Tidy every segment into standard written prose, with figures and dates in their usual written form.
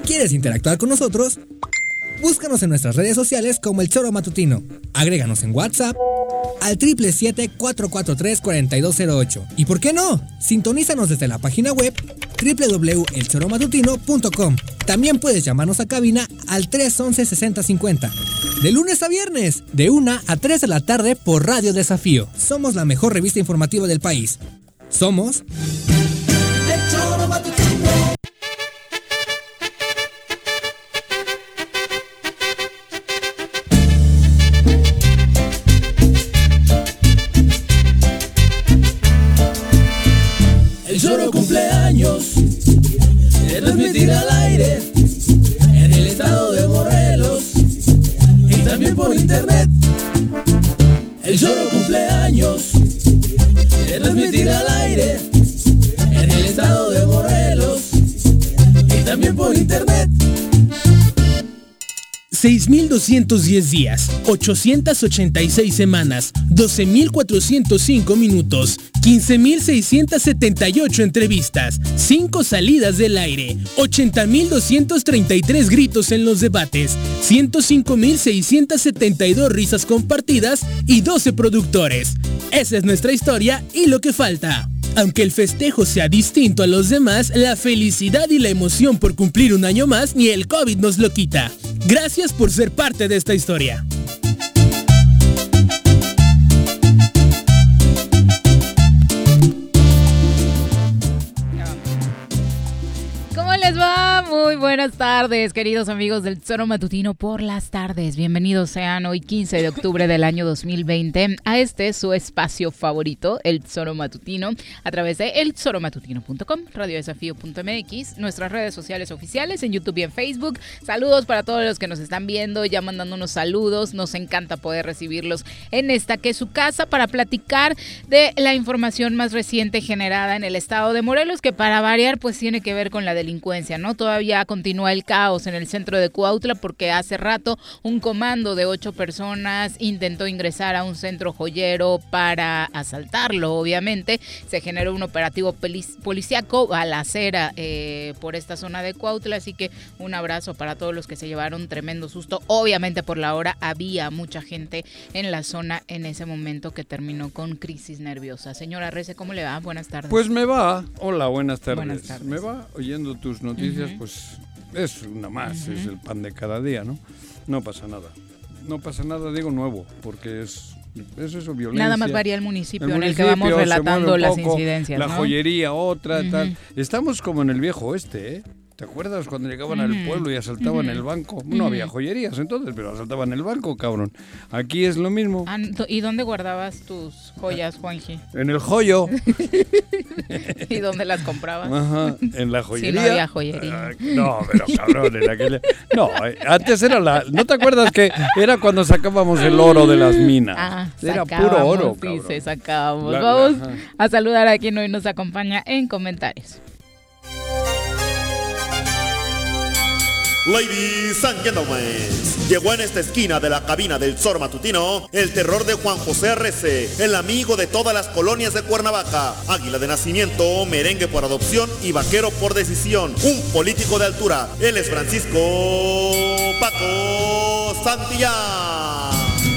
¿Quieres interactuar con nosotros? Búscanos en nuestras redes sociales como El Choro Matutino. Agréganos en WhatsApp al 777-443-4208. ¿Y por qué no? Sintonízanos desde la página web www.elchoromatutino.com. También puedes llamarnos a cabina al 311-6050. De lunes a viernes, de 1 a 3 de la tarde por Radio Desafío. Somos la mejor revista informativa del país. Somos El Choro Matutino. El Choro cumpleaños, de transmitir al aire, en el estado de Morelos, y también por internet. El Choro cumpleaños, de transmitir al aire, en el estado de Morelos, y también por internet. 6,210 días, 886 semanas, 12,405 minutos, 15,678 entrevistas, 5 salidas del aire, 80,233 gritos en los debates, 105,672 risas compartidas y 12 productores. Esa es nuestra historia y lo que falta. Aunque el festejo sea distinto a los demás, la felicidad y la emoción por cumplir un año más ni el COVID nos lo quita. Gracias por ser parte de esta historia. ¿Cómo les va? Muy buenas tardes, queridos amigos del Choro Matutino por las tardes. Bienvenidos sean hoy 15 de octubre del año 2020 a su espacio favorito, el Choro Matutino, a través de elchoromatutino.com, radiodesafío.mx, nuestras redes sociales oficiales en YouTube y en Facebook. Saludos para todos los que nos están viendo, ya mandándonos saludos. Nos encanta poder recibirlos en esta que es su casa para platicar de la información más reciente generada en el estado de Morelos, que para variar pues tiene que ver con la delincuencia, ¿no? Todavía continúa el caos en el centro de Cuautla porque hace rato un comando de 8 personas intentó ingresar a un centro joyero para asaltarlo. Obviamente se generó un operativo policíaco balacera por esta zona de Cuautla, así que un abrazo para todos los que se llevaron tremendo susto. Obviamente por la hora había mucha gente en la zona en ese momento que terminó con crisis nerviosa. Señora Rece, ¿cómo le va? Buenas tardes. Pues me va. Hola, buenas tardes. Buenas tardes. Me va oyendo tus noticias, pues es una más, es el pan de cada día, ¿no? No pasa nada. No pasa nada, digo nuevo, porque es eso, violencia. Nada más varía el municipio en el que vamos relatando las incidencias, la ¿no? joyería, otra, tal. Estamos como en el viejo oeste, ¿eh? ¿Te acuerdas cuando llegaban al pueblo y asaltaban el banco? No había joyerías entonces, pero asaltaban el banco, cabrón. Aquí es lo mismo. ¿Y dónde guardabas tus joyas, Juanji? En el joyo. ¿Y dónde las comprabas? Ajá, en la joyería. Sí, no había joyería. No, pero cabrón, en aquella... No, antes era ¿No te acuerdas que era cuando sacábamos el oro de las minas? Era puro oro, sí, cabrón. se sacábamos. Vamos a saludar a quien hoy nos acompaña en comentarios. Ladies and gentlemen, llegó en esta esquina de la cabina del Choro Matutino el terror de Juan José Arrece, el amigo de todas las colonias de Cuernavaca, águila de nacimiento, merengue por adopción y vaquero por decisión, un político de altura. Él es Francisco Paco Santillán.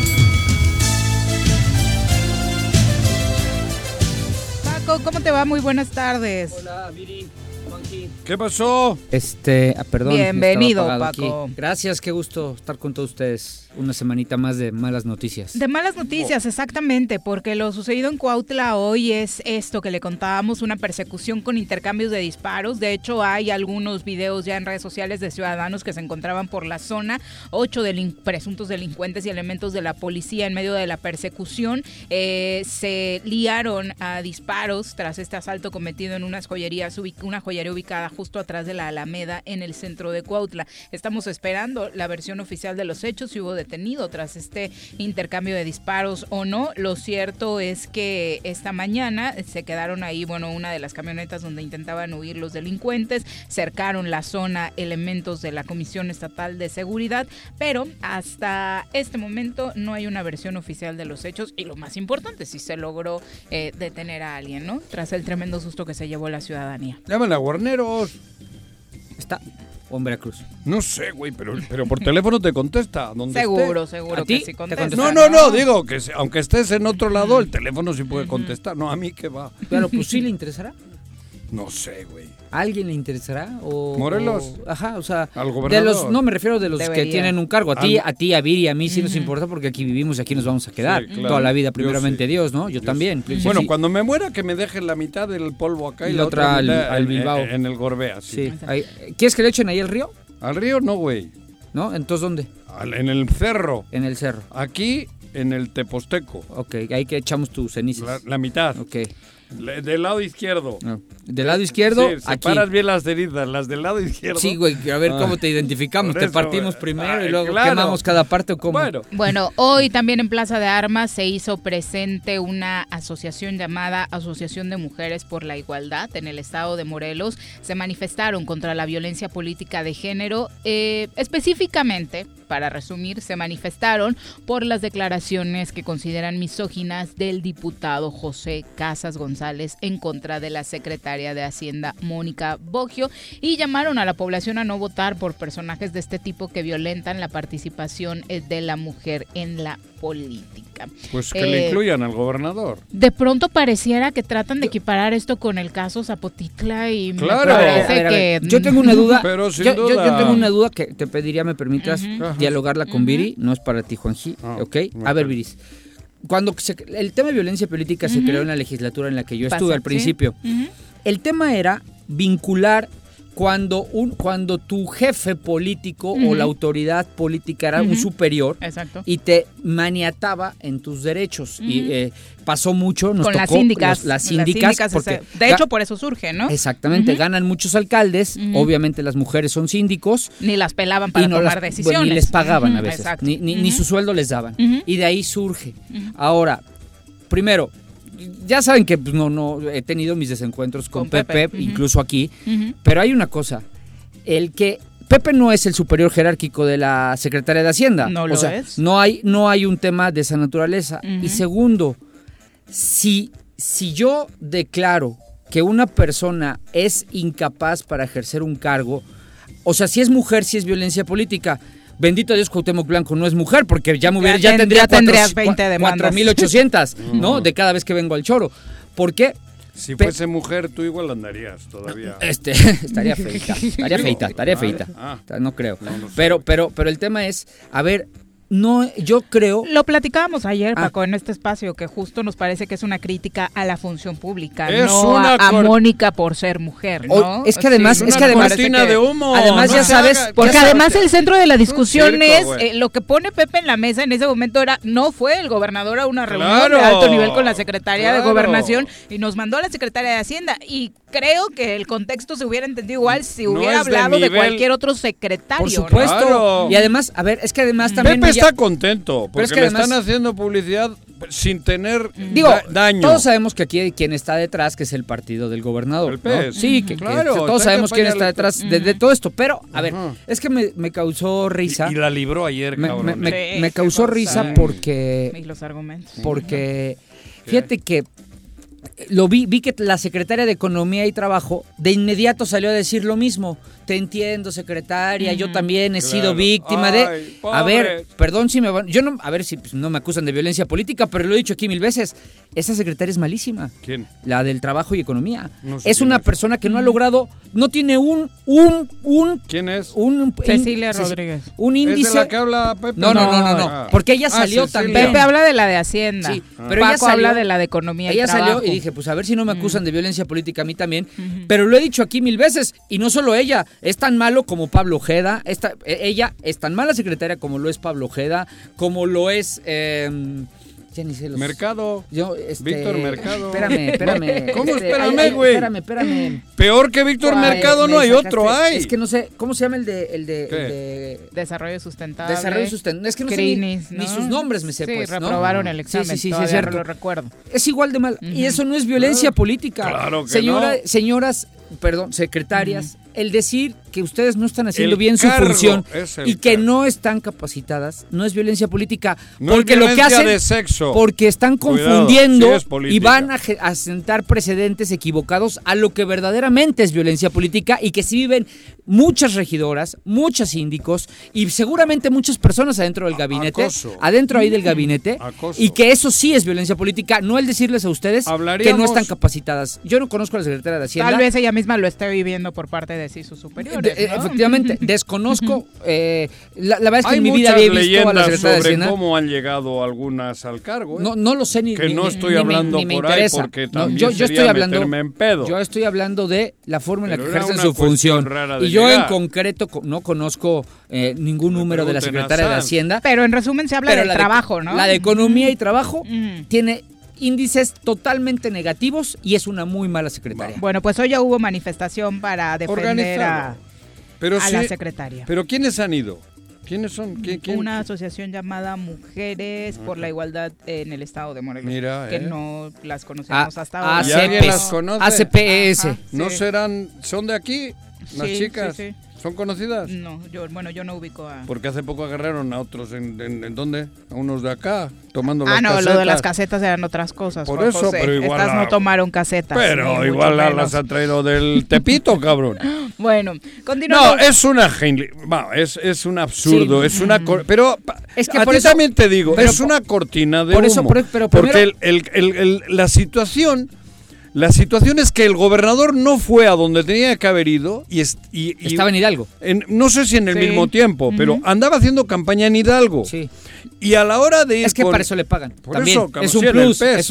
Paco, ¿cómo te va? Muy buenas tardes. Hola, Viri. ¿Qué pasó? Perdón. Bienvenido, Paco. Aquí. Gracias, qué gusto estar con todos ustedes. Una semanita más de malas noticias. De malas noticias, exactamente, porque lo sucedido en Cuautla hoy es esto que le contábamos, una persecución con intercambios de disparos. De hecho, hay algunos videos ya en redes sociales de ciudadanos que se encontraban por la zona, 8 presuntos delincuentes y elementos de la policía en medio de la persecución. Se liaron a disparos tras este asalto cometido en una joyería ubicada justo atrás de la Alameda en el centro de Cuautla. Estamos esperando la versión oficial de los hechos, si hubo detenido tras este intercambio de disparos o no. Lo cierto es que esta mañana se quedaron ahí, una de las camionetas donde intentaban huir los delincuentes, cercaron la zona elementos de la Comisión Estatal de Seguridad, pero hasta este momento no hay una versión oficial de los hechos y lo más importante, si se logró detener a alguien, ¿no? Tras el tremendo susto que se llevó la ciudadanía. Llámala a Guarneros. o en Veracruz? No sé, güey, pero por teléfono te contesta. Donde Seguro esté. seguro ¿A ti que sí te contesta. contesta? No, digo que aunque estés en otro lado, el teléfono sí puede contestar. No, a mí que va. Pero pues sí le interesará. No sé, güey. ¿A alguien le interesará? Morelos. Ajá, o sea, Al gobernador. no me refiero de los Debería. que tienen un cargo. A ti, a Viri y a mí sí nos importa porque aquí vivimos y aquí nos vamos a quedar. Sí, claro. Toda la vida, Yo primeramente sí. Dios, ¿no? Yo también. Sí. Sí, Bueno, sí. cuando me muera, que me dejen la mitad del polvo acá y Y la otra mitad al Bilbao. en el Gorbea, sí. Sí. Ahí- ¿Quieres que le echen ahí el río? Al río no, güey. ¿No? Entonces, ¿dónde? En el cerro. En el cerro. Aquí, en el Teposteco. Ok, ahí que echamos tus cenizas. La mitad. Ok. Del lado izquierdo. No. Del lado izquierdo, Sí, aquí. separas bien las cenizas, las del lado izquierdo. Sí, güey, a ver cómo te identificamos. Por Te eso, partimos güey. primero y Ay, luego claro. quemamos cada parte o cómo. Bueno, Hoy también en Plaza de Armas se hizo presente una asociación llamada Asociación de Mujeres por la Igualdad en el estado de Morelos. Se manifestaron contra la violencia política de género. Específicamente, para resumir, se manifestaron por las declaraciones que consideran misóginas del diputado José Casas González en contra de la secretaria de Hacienda Mónica Boggio y llamaron a la población a no votar por personajes de este tipo que violentan la participación de la mujer en la política. pues que le incluyan al gobernador. De pronto pareciera que tratan de equiparar esto con el caso Zapotitla y Claro. me parece A ver, que... yo tengo una duda. Pero sin yo duda. tengo una duda que te pediría me permitas Ajá. dialogarla con Viri. No es para ti, Juanji. ¿Ok? A ver, Viris. Cuando el tema de violencia política se creó en la legislatura en la que yo estuve al principio, el tema era vincular cuando tu jefe político o la autoridad política era un superior. Exacto. Y te maniataba en tus derechos. Y pasó mucho, nos con tocó las síndicas. las síndicas porque de hecho, por eso surge, ¿no? Exactamente, ganan muchos alcaldes, obviamente las mujeres son síndicos. Ni las pelaban para tomar decisiones. Bueno, ni les pagaban a veces, Exacto. ni su sueldo les daban. Y de ahí surge. Ahora, primero, ya saben que pues, no he tenido mis desencuentros con Pepe, incluso aquí, pero hay una cosa, Pepe no es el superior jerárquico de la Secretaría de Hacienda. No lo es. No hay un tema de esa naturaleza. Y segundo, si yo declaro que una persona es incapaz para ejercer un cargo, o sea, si es mujer, si es violencia política, bendito Dios, Cuauhtémoc Blanco no es mujer, porque ya tendría 20 demandas. 4,800, ¿no? De cada vez que vengo al choro. ¿Por qué? Si fuese mujer, tú igual andarías todavía. Estaría feita. No creo. No sé. Pero el tema es, a ver, no, yo creo... Lo platicábamos ayer, Paco, en este espacio, que justo nos parece que es una crítica a la función pública, Es no una a Mónica por ser mujer, ¿no? Es que además... cortina de humo. Además, No ya se sabes... haga- Porque ya sabes- además el centro de la discusión circo, es güey. lo que pone Pepe en la mesa en ese momento era, no fue el gobernador a una reunión Claro, de alto nivel con la secretaria de claro. Gobernación y nos mandó a la secretaria de Hacienda y creo que el contexto se hubiera entendido igual si No hubiera es de hablado de nivel- cualquier otro secretario. Por ¿no? supuesto. Claro. Y además, a ver, es que además también... Pepe me está contento, porque es que le además- están haciendo publicidad sin tener Digo, daño. todos sabemos que aquí hay quien está detrás, que es el partido del gobernador. El PES. ¿no? Sí, que Claro, todos está sabemos quién campaña está detrás de todo esto. Pero, a ver, Ajá. es que me causó risa. Y la libró ayer, cabrón. Me Sí, causó qué risa cosa. porque Y los argumentos. fíjate que vi que la secretaria de Economía y Trabajo de inmediato salió a decir lo mismo. Te entiendo, secretaria, yo también he sido Claro. víctima Ay, de... A ver, pobres. perdón si me van... Yo no... A ver si pues, no me acusan de violencia política, pero lo he dicho aquí 1000 veces. Esa secretaria es malísima. ¿Quién? La del Trabajo y Economía. No sé Es quién una es. persona que no ha logrado... No tiene un ¿Quién es? Cecilia Rodríguez. Un índice... ¿Es de la que habla Pepe? No. Ah. Porque ella salió Cecilia. también. Pepe habla de la de Hacienda. Sí, pero ella Paco salió- habla de la de Economía Ella y Trabajo. salió y dije, pues a ver si no me acusan de violencia política a mí también. Pero lo he dicho aquí 1000 veces. Y no solo ella, es tan malo como Pablo Ojeda. Ella es tan mala secretaria como lo es Pablo Ojeda, como lo es... ya ni sé los... Mercado. Víctor Mercado. Espérame. ¿Cómo espérame, güey? Espérame. Peor que Víctor Mercado no hay otro, hay. Es que no sé, ¿cómo se llama el de ¿Qué? Desarrollo sustentable. Desarrollo sustentable? Es que no sé Crinis, ni ¿no? sus nombres me sé, Sí, pues, ¿no? reprobaron el examen. Sí, es todavía cierto. no lo recuerdo. Es igual de mal. Y eso no es violencia política. Claro que Señoras, no. secretarias, el decir que ustedes no están haciendo El bien su cargo función es el y que cargo. no están capacitadas, no es violencia política, No porque es lo que violencia hacen de sexo. porque están Cuidado, confundiendo sí es política. y van a sentar precedentes equivocados a lo que verdaderamente es violencia política y que sí viven muchas regidoras, muchos síndicos y seguramente muchas personas adentro del gabinete, Acoso. adentro ahí del gabinete, Acoso. y que eso sí es violencia política, no el decirles a ustedes que no Hablaríamos- están capacitadas. Yo no conozco a la secretaria de Hacienda. Tal vez ella misma lo esté viviendo por parte de sus superiores, ¿no? Efectivamente, desconozco. La verdad es que Hay en mi vida muchas había visto a la leyendas secretaria de sobre Hacienda. cómo han llegado algunas al cargo. ¿eh? No lo sé ni Que no ni- estoy ni me- hablando ni me por ahí interesa. porque No, también yo sería estoy hablando meterme en pedo. Yo estoy hablando de la forma en la Pero que era ejercen una su cuestión función. rara de Y yo en llegar. concreto no conozco ningún número de la pregunten a secretaria de Sanz. Hacienda. Pero en resumen se habla Pero del la de- trabajo, ¿no? La de economía y trabajo Ujú. tiene índices totalmente negativos y es una muy mala secretaria. Bueno, pues hoy ya hubo manifestación para defender Organizado. Pero a sí, la secretaria. ¿Pero quiénes han ido? ¿Quiénes son? ¿Quién? Una asociación llamada Mujeres por la Igualdad en el Estado de Morelos. Mira, que no las A- conocemos hasta ahora. ¿Y alguien las conoce? ACPS. Ajá. ¿No Sí. son de aquí? Las Sí, chicas. sí, sí. ¿Son conocidas? No, yo no ubico a... Porque hace poco agarraron a otros, ¿en dónde? A unos de acá, tomando Ah, las no, casetas. lo de las casetas eran otras cosas. Por Juan eso, José. pero igual Estas la- no tomaron casetas. Pero ni igual mucho las menos. ha traído del Tepito, cabrón. Bueno, No, continuamos. es una es un absurdo, Sí. es una pero Es que a por ti eso- también te digo, pero es por- una cortina de por eso, humo. pero porque primero- la situación es que el gobernador no fue a donde tenía que haber ido y Estaba en Hidalgo. no sé si en el Sí. mismo tiempo, pero andaba haciendo campaña en Hidalgo. Sí. Y a la hora de ir Es que con- para eso le pagan. Por También eso, cabrón, es un sí, en el plus, PES.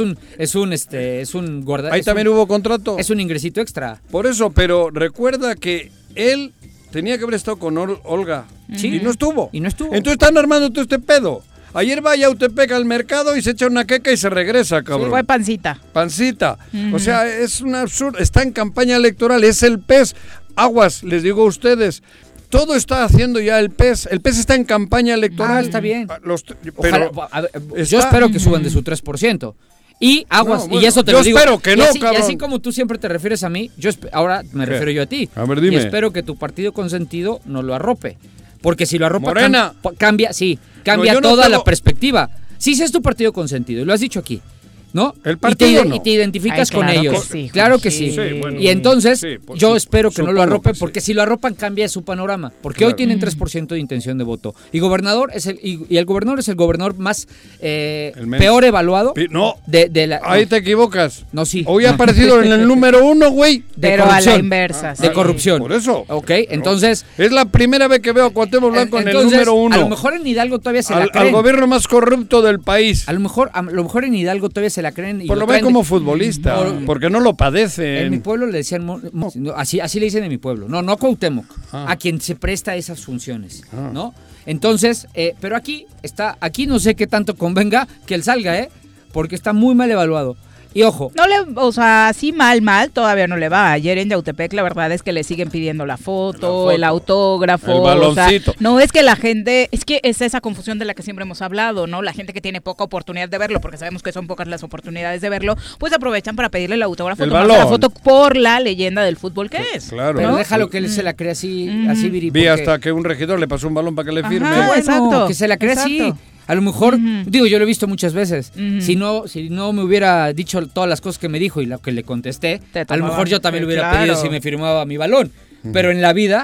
es un guarda. Ahí es también un- hubo contrato. Es un ingresito extra. Por eso, pero recuerda que él tenía que haber estado con Olga. Sí. Y no estuvo. Y no estuvo. Entonces están armando todo este pedo. Ayer va a Yautepec al mercado y se echa una queca y se regresa, cabrón. Fue pancita. Pancita. O sea, es un absurdo. Está en campaña electoral, es el PES. Aguas, les digo a ustedes. Todo está haciendo ya el PES. El PES está en campaña electoral. Está bien. Pero Ojalá, a ver, yo está- espero que suban de su 3%. Y aguas, No, bueno, y eso te yo lo digo. espero que Y no, así, cabrón. Y así como tú siempre te refieres a mí, ahora me ¿Qué? refiero yo a ti. A ver, dime. Y espero que tu partido consentido no lo arrope. Porque si lo arropa, Morena. cambia No, yo no toda tengo- la perspectiva. Sí, es tu partido consentido, y lo has dicho aquí. ¿No? El partido no. Y te identificas Ay, con claro ellos. que sí, Claro que Juanchi. sí. Sí, bueno. Y entonces, Sí, pues, yo espero que no lo supongo arropen, que sí. porque si lo arropan cambia su panorama. Porque Claro. hoy tienen 3% de intención de voto. Y gobernador es el gobernador es el gobernador más menos. peor evaluado No, de la. ahí te equivocas. No, sí. Hoy ha No. aparecido en el número 1, güey. de Pero a la corrupción. inversa. De sí. corrupción. Por eso. Ok, entonces. Es la primera vez que veo a Cuauhtémoc Blanco en el entonces, número 1. A lo mejor en Hidalgo todavía se la al creen. gobierno más corrupto del país. A lo mejor en Hidalgo todavía se la creen. Y Por lo traen ven como de- futbolista, Por- porque no lo En mi padecen. pueblo le decían, no, así le dicen en mi pueblo, no a Cuauhtémoc, Ah. a quien se presta esas funciones, Ah. ¿no? Entonces, pero aquí no sé qué tanto convenga que él salga, porque está muy mal evaluado. Y ojo, O sea, así mal, todavía no le va. Ayer en Yautepec la verdad es que le siguen pidiendo la foto, el autógrafo. el baloncito. O sea, no es que la gente, es que es esa confusión de la que siempre hemos hablado, ¿no? La gente que tiene poca oportunidad de verlo, porque sabemos que son pocas las oportunidades de verlo, pues aprovechan para pedirle el autógrafo, El tomarse la balón. foto por la leyenda del fútbol que es. Claro. pero ¿no? déjalo que él se la cree así, Viri. Vi porque- hasta que un regidor le pasó un balón para que le firme. Ajá. Qué bueno, exacto, que se la cree así. exacto. A lo mejor, digo, yo lo he visto muchas veces. Ujú. Si no me hubiera dicho todas las cosas que me dijo y lo que le contesté, Te a lo tomaban, mejor yo también sí, le hubiera claro. pedido si me firmaba mi balón. Pero en la vida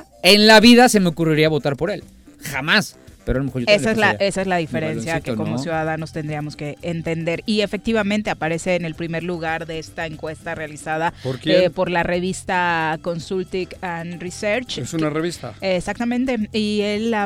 se me ocurriría votar por él. Jamás. Pero a lo mejor yo también Esa le pediría. es la diferencia baloncito, que como ¿no? ciudadanos tendríamos que entender. Y efectivamente aparece en el primer lugar de esta encuesta realizada ¿Por quién? por la revista Consulting and Research. Es una revista. Exactamente, y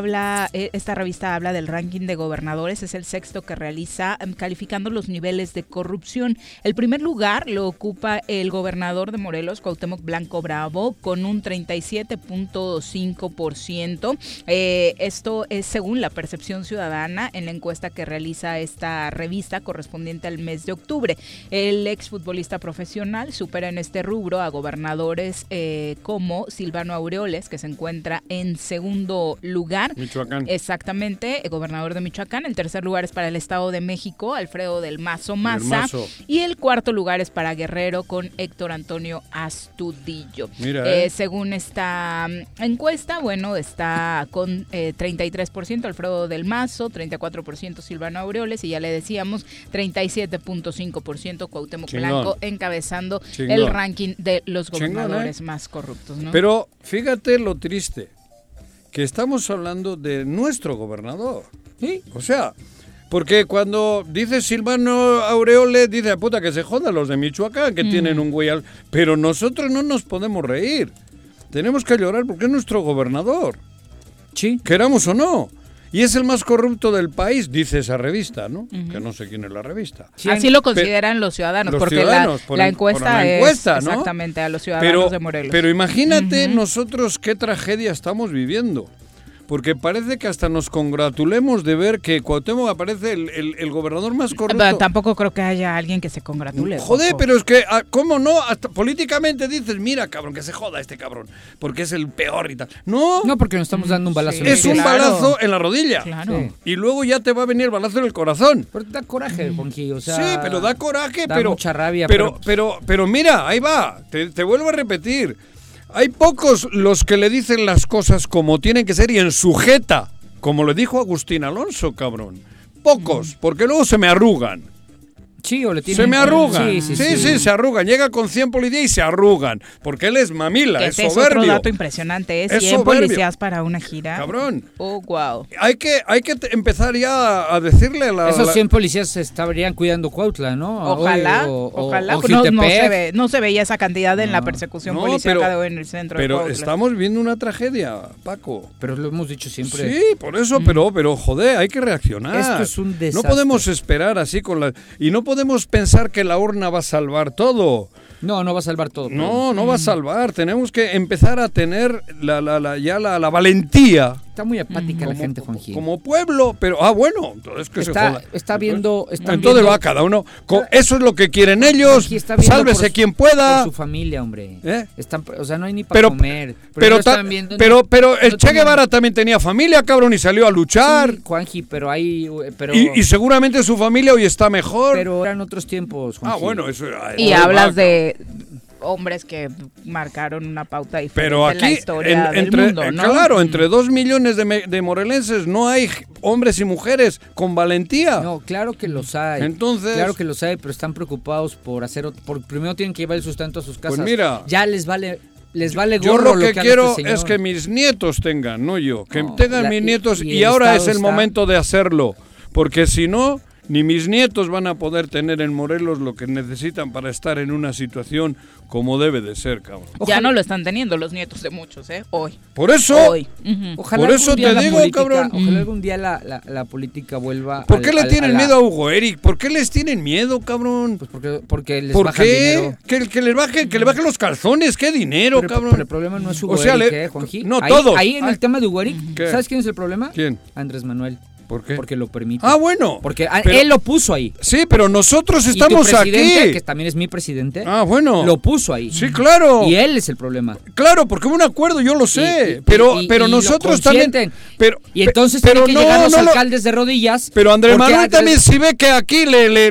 esta revista habla del ranking de gobernadores, es el sexto que realiza calificando los niveles de corrupción. El primer lugar lo ocupa el gobernador de Morelos, Cuauhtémoc Blanco Bravo, con un 37.5%. Esto es según según la percepción ciudadana en la encuesta que realiza esta revista correspondiente al mes de octubre. El exfutbolista profesional supera en este rubro a gobernadores como Silvano Aureoles, que se encuentra en segundo lugar. Michoacán. Exactamente, gobernador de Michoacán. El tercer lugar es para el Estado de México, Alfredo del Mazo Maza. Y el cuarto lugar es para Guerrero con Héctor Antonio Astudillo. Mira, según esta encuesta, bueno, está con 33% Alfredo del Mazo, 34% Silvano Aureoles y ya le decíamos 37.5% Cuauhtémoc Blanco encabezando el ranking de los gobernadores más corruptos, ¿no? Pero fíjate lo triste, que estamos hablando de nuestro gobernador. ¿Sí? O sea, porque cuando dice Silvano Aureoles, dice, puta, que se jodan los de Michoacán, que tienen un güey al... Pero nosotros no nos podemos reír. Tenemos que llorar porque es nuestro gobernador. Sí. Queramos o no. Y es el más corrupto del país, dice esa revista, ¿no? Que no sé quién es la revista. Sí, así lo consideran los ciudadanos, porque la encuesta es, ¿no? Exactamente, a los ciudadanos de Morelos. Pero imagínate nosotros qué tragedia estamos viviendo. Porque parece que hasta nos congratulemos de ver que Cuauhtémoc aparece el gobernador más corrupto. Pero tampoco creo que haya alguien que se congratule. Joder, pero es que, ¿cómo no? Hasta políticamente dices, mira, cabrón, que se joda este cabrón, porque es el peor y tal. No, porque nos estamos dando un balazo en el es un balazo en la rodilla. Claro. Sí. Y luego ya te va a venir el balazo en el corazón. Pero da coraje, Juanji, o sea... Sí, pero da coraje, da pero... mucha rabia. Pero mira, ahí va, te vuelvo a repetir. Hay pocos los que le dicen las cosas como tienen que ser y en sujeta, como le dijo Agustín Alonso, cabrón. Pocos, porque luego se me arrugan. Sí, o le tienen... Se me arrugan. Sí, se arrugan. Llega con 100 policías y se arrugan. Porque él es mamila, es soberbio. Es otro dato impresionante, es 100 policías para una gira. Cabrón. Oh, wow. Hay que empezar ya a decirle a la... Esos 100 policías se estarían cuidando Cuautla, ¿no? Ojalá, ojalá. No se veía esa cantidad en la persecución policíaca de hoy en el centro de Cuautla. Pero estamos viendo una tragedia, Paco. Pero lo hemos dicho siempre. Sí, por eso, pero joder, hay que reaccionar. Esto es un desastre. No podemos esperar así con la... Y no podemos pensar que la urna va a salvar todo. No va a salvar todo. No va a salvar. Tenemos que empezar a tener la valentía. Está muy apática la gente, Juanji. Como pueblo, pero... bueno, entonces que se joda. Está viendo... Entonces va cada uno... Eso es lo que quieren ellos. Sálvese quien pueda. Por su familia, hombre. O sea, no hay ni para pero, comer. Pero el Che Guevara también tenía familia, cabrón, y salió a luchar. Sí, Juanji, pero hay... Y seguramente su familia hoy está mejor. Pero eran otros tiempos, Juanji. Bueno, eso... Y hablas de... hombres que marcaron una pauta diferente en la historia del mundo, ¿no? Claro, entre 2 millones de morelenses no hay hombres y mujeres con valentía. No, claro que los hay. Entonces, claro que los hay, pero están preocupados por primero tienen que llevar el sustento a sus casas. Pues mira, ya les vale gorro. Yo lo que quiero es que mis nietos tengan, no yo, que tengan mis nietos y ahora es el momento de hacerlo, porque si no, ni mis nietos van a poder tener en Morelos lo que necesitan para estar en una situación como debe de ser, cabrón. Ya no lo están teniendo los nietos de muchos, hoy. Por eso, ojalá por eso te digo, cabrón. Ojalá algún día la política vuelva. ¿Por qué le tienen miedo a Hugo Eric? ¿Por qué les tienen miedo, cabrón? Pues porque les bajan dinero. Que le bajen los calzones, qué dinero, cabrón. Pero el problema no es Hugo Eric, Juanji. No, todos. Ahí en el tema de Hugo Eric, ¿sabes quién es el problema? ¿Quién? Andrés Manuel. ¿Por qué? Porque lo permite. Bueno. Porque él lo puso ahí. Sí, pero nosotros estamos y tu presidente, aquí. que también es mi presidente. Bueno. Lo puso ahí. Sí, claro. Y él es el problema. Claro, porque hubo un acuerdo, yo lo sé. Pero nosotros también. Y entonces tienen que llegar los alcaldes de rodillas. Pero Andrés Manuel también si ve que aquí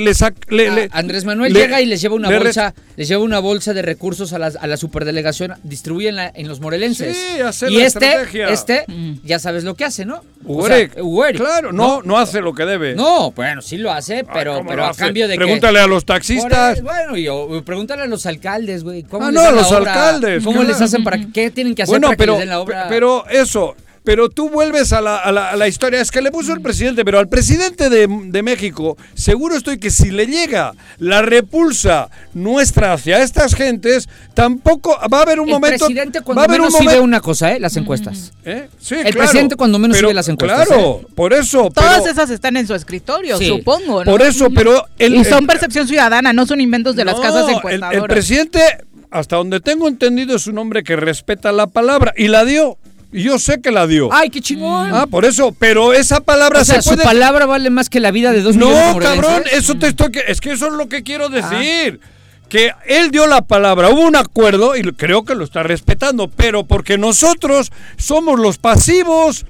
Andrés Manuel llega y les lleva una bolsa de recursos a la superdelegación, distribuyen en los morelenses. Sí, hacer y la estrategia. Ya sabes lo que hace, ¿no? Hugo Eric. Claro, no hace lo que debe. No, bueno, sí lo hace, pero a cambio de Pregúntale a los taxistas. Pregúntale a los alcaldes, güey. A los alcaldes. ¿Cómo les hacen qué tienen que hacer para que les den la obra? Pero eso... Pero tú vuelves a la historia, es que le puso el presidente, pero al presidente de México, seguro estoy que si le llega la repulsa nuestra hacia estas gentes, tampoco va a haber un momento... El presidente cuando menos sí ve una cosa, las encuestas. Sí, el presidente cuando menos sí ve las encuestas. Claro, por eso... Todas esas están en su escritorio, supongo, ¿no? Por eso, pero... Y son percepción ciudadana, no son inventos de las casas encuestadoras. El presidente, hasta donde tengo entendido, es un hombre que respeta la palabra y la dio. Y yo sé que la dio. ¡Ay, qué chingón! Por eso, pero esa palabra su palabra vale más que la vida de 2 millones de morelenses. No, cabrón, eso es que eso es lo que quiero decir. Que él dio la palabra, hubo un acuerdo y creo que lo está respetando, pero porque nosotros somos los pasivos.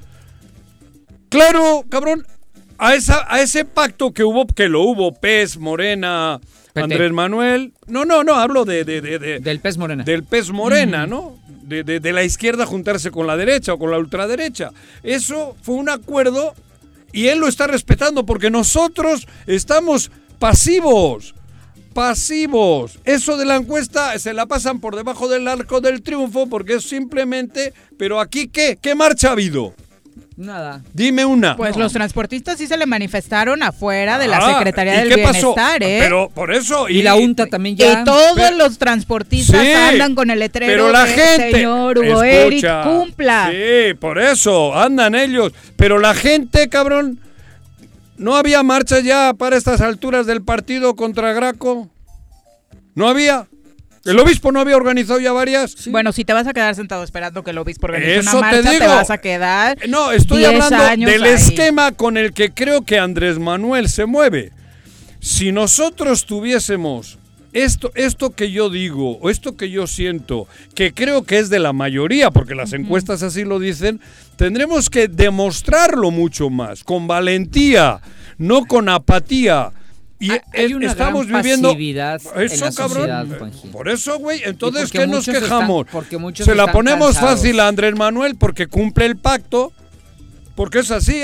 Claro, cabrón, a ese pacto que lo hubo PES, Morena, PT. Andrés Manuel. No, hablo del PES Morena. Del PES Morena, ¿no? De la izquierda juntarse con la derecha o con la ultraderecha. Eso fue un acuerdo y él lo está respetando porque nosotros estamos pasivos. Eso de la encuesta se la pasan por debajo del arco del triunfo porque es simplemente, pero aquí ¿qué marcha ha habido? Nada. Dime una. Pues los transportistas sí se le manifestaron afuera de la Secretaría del Bienestar, ¿eh? Pero por eso... Y la UNTA también ya... Y todos los transportistas andan con el letrero pero la gente, señor Hugo Eric, cumpla. Sí, por eso, andan ellos. Pero la gente, cabrón, ¿no había marcha ya para estas alturas del partido contra Graco? ¿No había? ¿El obispo no había organizado ya varias? Sí. Bueno, si te vas a quedar sentado esperando que el obispo organice una marcha, te vas a quedar. No, estoy hablando del esquema con el que creo que Andrés Manuel se mueve. Si nosotros tuviésemos esto que yo digo, o esto que yo siento, que creo que es de la mayoría, porque las encuestas así lo dicen, tendremos que demostrarlo mucho más, con valentía, no con apatía. Y hay una estamos gran viviendo pasividad eso, en la sociedad, cabrón. Por eso, güey, entonces ¿qué nos quejamos? Muchos se la ponemos cansados. fácil a Andrés Manuel porque cumple el pacto, porque es así,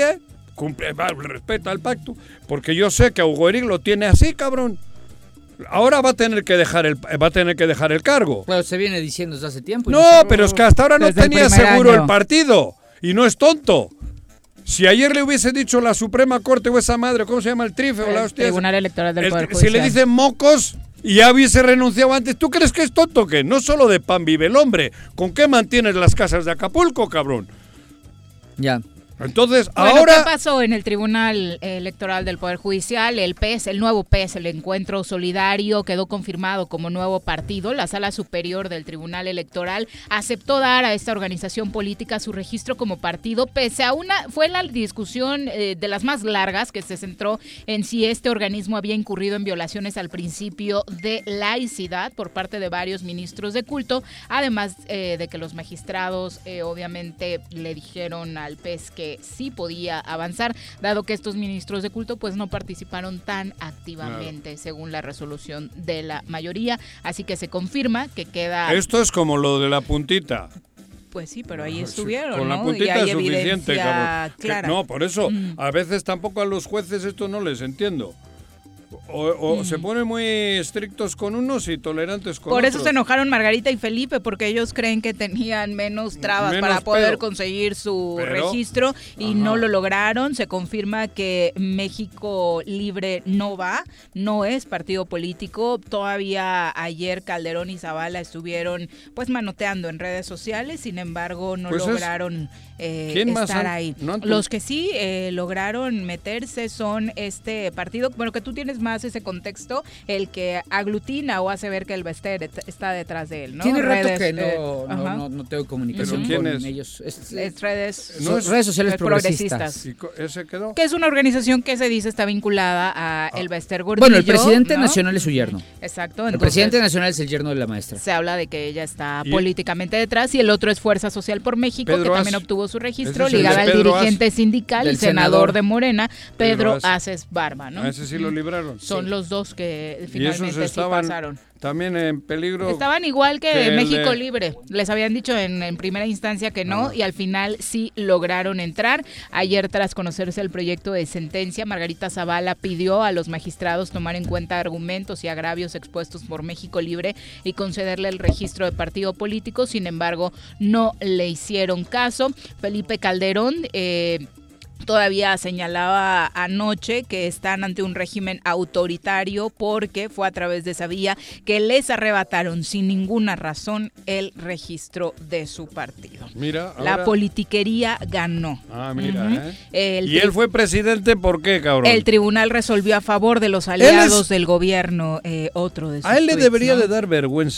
respeta el pacto, porque yo sé que Hugo Eric lo tiene así, cabrón. Ahora va a tener que dejar el cargo. Pero se viene diciendo desde hace tiempo. No, pero es que hasta ahora no tenía seguro el partido y no es tonto. Si ayer le hubiese dicho la Suprema Corte o esa madre, ¿cómo se llama el trife? El Tribunal Electoral del Poder Judicial. Si le dicen mocos y ya hubiese renunciado antes, ¿tú crees que es tonto o qué? No solo de pan vive el hombre. ¿Con qué mantienes las casas de Acapulco, cabrón? Ya. Entonces, bueno, ahora... ¿qué pasó en el Tribunal Electoral del Poder Judicial? El PES, el nuevo PES, el Encuentro Solidario, quedó confirmado como nuevo partido. La Sala Superior del Tribunal Electoral aceptó dar a esta organización política su registro como partido, pese a fue la discusión de las más largas que se centró en si este organismo había incurrido en violaciones al principio de laicidad por parte de varios ministros de culto, además de que los magistrados obviamente le dijeron al PES que sí podía avanzar, dado que estos ministros de culto pues no participaron tan activamente, según la resolución de la mayoría, así que se confirma que queda... Esto es como lo de la puntita. Pues sí, pero ahí estuvieron, con ¿no? la puntita es suficiente, cabrón. Clara. No, por eso, a veces tampoco a los jueces esto no les entiendo. O se ponen muy estrictos con unos y tolerantes con otros. Por eso se enojaron Margarita y Felipe, porque ellos creen que tenían menos trabas para poder conseguir su registro y no lo lograron. Se confirma que México Libre no es partido político. Todavía ayer Calderón y Zavala estuvieron pues manoteando en redes sociales, sin embargo no lograron estar ahí. Los que sí lograron meterse son este partido, bueno, que tú tienes más ese contexto, el que aglutina o hace ver que el Bester está detrás de él, ¿no? Tiene rato que no tengo comunicación con ellos. Redes sociales progresistas. ¿Y ese quedó? Que es una organización que se dice está vinculada a el Bester Gordillo. Bueno, el presidente nacional es su yerno. Exacto. Entonces, el presidente nacional es el yerno de la maestra. Se habla de que ella está políticamente detrás y el otro es Fuerza Social por México, que también obtuvo su registro, ligada al dirigente sindical y senador de Morena, Pedro Aces Barba, ¿no? A ese sí lo libraron. Son los dos que finalmente sí pasaron. También en peligro. Estaban igual que México Libre. Les habían dicho en primera instancia que no y al final sí lograron entrar. Ayer, tras conocerse el proyecto de sentencia, Margarita Zavala pidió a los magistrados tomar en cuenta argumentos y agravios expuestos por México Libre y concederle el registro de partido político. Sin embargo, no le hicieron caso. Felipe Calderón todavía señalaba anoche que están ante un régimen autoritario porque fue a través de esa vía que les arrebataron sin ninguna razón el registro de su partido. Mira, la politiquería ganó. Mira, ¿Y él fue presidente por qué, cabrón? El tribunal resolvió a favor de los aliados del gobierno, otro de sus A él le tweets, debería ¿no? de dar vergüenza.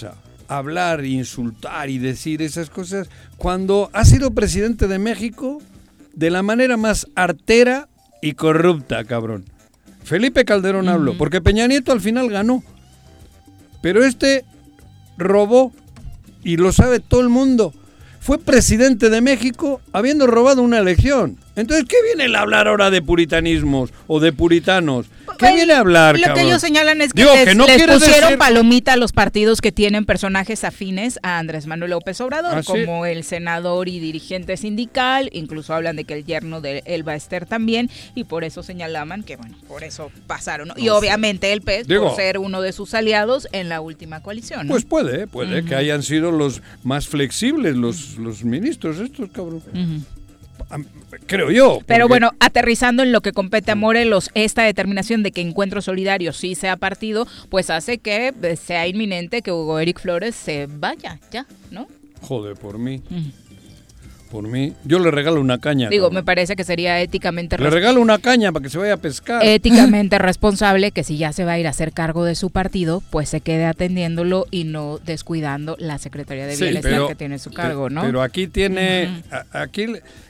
hablar, insultar y decir esas cosas cuando ha sido presidente de México de la manera más artera y corrupta, cabrón? Felipe Calderón habló, porque Peña Nieto al final ganó. Pero robó, y lo sabe todo el mundo. Fue presidente de México habiendo robado una elección. Entonces, ¿qué viene el hablar ahora de puritanismos o de puritanos? ¿Qué viene a hablar, Lo cabrón? que ellos señalan es que les pusieron palomita a los partidos que tienen personajes afines a Andrés Manuel López Obrador, como el senador y dirigente sindical, incluso hablan de que el yerno de Elba Ester también, y por eso señalaban que, bueno, por eso pasaron, ¿no? Y obviamente el PES, por ser uno de sus aliados en la última coalición, ¿no? Pues puede que hayan sido los más flexibles los ministros estos, cabrón. Creo yo. Pero bueno, aterrizando en lo que compete a Morelos, esta determinación de que Encuentro Solidario sí sea partido, pues hace que sea inminente que Hugo Eric Flores se vaya ya, ¿no? Joder, por mí. Por mí, yo le regalo una caña. Digo, me parece que sería éticamente... Le regalo una caña para que se vaya a pescar. Éticamente responsable que si ya se va a ir a hacer cargo de su partido, pues se quede atendiéndolo y no descuidando la Secretaría de Bienestar que tiene su cargo, ¿no? Pero aquí tiene... Aquí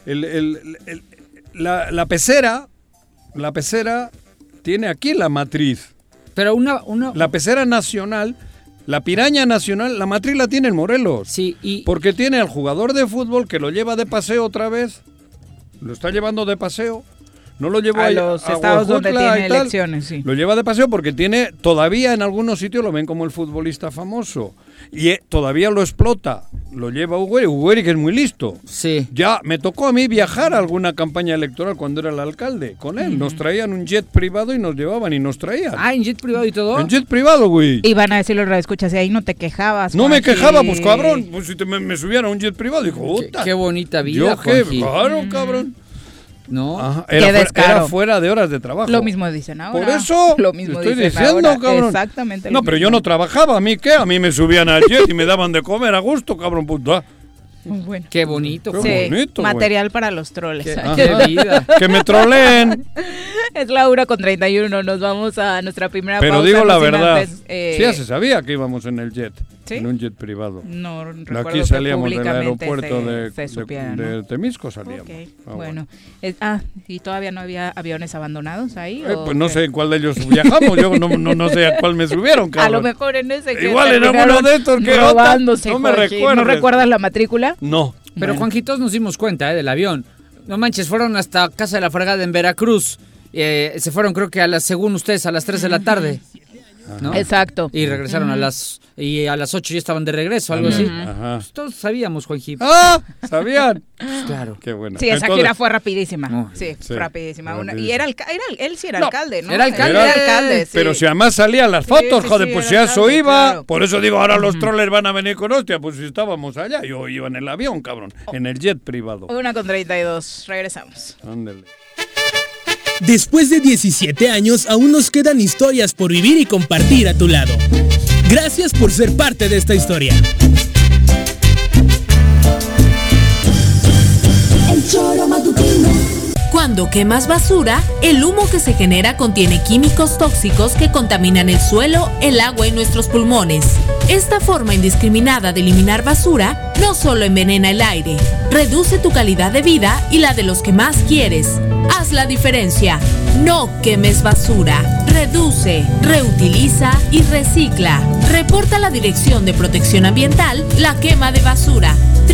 la pecera tiene aquí la matriz. Pero La pecera nacional... La piraña nacional, la matriz la tiene en Morelos. Sí, porque tiene al jugador de fútbol que lo lleva de paseo otra vez. Lo está llevando de paseo. No lo llevó a los estados donde tiene elecciones, sí. Lo lleva de paseo porque tiene, todavía en algunos sitios lo ven como el futbolista famoso. Y todavía lo explota. Lo lleva Hugo Eric, que es muy listo. Sí. Ya me tocó a mí viajar a alguna campaña electoral cuando era el alcalde con él. Nos traían un jet privado y nos llevaban y nos traían. ¿En jet privado y todo? En jet privado, güey. Y van a decir los radioescuchas, y ahí no te quejabas, No me quejaba, pues cabrón. Pues si me subieran a un jet privado, dijo, puta. Qué bonita vida, Claro, cabrón. No, ajá, era fuera de horas de trabajo. Lo mismo dicen ahora. Por eso lo mismo estoy dicen diciendo, ahora. cabrón. Exactamente. No, pero yo no trabajaba. ¿A mí qué? A mí me subían al jet y me daban de comer a gusto, cabrón, puta. Muy bueno. Qué bonito. Qué bonito, material para los troles. Qué vida. Que me troleen. Es la 1:31. Nos vamos a nuestra primera pausa. Pero digo la verdad. Sí, ya se sabía que íbamos en el jet. ¿Sí? En un jet privado. No recuerdo. Aquí salíamos del aeropuerto de Temisco, salíamos. Okay. Bueno. ¿Y todavía no había aviones abandonados ahí? Pues no sé en cuál de ellos viajamos. Yo no sé a cuál me subieron, cabrón. A lo mejor en ese que igual en alguno de estos que robándose, no me recuerdo. ¿No recuerdas la matrícula? No. Pero Juanjitos nos dimos cuenta del avión. No manches, fueron hasta Casa de la Fregada en Veracruz. Se fueron creo que según ustedes a las 3 de la tarde. ¿No? Exacto. Y regresaron a las 8 ya estaban de regreso, algo así. Pues todos sabíamos, Juanjito. ¿Sabían? Pues claro. Qué bueno. Sí, esa gira fue rapidísima. Sí, rapidísima. Y él sí era alcalde, ¿no? Era alcalde, sí. Pero si además salían las fotos, joder, pues si a eso iba. Claro. Por eso digo, ahora los troles van a venir con hostia, pues si estábamos allá. Yo iba en el avión, cabrón, en el jet privado. 1:32, regresamos. Ándale. Después de 17 años, aún nos quedan historias por vivir y compartir a tu lado. Gracias por ser parte de esta historia. El Choro Matutino. Cuando quemas basura, el humo que se genera contiene químicos tóxicos que contaminan el suelo, el agua y nuestros pulmones. Esta forma indiscriminada de eliminar basura no solo envenena el aire, reduce tu calidad de vida y la de los que más quieres. Haz la diferencia. No quemes basura. Reduce, reutiliza y recicla. Reporta a la Dirección de Protección Ambiental la quema de basura.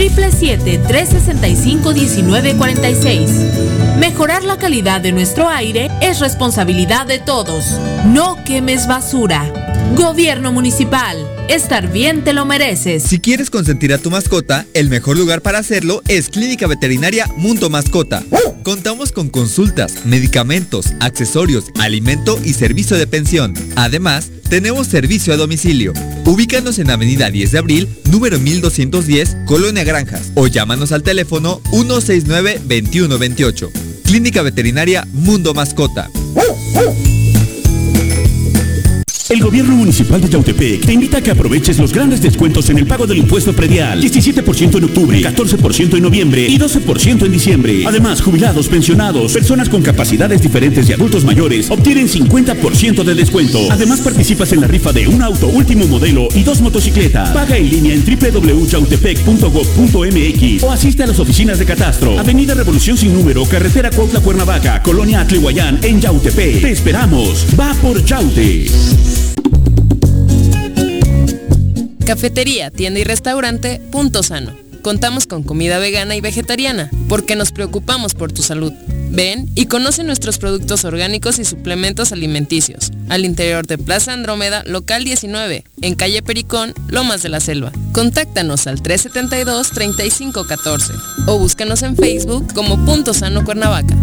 777-365-1946. Mejorar la calidad de nuestro aire es responsabilidad de todos. No quemes basura. Gobierno Municipal. Estar bien te lo mereces. Si quieres consentir a tu mascota, el mejor lugar para hacerlo es Clínica Veterinaria Mundo Mascota. Contamos con consultas, medicamentos, accesorios, alimento y servicio de pensión. Además, tenemos servicio a domicilio. Ubícanos en Avenida 10 de Abril, número 1210, Colonia Granjas, o llámanos al teléfono 169-2128. Clínica Veterinaria Mundo Mascota. El gobierno municipal de Yautepec te invita a que aproveches los grandes descuentos en el pago del impuesto predial. 17% en octubre, 14% en noviembre y 12% en diciembre. Además, jubilados, pensionados, personas con capacidades diferentes y adultos mayores obtienen 50% de descuento. Además, participas en la rifa de un auto último modelo y 2 motocicletas. Paga en línea en www.yautepec.gov.mx o asiste a las oficinas de Catastro. Avenida Revolución Sin Número, Carretera Cuautla-Cuernavaca, Colonia Atlihuayán, en Yautepec. Te esperamos. Va por Yaute. Cafetería, tienda y restaurante Punto Sano. Contamos con comida vegana y vegetariana, porque nos preocupamos por tu salud. Ven y conoce nuestros productos orgánicos y suplementos alimenticios. Al interior de Plaza Andrómeda, local 19, en calle Pericón, Lomas de la Selva. Contáctanos al 372-3514 o búscanos en Facebook como Punto Sano Cuernavaca.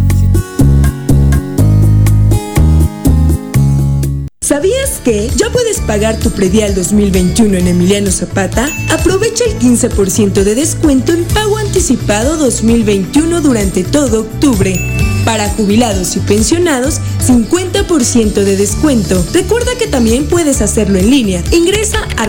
¿Sabías que ya puedes pagar tu predial 2021 en Emiliano Zapata? Aprovecha el 15% de descuento en pago anticipado 2021 durante todo octubre. Para jubilados y pensionados, 50% de descuento. Recuerda que también puedes hacerlo en línea. Ingresa a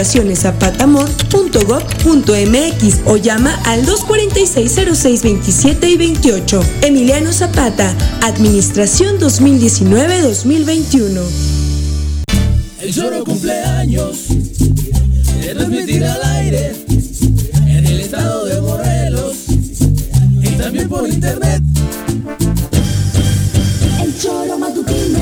recaudacioneszapatamor.gov.mx o llama al 246-0627 y 28. Emiliano Zapata, Administración 2019-2021. El Zoro cumpleaños, se transmitirá al aire, en el estado de Morelos, y también por internet. El Choro Matutino.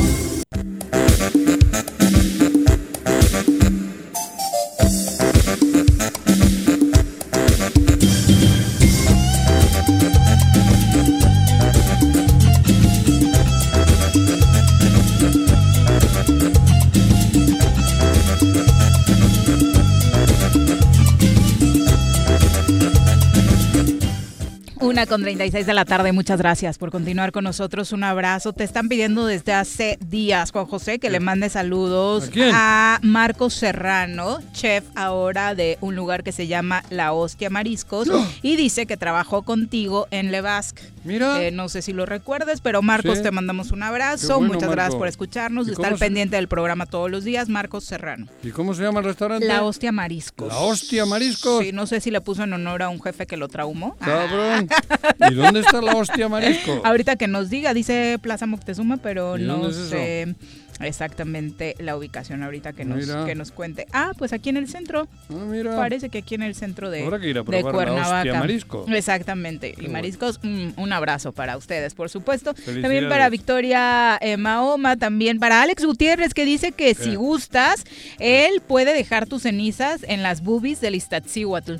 Con 36 de la tarde, muchas gracias por continuar con nosotros, un abrazo. Te están pidiendo desde hace días, Juan José, que le mande saludos a Marcos Serrano, chef ahora de un lugar que se llama La Hostia Mariscos, y dice que trabajó contigo en Le Basque. Mira. No sé si lo recuerdes, pero Marcos, sí, te mandamos un abrazo, bueno, muchas gracias por escucharnos, y estar pendiente del programa todos los días, Marcos Serrano. ¿Y cómo se llama el restaurante? La Hostia Mariscos. La Hostia Mariscos. Sí, no sé si le puso en honor a un jefe que lo traumó. Cabrón. ¿Y dónde está La Hostia Marisco? Ahorita que nos diga, dice Plaza Moctezuma, pero no sé exactamente la ubicación ahorita que nos cuente. Pues aquí en el centro. Mira. Parece que aquí en el centro de Cuernavaca. La Hostia Marisco. Exactamente. Y Mariscos, un abrazo para ustedes, por supuesto. También para Victoria Mahoma, también para Alex Gutiérrez, que dice que si gustas, él puede dejar tus cenizas en las boobies del Iztaccíhuatl.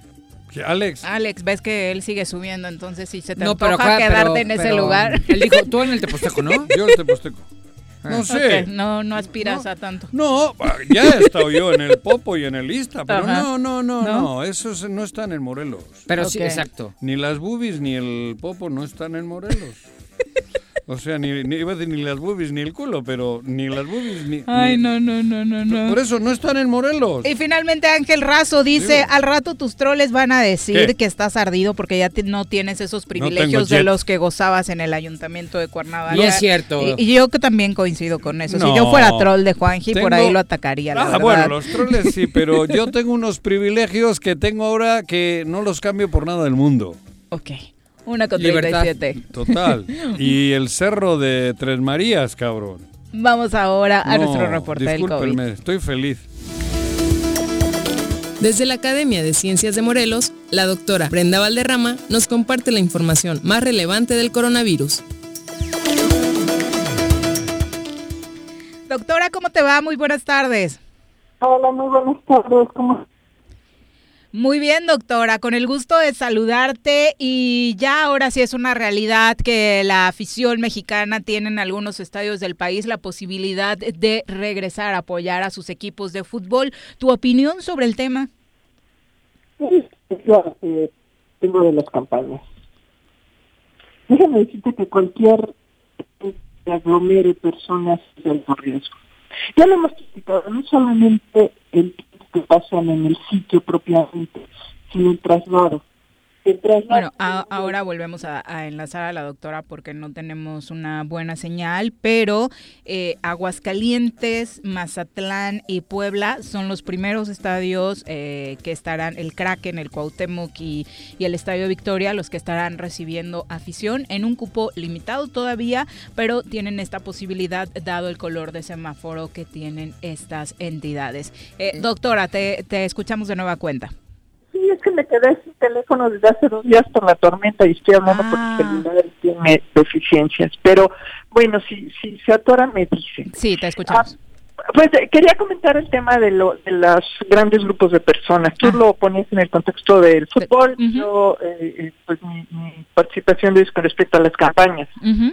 Alex, ves que él sigue subiendo, entonces si se te antoja quedarte en ese lugar. Él dijo, tú en el Teposteco, ¿no? Yo en el Teposteco. No sé. Okay, no aspiras a tanto. No, ya he estado yo en el Popo y en el Ista, pero no, esos no están en Morelos. Pero sí, exacto. Ni las boobies ni el Popo no están en Morelos. O sea, ni iba a decir ni las boobies ni el culo, pero ni las boobies ni... Ay, no. Por eso no están en Morelos. Y finalmente Ángel Razo dice, al rato tus troles van a decir que estás ardido porque ya no tienes esos privilegios de los que gozabas en el Ayuntamiento de Cuernavaca. Y es cierto. Y yo que también coincido con eso. Si yo fuera troll de Juanji, por ahí lo atacaría, la verdad. Bueno, los trolles sí, pero yo tengo unos privilegios que tengo ahora que no los cambio por nada del mundo. Ok. 1:37. Total. Y el cerro de Tres Marías, cabrón. Vamos ahora a nuestro reporte del COVID. Estoy feliz. Desde la Academia de Ciencias de Morelos, la doctora Brenda Valderrama nos comparte la información más relevante del coronavirus. Doctora, ¿cómo te va? Muy buenas tardes. Hola, muy buenas tardes. ¿Cómo? Muy bien, doctora, con el gusto de saludarte, y ya ahora sí es una realidad que la afición mexicana tiene en algunos estadios del país la posibilidad de regresar a apoyar a sus equipos de fútbol. ¿Tu opinión sobre el tema? Sí, claro, tengo de las campañas. Déjame decirte que cualquier que aglomere personas es alto riesgo. Ya lo hemos explicado, no solamente el que pasan en el sitio propiamente, sino el traslado. Bueno, ahora volvemos a enlazar a la doctora porque no tenemos una buena señal, pero Aguascalientes, Mazatlán y Puebla son los primeros estadios que estarán, el Kraken, el Cuauhtémoc y el Estadio Victoria, los que estarán recibiendo afición en un cupo limitado todavía, pero tienen esta posibilidad dado el color de semáforo que tienen estas entidades. Doctora, te escuchamos de nueva cuenta. Sí, es que me quedé sin teléfono desde hace 2 días por la tormenta y estoy hablando porque el celular tiene deficiencias. Pero bueno, si se atora me dicen. Sí, te escuchamos. Pues quería comentar el tema de los grandes grupos de personas. Tú lo pones en el contexto del fútbol. Yo, pues mi participación es con respecto a las campañas.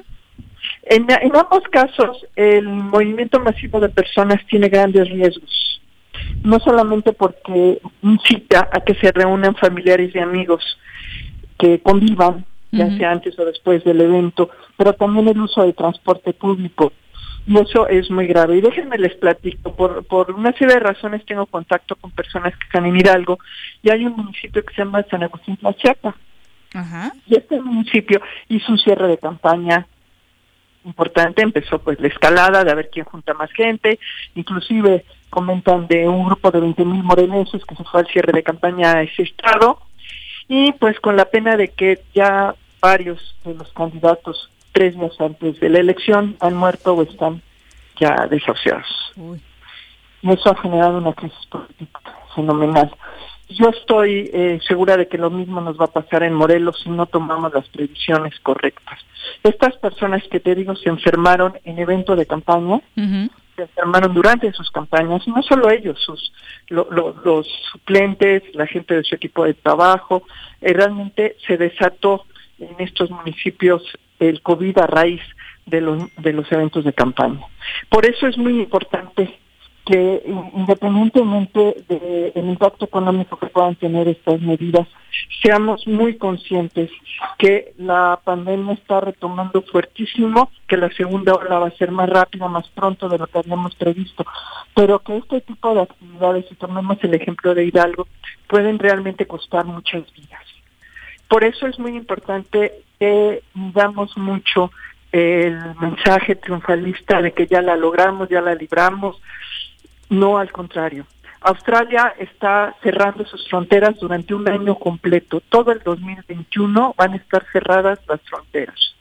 En ambos casos, el movimiento masivo de personas tiene grandes riesgos. No solamente porque incita a que se reúnan familiares y amigos que convivan, ya sea antes o después del evento, pero también el uso de transporte público. Y eso es muy grave. Y déjenme les platico, por una serie de razones tengo contacto con personas que están en Hidalgo, y hay un municipio que se llama San Agustín Tlaxiaca. Y este municipio hizo un cierre de campaña importante, empezó pues la escalada de a ver quién junta más gente, inclusive comentan de un grupo de 20,000 morelenses que se fue al cierre de campaña a ese estado, y pues con la pena de que ya varios de los candidatos 3 días antes de la elección han muerto o están ya desahuciados. Y eso ha generado una crisis política fenomenal. Yo estoy segura de que lo mismo nos va a pasar en Morelos si no tomamos las previsiones correctas. Estas personas que te digo se enfermaron en evento de campaña, se enfermaron durante sus campañas, y no solo ellos, los suplentes, la gente de su equipo de trabajo, realmente se desató en estos municipios el COVID a raíz de los eventos de campaña. Por eso es muy importante que independientemente del impacto económico que puedan tener estas medidas, seamos muy conscientes que la pandemia está retomando fuertísimo, que la segunda ola va a ser más rápida, más pronto de lo que habíamos previsto, pero que este tipo de actividades, si tomemos el ejemplo de Hidalgo, pueden realmente costar muchas vidas. Por eso es muy importante que damos mucho el mensaje triunfalista de que ya la logramos, ya la libramos. No, al contrario. Australia está cerrando sus fronteras durante un año completo. Todo el 2021 van a estar cerradas las fronteras.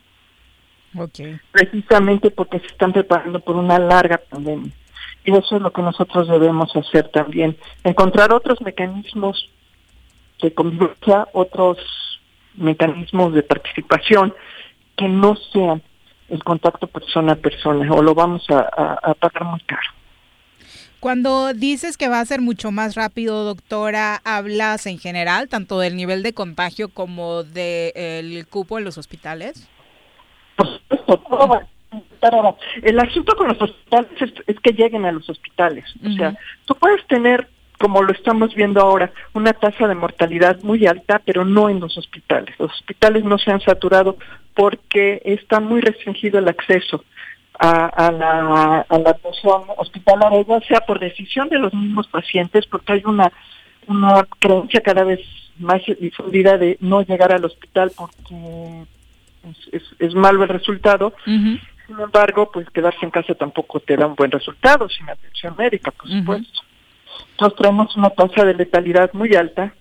Precisamente porque se están preparando por una larga pandemia. Y eso es lo que nosotros debemos hacer también. Encontrar otros mecanismos de convivencia, otros mecanismos de participación que no sean el contacto persona a persona, o lo vamos a pagar muy caro. Cuando dices que va a ser mucho más rápido, doctora, ¿hablas en general tanto del nivel de contagio como del cupo en los hospitales? Por supuesto, todo va a estar ahora. El asunto con los hospitales es que lleguen a los hospitales. O sea, tú puedes tener, como lo estamos viendo ahora, una tasa de mortalidad muy alta, pero no en los hospitales. Los hospitales no se han saturado porque está muy restringido el acceso a la atención hospitalaria, ya sea por decisión de los mismos pacientes, porque hay una creencia cada vez más difundida de no llegar al hospital porque es malo el resultado. Sin embargo, pues quedarse en casa tampoco te da un buen resultado sin atención médica, por supuesto. Entonces traemos una tasa de letalidad muy alta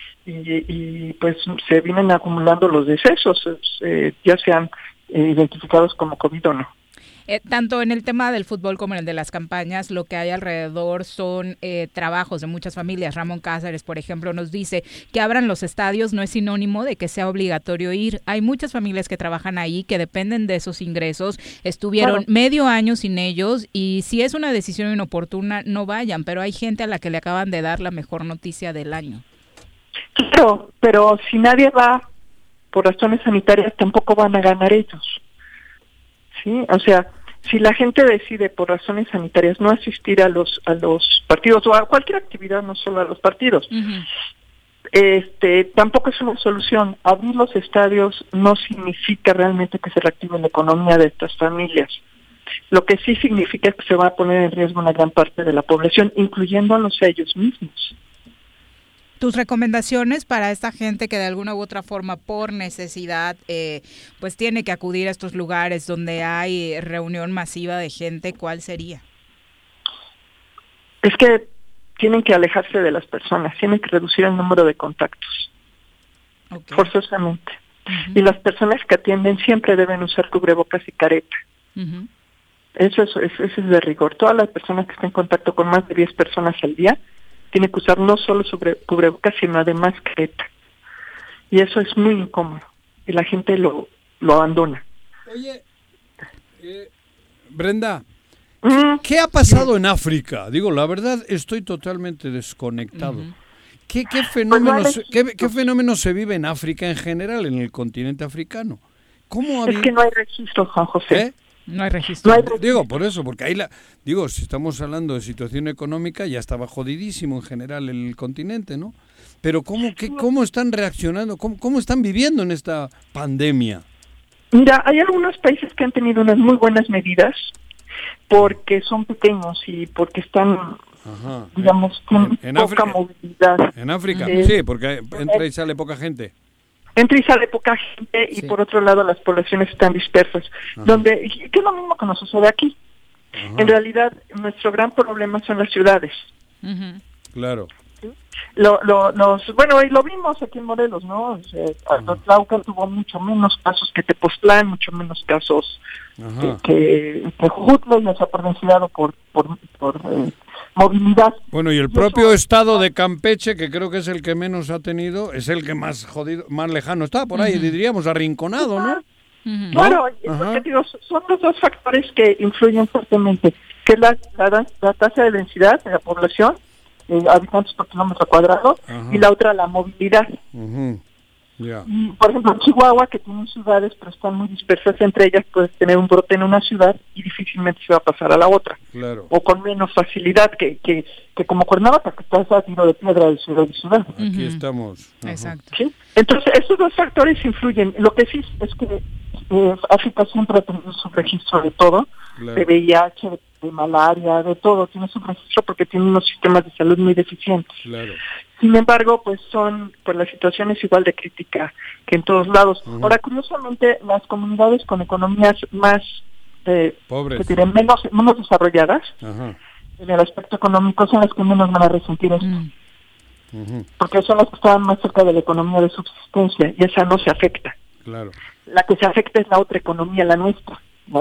y pues se vienen acumulando los decesos, ya sean identificados como COVID o no. Tanto en el tema del fútbol como en el de las campañas, lo que hay alrededor son trabajos de muchas familias. Ramón Cáceres, por ejemplo, nos dice que abran los estadios no es sinónimo de que sea obligatorio ir. Hay muchas familias que trabajan ahí, que dependen de esos ingresos, estuvieron medio año sin ellos, y si es una decisión inoportuna, no vayan, pero hay gente a la que le acaban de dar la mejor noticia del año. Claro, pero si nadie va por razones sanitarias, tampoco van a ganar ellos. Sí, o sea, si la gente decide por razones sanitarias no asistir a los partidos o a cualquier actividad, no solo a los partidos, tampoco es una solución. Abrir los estadios no significa realmente que se reactive la economía de estas familias. Lo que sí significa es que se va a poner en riesgo una gran parte de la población, incluyéndolos a ellos mismos. tus recomendaciones para esta gente que de alguna u otra forma por necesidad pues tiene que acudir a estos lugares donde hay reunión masiva de gente, ¿cuál sería? Es que tienen que alejarse de las personas, tienen que reducir el número de contactos, forzosamente. Y las personas que atienden siempre deben usar cubrebocas y careta. Eso es de rigor. Todas las personas que estén en contacto con más de 10 personas al día tienen que usar no solo cubrebocas, sino además careta. Y eso es muy incómodo. Y la gente lo abandona. Oye, Brenda, ¿qué ha pasado en África? Digo, la verdad, estoy totalmente desconectado. ¿Qué fenómenos se vive en África en general, en el continente africano? Es que no hay registro, Juan José. No hay registro. Digo, por eso, porque ahí si estamos hablando de situación económica, ya estaba jodidísimo en general el continente, ¿no? Pero ¿cómo están reaccionando? ¿Cómo están viviendo en esta pandemia? Mira, hay algunos países que han tenido unas muy buenas medidas porque son pequeños y porque están, digamos, con poca movilidad. En África, sí, porque entra y sale poca gente. Entra y sale poca gente y por otro lado las poblaciones están dispersas, que es lo mismo que nos sucede aquí. En realidad, nuestro gran problema son las ciudades. Claro. Y lo vimos aquí en Morelos, ¿no? O sea, Tlaxcala tuvo mucho menos casos que Tepoztlán, mucho menos casos que Jujutla, ya sea por densidad o por movilidad. Bueno, y el propio estado de Campeche, que creo que es el que menos ha tenido, es el que más jodido, más lejano está, por ahí diríamos arrinconado, ¿no? Claro, porque digo, son los dos factores que influyen fuertemente, que es la tasa de densidad de la población, habitantes por kilómetro cuadrado, y la otra la movilidad. Y, por ejemplo, en Chihuahua, que tiene ciudades pero están muy dispersas entre ellas, puedes tener un brote en una ciudad y difícilmente se va a pasar a la otra. Claro. O con menos facilidad que como Cuernavaca, que estás a tiro de piedra de ciudad y ciudad. Aquí estamos. Exacto. ¿Sí? Entonces, esos dos factores influyen. Lo que sí es que África siempre ha tenido su registro de todo, de VIH, de malaria, de todo, tiene su registro porque tiene unos sistemas de salud muy deficientes. Claro. Sin embargo, pues la situación es igual de crítica que en todos lados. Ahora, curiosamente, las comunidades con economías más pobres, menos desarrolladas, en el aspecto económico, son las que menos van a resentir esto. Porque son las que estaban más cerca de la economía de subsistencia y esa no se afecta. Claro. La que se afecta es la otra economía, la nuestra,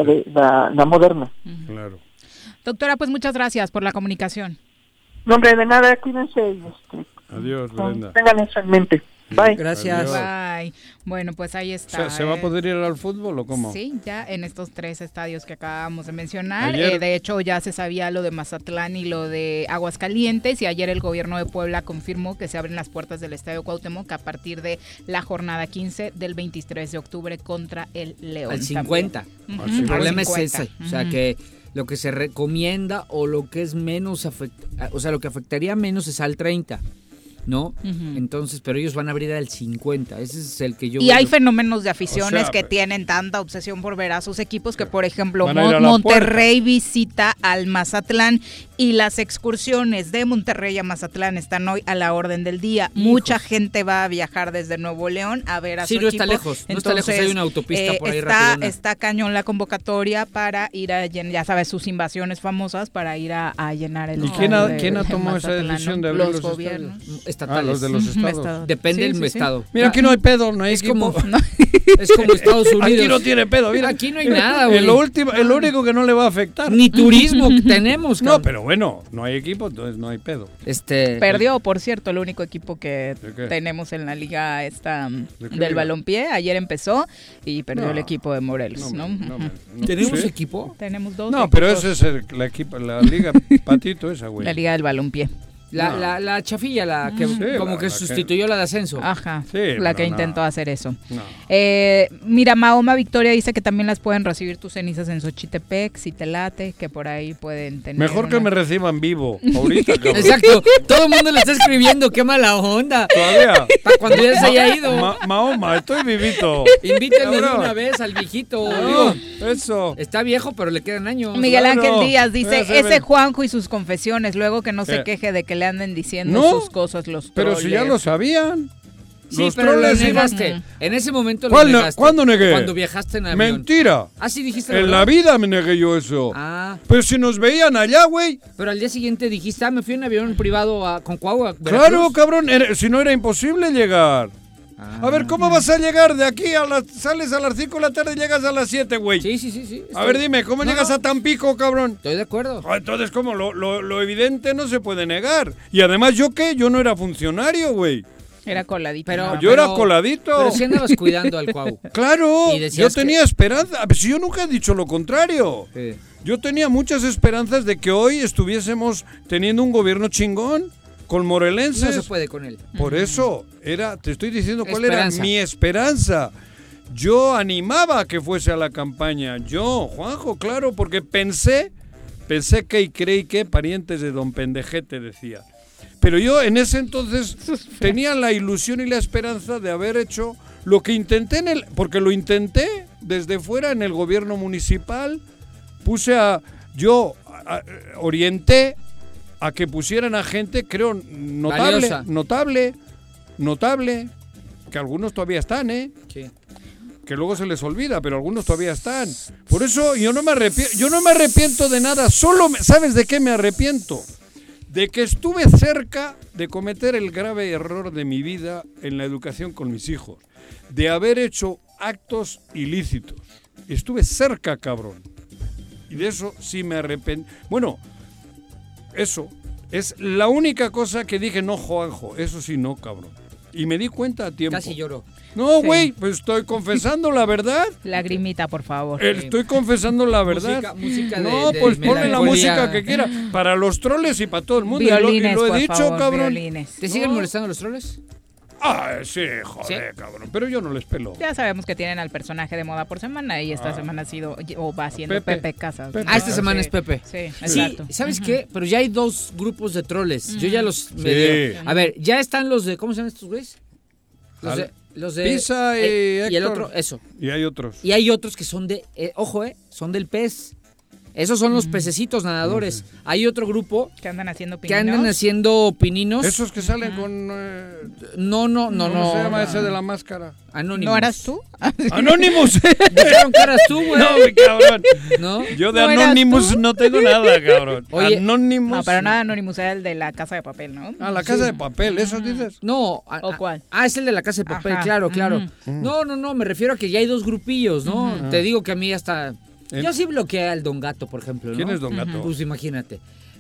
la moderna. Claro. Doctora, pues muchas gracias por la comunicación. No, hombre, de nada, cuídense y adiós, Brenda. Tengan eso en mente. Bye. Gracias. Bye. Bueno, pues ahí está. ¿Se va a poder ir al fútbol o cómo? Sí, ya en estos 3 estadios que acabamos de mencionar. De hecho, ya se sabía lo de Mazatlán y lo de Aguascalientes, y ayer el gobierno de Puebla confirmó que se abren las puertas del Estadio Cuauhtémoc a partir de la jornada 15 del 23 de octubre contra el León. Al 50. El problema es ese. O sea, que lo que se recomienda o lo que es menos lo que afectaría menos es al 30. ¿No? Entonces, pero ellos van a abrir al 50, ese es el que yo... Y hay fenómenos de aficiones que tienen tanta obsesión por ver a sus equipos que, por ejemplo, Monterrey visita al Mazatlán y las excursiones de Monterrey a Mazatlán están hoy a la orden del día. Mucha gente va a viajar desde Nuevo León a ver a su equipo. Sí, no está lejos, Entonces, hay una autopista por ahí rapidona. Está cañón la conconvocatoria para ir a llenar, ya sabes, sus invasiones famosas para ir a llenar el... ¿Y quién ha tomado esa decisión de abrir los gobiernos estatales? Los de los estados. Depende del estado. Mira, aquí no hay pedo, no hay equipo. Es como Estados Unidos. Aquí no tiene pedo, mira. Aquí no hay nada, güey. Lo único que no le va a afectar. Ni turismo que tenemos. No, pero bueno, no hay equipo, entonces no hay pedo. Perdió, por cierto, el único equipo que tenemos en la liga del balompié. Ayer empezó y perdió el equipo de Morelos, ¿no? ¿Tenemos equipo? Tenemos 2 No, pero ese es la liga patito esa, güey. La liga del balompié. La chafilla, que sustituyó la de ascenso. Ajá, sí, la que intentó hacer eso. No. Mira, Mahoma Victoria dice que también las pueden recibir tus cenizas en Xochitepec, si te late, que por ahí pueden tener... Mejor que me reciban vivo, ahorita. Exacto, todo el mundo le está escribiendo, qué mala onda. Todavía. Para cuando ya se haya ido. Mahoma, estoy vivito. Invítenme de una vez al viejito. Eso. Está viejo, pero le quedan años. Miguel Ángel Díaz dice, ese Juanjo y sus confesiones, luego que no se queje de que le le anden diciendo sus cosas los pero troles. si ya lo sabían. Sí, pero lo negaste. En ese momento lo negaste. ¿Cuándo negué? Cuando viajaste en avión. Mentira. Ah, sí dijiste. En la vida me negué yo eso. Ah. Pero si nos veían allá, güey. Pero al día siguiente dijiste, me fui en avión privado con Coahuila. Claro, cabrón. Si no era imposible llegar. A ver, ¿cómo vas a llegar de aquí sales a las 5 de la tarde y llegas a las 7, güey? Sí. A ver, dime, ¿cómo llegas a Tampico, cabrón? Estoy de acuerdo. Entonces, ¿cómo? Lo evidente no se puede negar. Y además, ¿yo qué? Yo no era funcionario, güey. Era coladito. Yo era coladito. Pero si andabas cuidando al Cuau. Claro, yo tenía esperanza. Si yo nunca he dicho lo contrario. Sí. Yo tenía muchas esperanzas de que hoy estuviésemos teniendo un gobierno chingón con morelenses. No se puede con él. Por eso, te estoy diciendo cuál era mi esperanza. Yo animaba a que fuese a la campaña. Yo, Juanjo, claro, porque pensé que y creí que parientes de don Pendejete, decía. Pero yo en ese entonces tenía la ilusión y la esperanza de haber hecho lo que intenté porque lo intenté desde fuera en el gobierno municipal. Orienté a que pusieran a gente, creo, notable, que algunos todavía están, Sí. Que luego se les olvida, pero algunos todavía están. Por eso yo no me arrepiento de nada, ¿sabes de qué me arrepiento? De que estuve cerca de cometer el grave error de mi vida en la educación con mis hijos, de haber hecho actos ilícitos. Estuve cerca, cabrón. Y de eso sí me arrepiento. Bueno, eso es la única cosa que dije, no, Juanjo, eso sí no, cabrón. Y me di cuenta a tiempo. Casi lloró. No, güey, pues estoy confesando la verdad. Lagrimita, por favor. Estoy confesando la verdad. Música pues ponle la música que quiera. Para los troles y para todo el mundo. Violines, y lo he dicho, favor, cabrón. Violines. ¿Te siguen molestando los troles? Sí, joder, cabrón. Pero yo no les pelo. Ya sabemos que tienen al personaje de moda por semana y esta semana ha sido, o va siendo Pepe Casas. Esta semana es Pepe. Sí, exacto. ¿Sabes qué? Pero ya hay dos grupos de troles. Yo ya los... A ver, ya están los de... ¿Cómo se llaman estos güeyes? Los de Pisa y el otro, eso. Y hay otros. Y hay otros que son de... son del pez. Esos son los pececitos nadadores. Hay otro grupo que andan haciendo pininos. Esos que salen con... No. ¿Cómo se llama ese de la máscara? Anonymous. ¿No eras tú? ¡Anonymous! Dijeron que eras tú, güey. No, mi cabrón. ¿No? Yo de Anonymous no tengo nada, cabrón. Oye, Anonymous. No, pero nada, Anonymous era el de la Casa de Papel, ¿no? Ah, la Casa de Papel, ¿eso dices? No. ¿O cuál? Es el de la Casa de Papel, claro. No, me refiero a que ya hay dos grupillos, ¿no? Te digo que a mí hasta... Yo sí bloqueé al Don Gato, por ejemplo, ¿no? ¿Quién es Don Gato? Pues imagínate.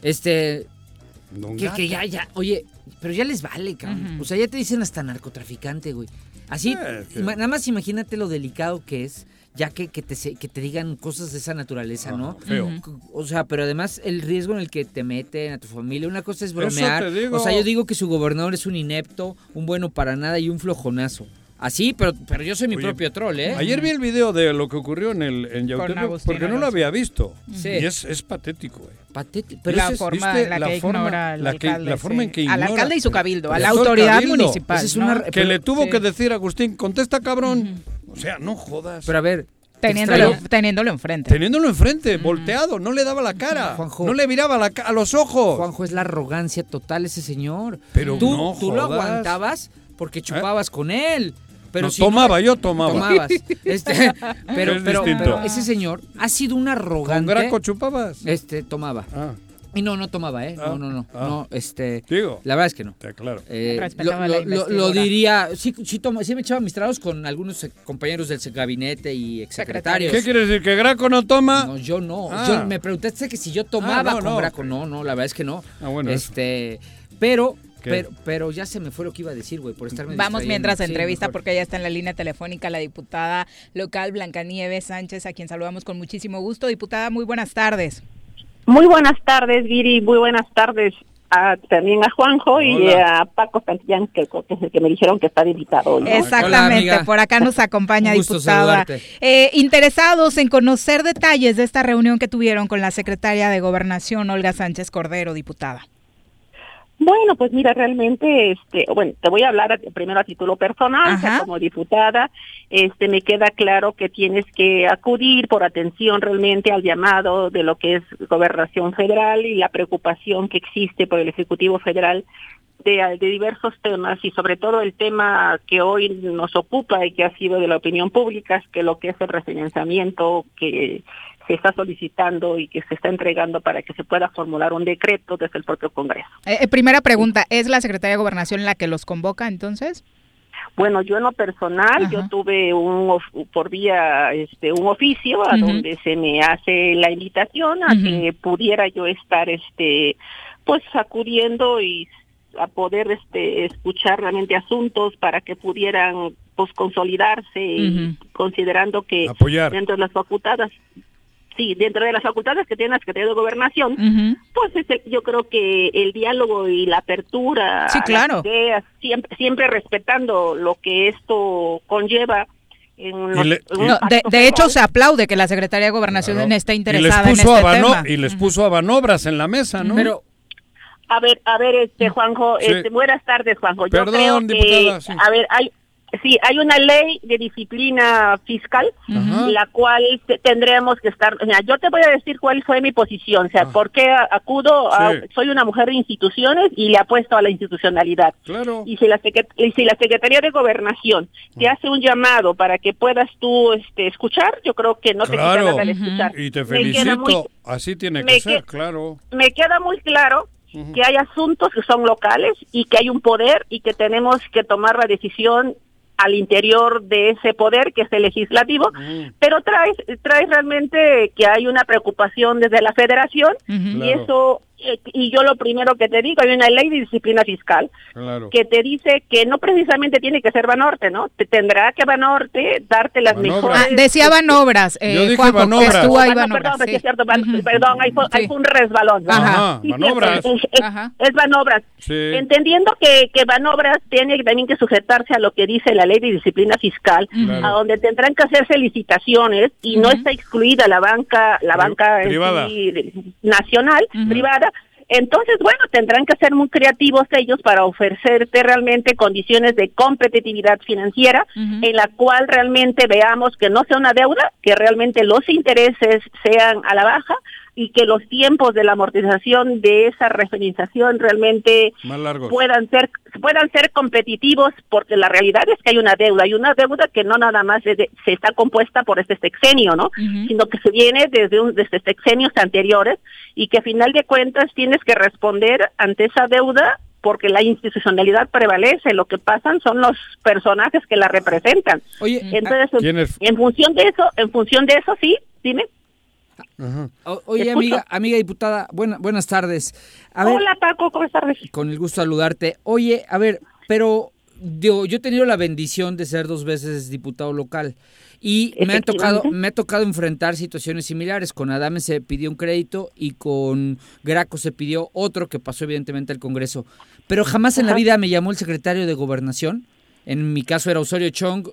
Don Gato. Que ya, oye, pero ya les vale, cabrón. O sea, ya te dicen hasta narcotraficante, güey. Así, nada más imagínate lo delicado que es, ya que te digan cosas de esa naturaleza, ¿no? Feo. O sea, pero además el riesgo en el que te meten a tu familia, una cosa es bromear. Eso te digo. O sea, yo digo que su gobernador es un inepto, un bueno para nada y un flojonazo. Así, pero yo soy mi propio troll, ¿eh? Ayer vi el video de lo que ocurrió en Yautepec, porque no lo había visto. Sí. Y es patético, güey. Patético. Pero la forma en la que ignora al alcalde. La forma en que ignora. Al alcalde y su cabildo, a la autoridad municipal. Es una, que le tuvo que decir a Agustín, contesta, cabrón. O sea, no jodas. Pero a ver... Teniéndolo enfrente. Teniéndolo enfrente, volteado, no le daba la cara. Juanjo, no le miraba a los ojos. Juanjo, es la arrogancia total ese señor. Pero tú lo aguantabas porque chupabas con él. Pero yo tomaba. Tomabas. Pero ese señor ha sido un arrogante. ¿Con Graco chupabas? Tomaba. Y no tomaba, ¿eh? No. Digo. La verdad es que no. Claro. Lo diría. Sí me echaba mis tragos con algunos compañeros del gabinete y exsecretarios. ¿Qué quiere decir? ¿Que Graco no toma? No, yo no. Me preguntaste que si yo tomaba con Graco. No, la verdad es que no. Bueno. Pero ya se me fue lo que iba a decir, güey, por estarme Vamos mientras entrevista, porque ya está en la línea telefónica la diputada local Blancanieves Sánchez, a quien saludamos con muchísimo gusto. Diputada, muy buenas tardes. Muy buenas tardes, Viri, muy buenas tardes también a Juanjo. Hola. Y a Paco Santillán, que es el que me dijeron que está invitado, ¿no? Exactamente. Hola, por acá nos acompaña, diputada. Interesados en conocer detalles de esta reunión que tuvieron con la secretaria de Gobernación, Olga Sánchez Cordero, diputada. Bueno, pues mira, realmente, te voy a hablar primero a título personal, o sea, como diputada, me queda claro que tienes que acudir por atención realmente al llamado de lo que es Gobernación Federal y la preocupación que existe por el Ejecutivo Federal de diversos temas y sobre todo el tema que hoy nos ocupa y que ha sido de la opinión pública, es que lo que es el refinanciamiento que se está solicitando y que se está entregando para que se pueda formular un decreto desde el propio Congreso. Primera pregunta, ¿es la Secretaría de Gobernación la que los convoca entonces? Bueno, yo en lo personal, yo tuve por vía un oficio a donde se me hace la invitación a que pudiera yo estar pues acudiendo y a poder escuchar realmente asuntos para que pudieran pues consolidarse y considerando que apoyar dentro de las facultades que tiene la Secretaría de Gobernación, pues yo creo que el diálogo y la apertura sí, claro. a las ideas, siempre respetando lo que esto conlleva. De hecho, se aplaude que la Secretaría de Gobernación esté interesada en este tema. Y les puso a Banobras en la mesa, ¿no? Pero a ver, Juanjo, buenas tardes, Juanjo. Perdón, yo creo diputada, que, a ver, hay una ley de disciplina fiscal, la cual tendremos que estar, o sea, yo te voy a decir cuál fue mi posición, o sea, por qué acudo, soy una mujer de instituciones y le apuesto a la institucionalidad. Claro. Y si la Secretaría de Gobernación te hace un llamado para que puedas tú escuchar, yo creo que no te queda nada de escuchar. Y te felicito, así tiene que ser, claro. Me queda muy claro que hay asuntos que son locales y que hay un poder y que tenemos que tomar la decisión al interior de ese poder que es el legislativo, pero traes realmente que hay una preocupación desde la federación y eso, y yo lo primero que te digo, hay una ley de disciplina fiscal que te dice que no precisamente tiene que ser Banorte, ¿no? Te tendrá que Banorte darte las mejores... decía Banobras, yo dije Juanjo, Banobras. Estuvo ahí Banobras. Perdón, sí. Es cierto, perdón, hay un resbalón. Banobras. Es Banobras. Sí. Entendiendo que Banobras tiene también que sujetarse a lo que dice la ley de disciplina fiscal, a donde tendrán que hacerse licitaciones y no está excluida la banca privada. Nacional, privada. Entonces, bueno, tendrán que ser muy creativos ellos para ofrecerte realmente condiciones de competitividad financiera en la cual realmente veamos que no sea una deuda, que realmente los intereses sean a la baja y que los tiempos de la amortización de esa refinanciación realmente puedan ser competitivos, porque la realidad es que hay una deuda que no nada más se está compuesta por este sexenio, ¿no? Sino que se viene desde sexenios anteriores y que a final de cuentas tienes que responder ante esa deuda porque la institucionalidad prevalece, lo que pasan son los personajes que la representan. Oye, entonces, en función de eso, sí, dime. Oye, amiga diputada, buenas tardes. Hola, Paco, ¿cómo estás? Con el gusto de saludarte. Oye, a ver, pero yo he tenido la bendición de ser 2 veces diputado local y me ha tocado enfrentar situaciones similares. Con Adame se pidió un crédito y con Graco se pidió otro que pasó evidentemente al Congreso. Pero jamás en la vida me llamó el secretario de Gobernación. En mi caso era Osorio Chong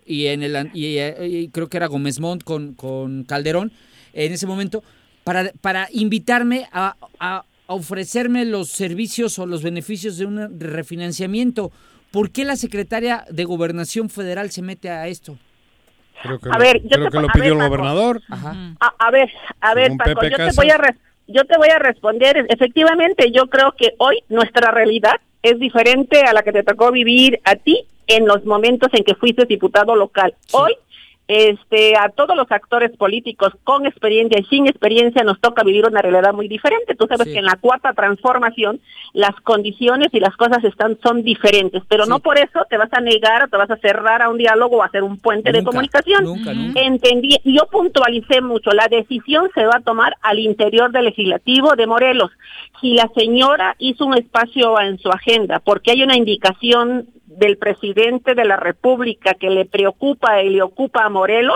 y creo que era Gómez Montt con Calderón en ese momento, para invitarme a ofrecerme los servicios o los beneficios de un refinanciamiento. ¿Por qué la secretaria de Gobernación Federal se mete a esto? Creo que lo pidió el gobernador. A ver, Paco, yo te voy a responder. Efectivamente, yo creo que hoy nuestra realidad es diferente a la que te tocó vivir a ti en los momentos en que fuiste diputado local. Sí. Hoy, a todos los actores políticos con experiencia y sin experiencia nos toca vivir una realidad muy diferente. Tú sabes que en la cuarta transformación las condiciones y las cosas son diferentes, pero no por eso te vas a negar o te vas a cerrar a un diálogo o a hacer un puente de comunicación. Nunca. Entendí, yo puntualicé mucho, la decisión se va a tomar al interior del legislativo de Morelos. Si la señora hizo un espacio en su agenda porque hay una indicación del presidente de la República que le preocupa y le ocupa a Morelos,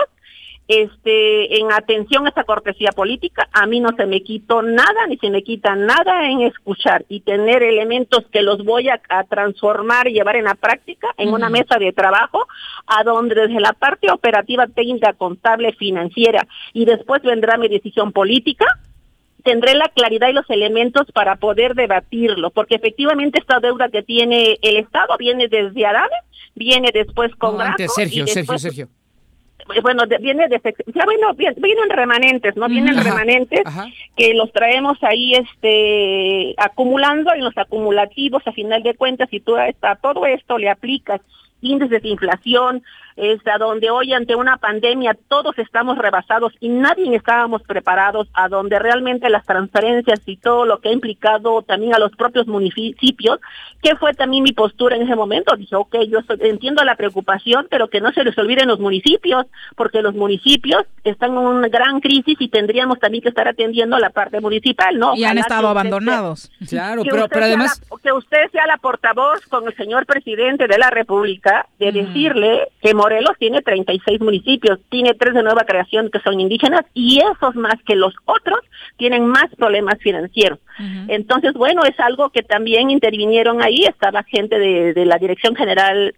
en atención a esta cortesía política, a mí no se me quitó nada, ni se me quita nada en escuchar y tener elementos que los voy a transformar y llevar en la práctica en una mesa de trabajo, a donde desde la parte operativa, técnica, contable, financiera, y después vendrá mi decisión política, tendré la claridad y los elementos para poder debatirlo, porque efectivamente esta deuda que tiene el Estado viene desde Adame, viene después con Graco, Sergio. Bueno, vienen remanentes, ¿no? Vienen remanentes que los traemos ahí acumulando en los acumulativos. A final de cuentas, si tú a todo esto le aplicas índices de inflación, a donde hoy ante una pandemia todos estamos rebasados y nadie estábamos preparados, a donde realmente las transferencias y todo lo que ha implicado también a los propios municipios, que fue también mi postura en ese momento. Dije, yo entiendo la preocupación, pero que no se les olviden los municipios, porque los municipios están en una gran crisis y tendríamos también que estar atendiendo la parte municipal, ¿no? Y han estado abandonados. Claro, pero además... que usted sea la portavoz con el señor presidente de la República, de decirle que Morelos tiene 36 municipios, tiene 3 de nueva creación que son indígenas, y esos más que los otros tienen más problemas financieros. Entonces, bueno, es algo que también intervinieron ahí, estaba gente de la Dirección General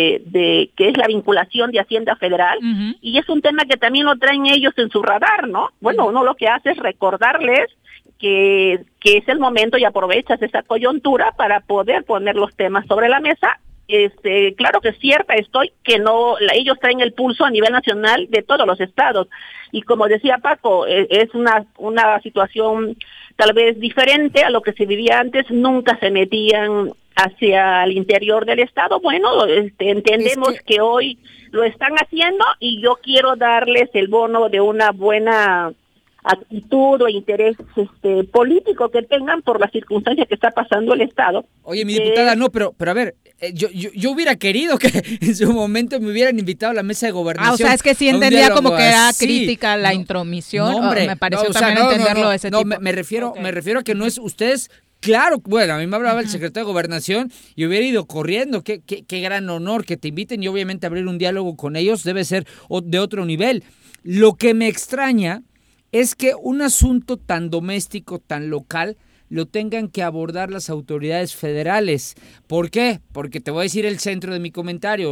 de que es la vinculación de Hacienda Federal, y es un tema que también lo traen ellos en su radar, ¿no? Bueno, uno lo que hace es recordarles que es el momento y aprovechas esa coyuntura para poder poner los temas sobre la mesa. Claro que cierta estoy que ellos traen el pulso a nivel nacional de todos los estados, y como decía Paco, es una situación tal vez diferente a lo que se vivía antes. Nunca se metían hacia el interior del estado. Bueno, entendemos que hoy lo están haciendo, y yo quiero darles el bono de una buena actitud o interés político que tengan por la circunstancia que está pasando el Estado. Oye, mi diputada, pero a ver, yo hubiera querido que en su momento me hubieran invitado a la mesa de gobernación. O sea, es que sí entendía como que era crítica la intromisión. Me pareció también entenderlo ese tipo. Me refiero a que no es ustedes. Claro, bueno, a mí me hablaba el secretario de Gobernación y hubiera ido corriendo. Qué gran honor que te inviten, y obviamente abrir un diálogo con ellos debe ser de otro nivel. Lo que me extraña es que un asunto tan doméstico, tan local, lo tengan que abordar las autoridades federales. ¿Por qué? Porque te voy a decir el centro de mi comentario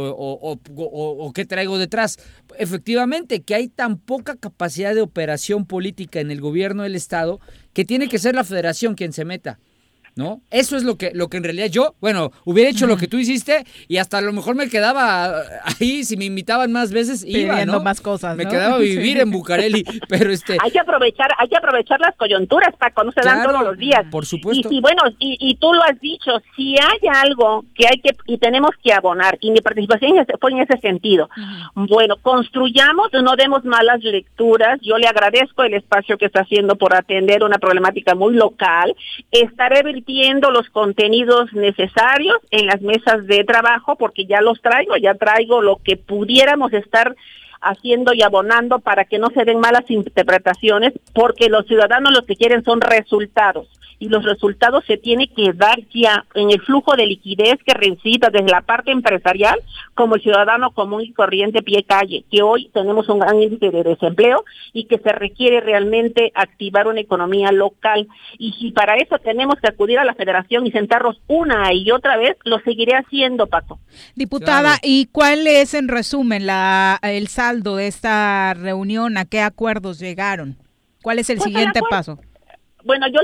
o qué traigo detrás. Efectivamente, que hay tan poca capacidad de operación política en el gobierno del Estado que tiene que ser la federación quien se meta, ¿no? Eso es lo que en realidad yo, hubiera hecho lo que tú hiciste, y hasta a lo mejor me quedaba ahí, si me invitaban más veces, pidiendo más cosas, me quedaba a vivir en Bucareli, pero Hay que aprovechar las coyunturas, Paco, no se dan todos los días. Por supuesto. Y tú lo has dicho, si hay algo que y tenemos que abonar, y mi participación fue en ese sentido. Bueno, construyamos, no demos malas lecturas. Yo le agradezco el espacio que está haciendo por atender una problemática muy local. Estaré los contenidos necesarios en las mesas de trabajo, porque ya traigo lo que pudiéramos estar haciendo y abonando para que no se den malas interpretaciones, porque los ciudadanos lo que quieren son resultados, y los resultados se tienen que dar ya en el flujo de liquidez que recita desde la parte empresarial como el ciudadano común y corriente pie calle, que hoy tenemos un gran índice de desempleo y que se requiere realmente activar una economía local. Y si para eso tenemos que acudir a la federación y sentarnos una y otra vez, lo seguiré haciendo, Paco. Diputada, claro. ¿Y cuál es en resumen el saldo de esta reunión? ¿A qué acuerdos llegaron? ¿Cuál es el siguiente paso? Bueno, yo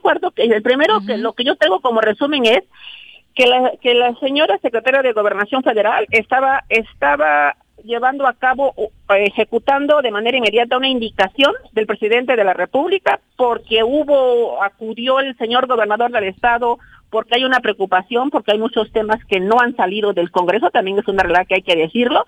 lo que yo tengo como resumen es que la señora secretaria de Gobernación Federal estaba llevando a cabo, ejecutando de manera inmediata una indicación del presidente de la República, porque acudió el señor gobernador del estado, porque hay una preocupación, porque hay muchos temas que no han salido del Congreso, también es una realidad que hay que decirlo.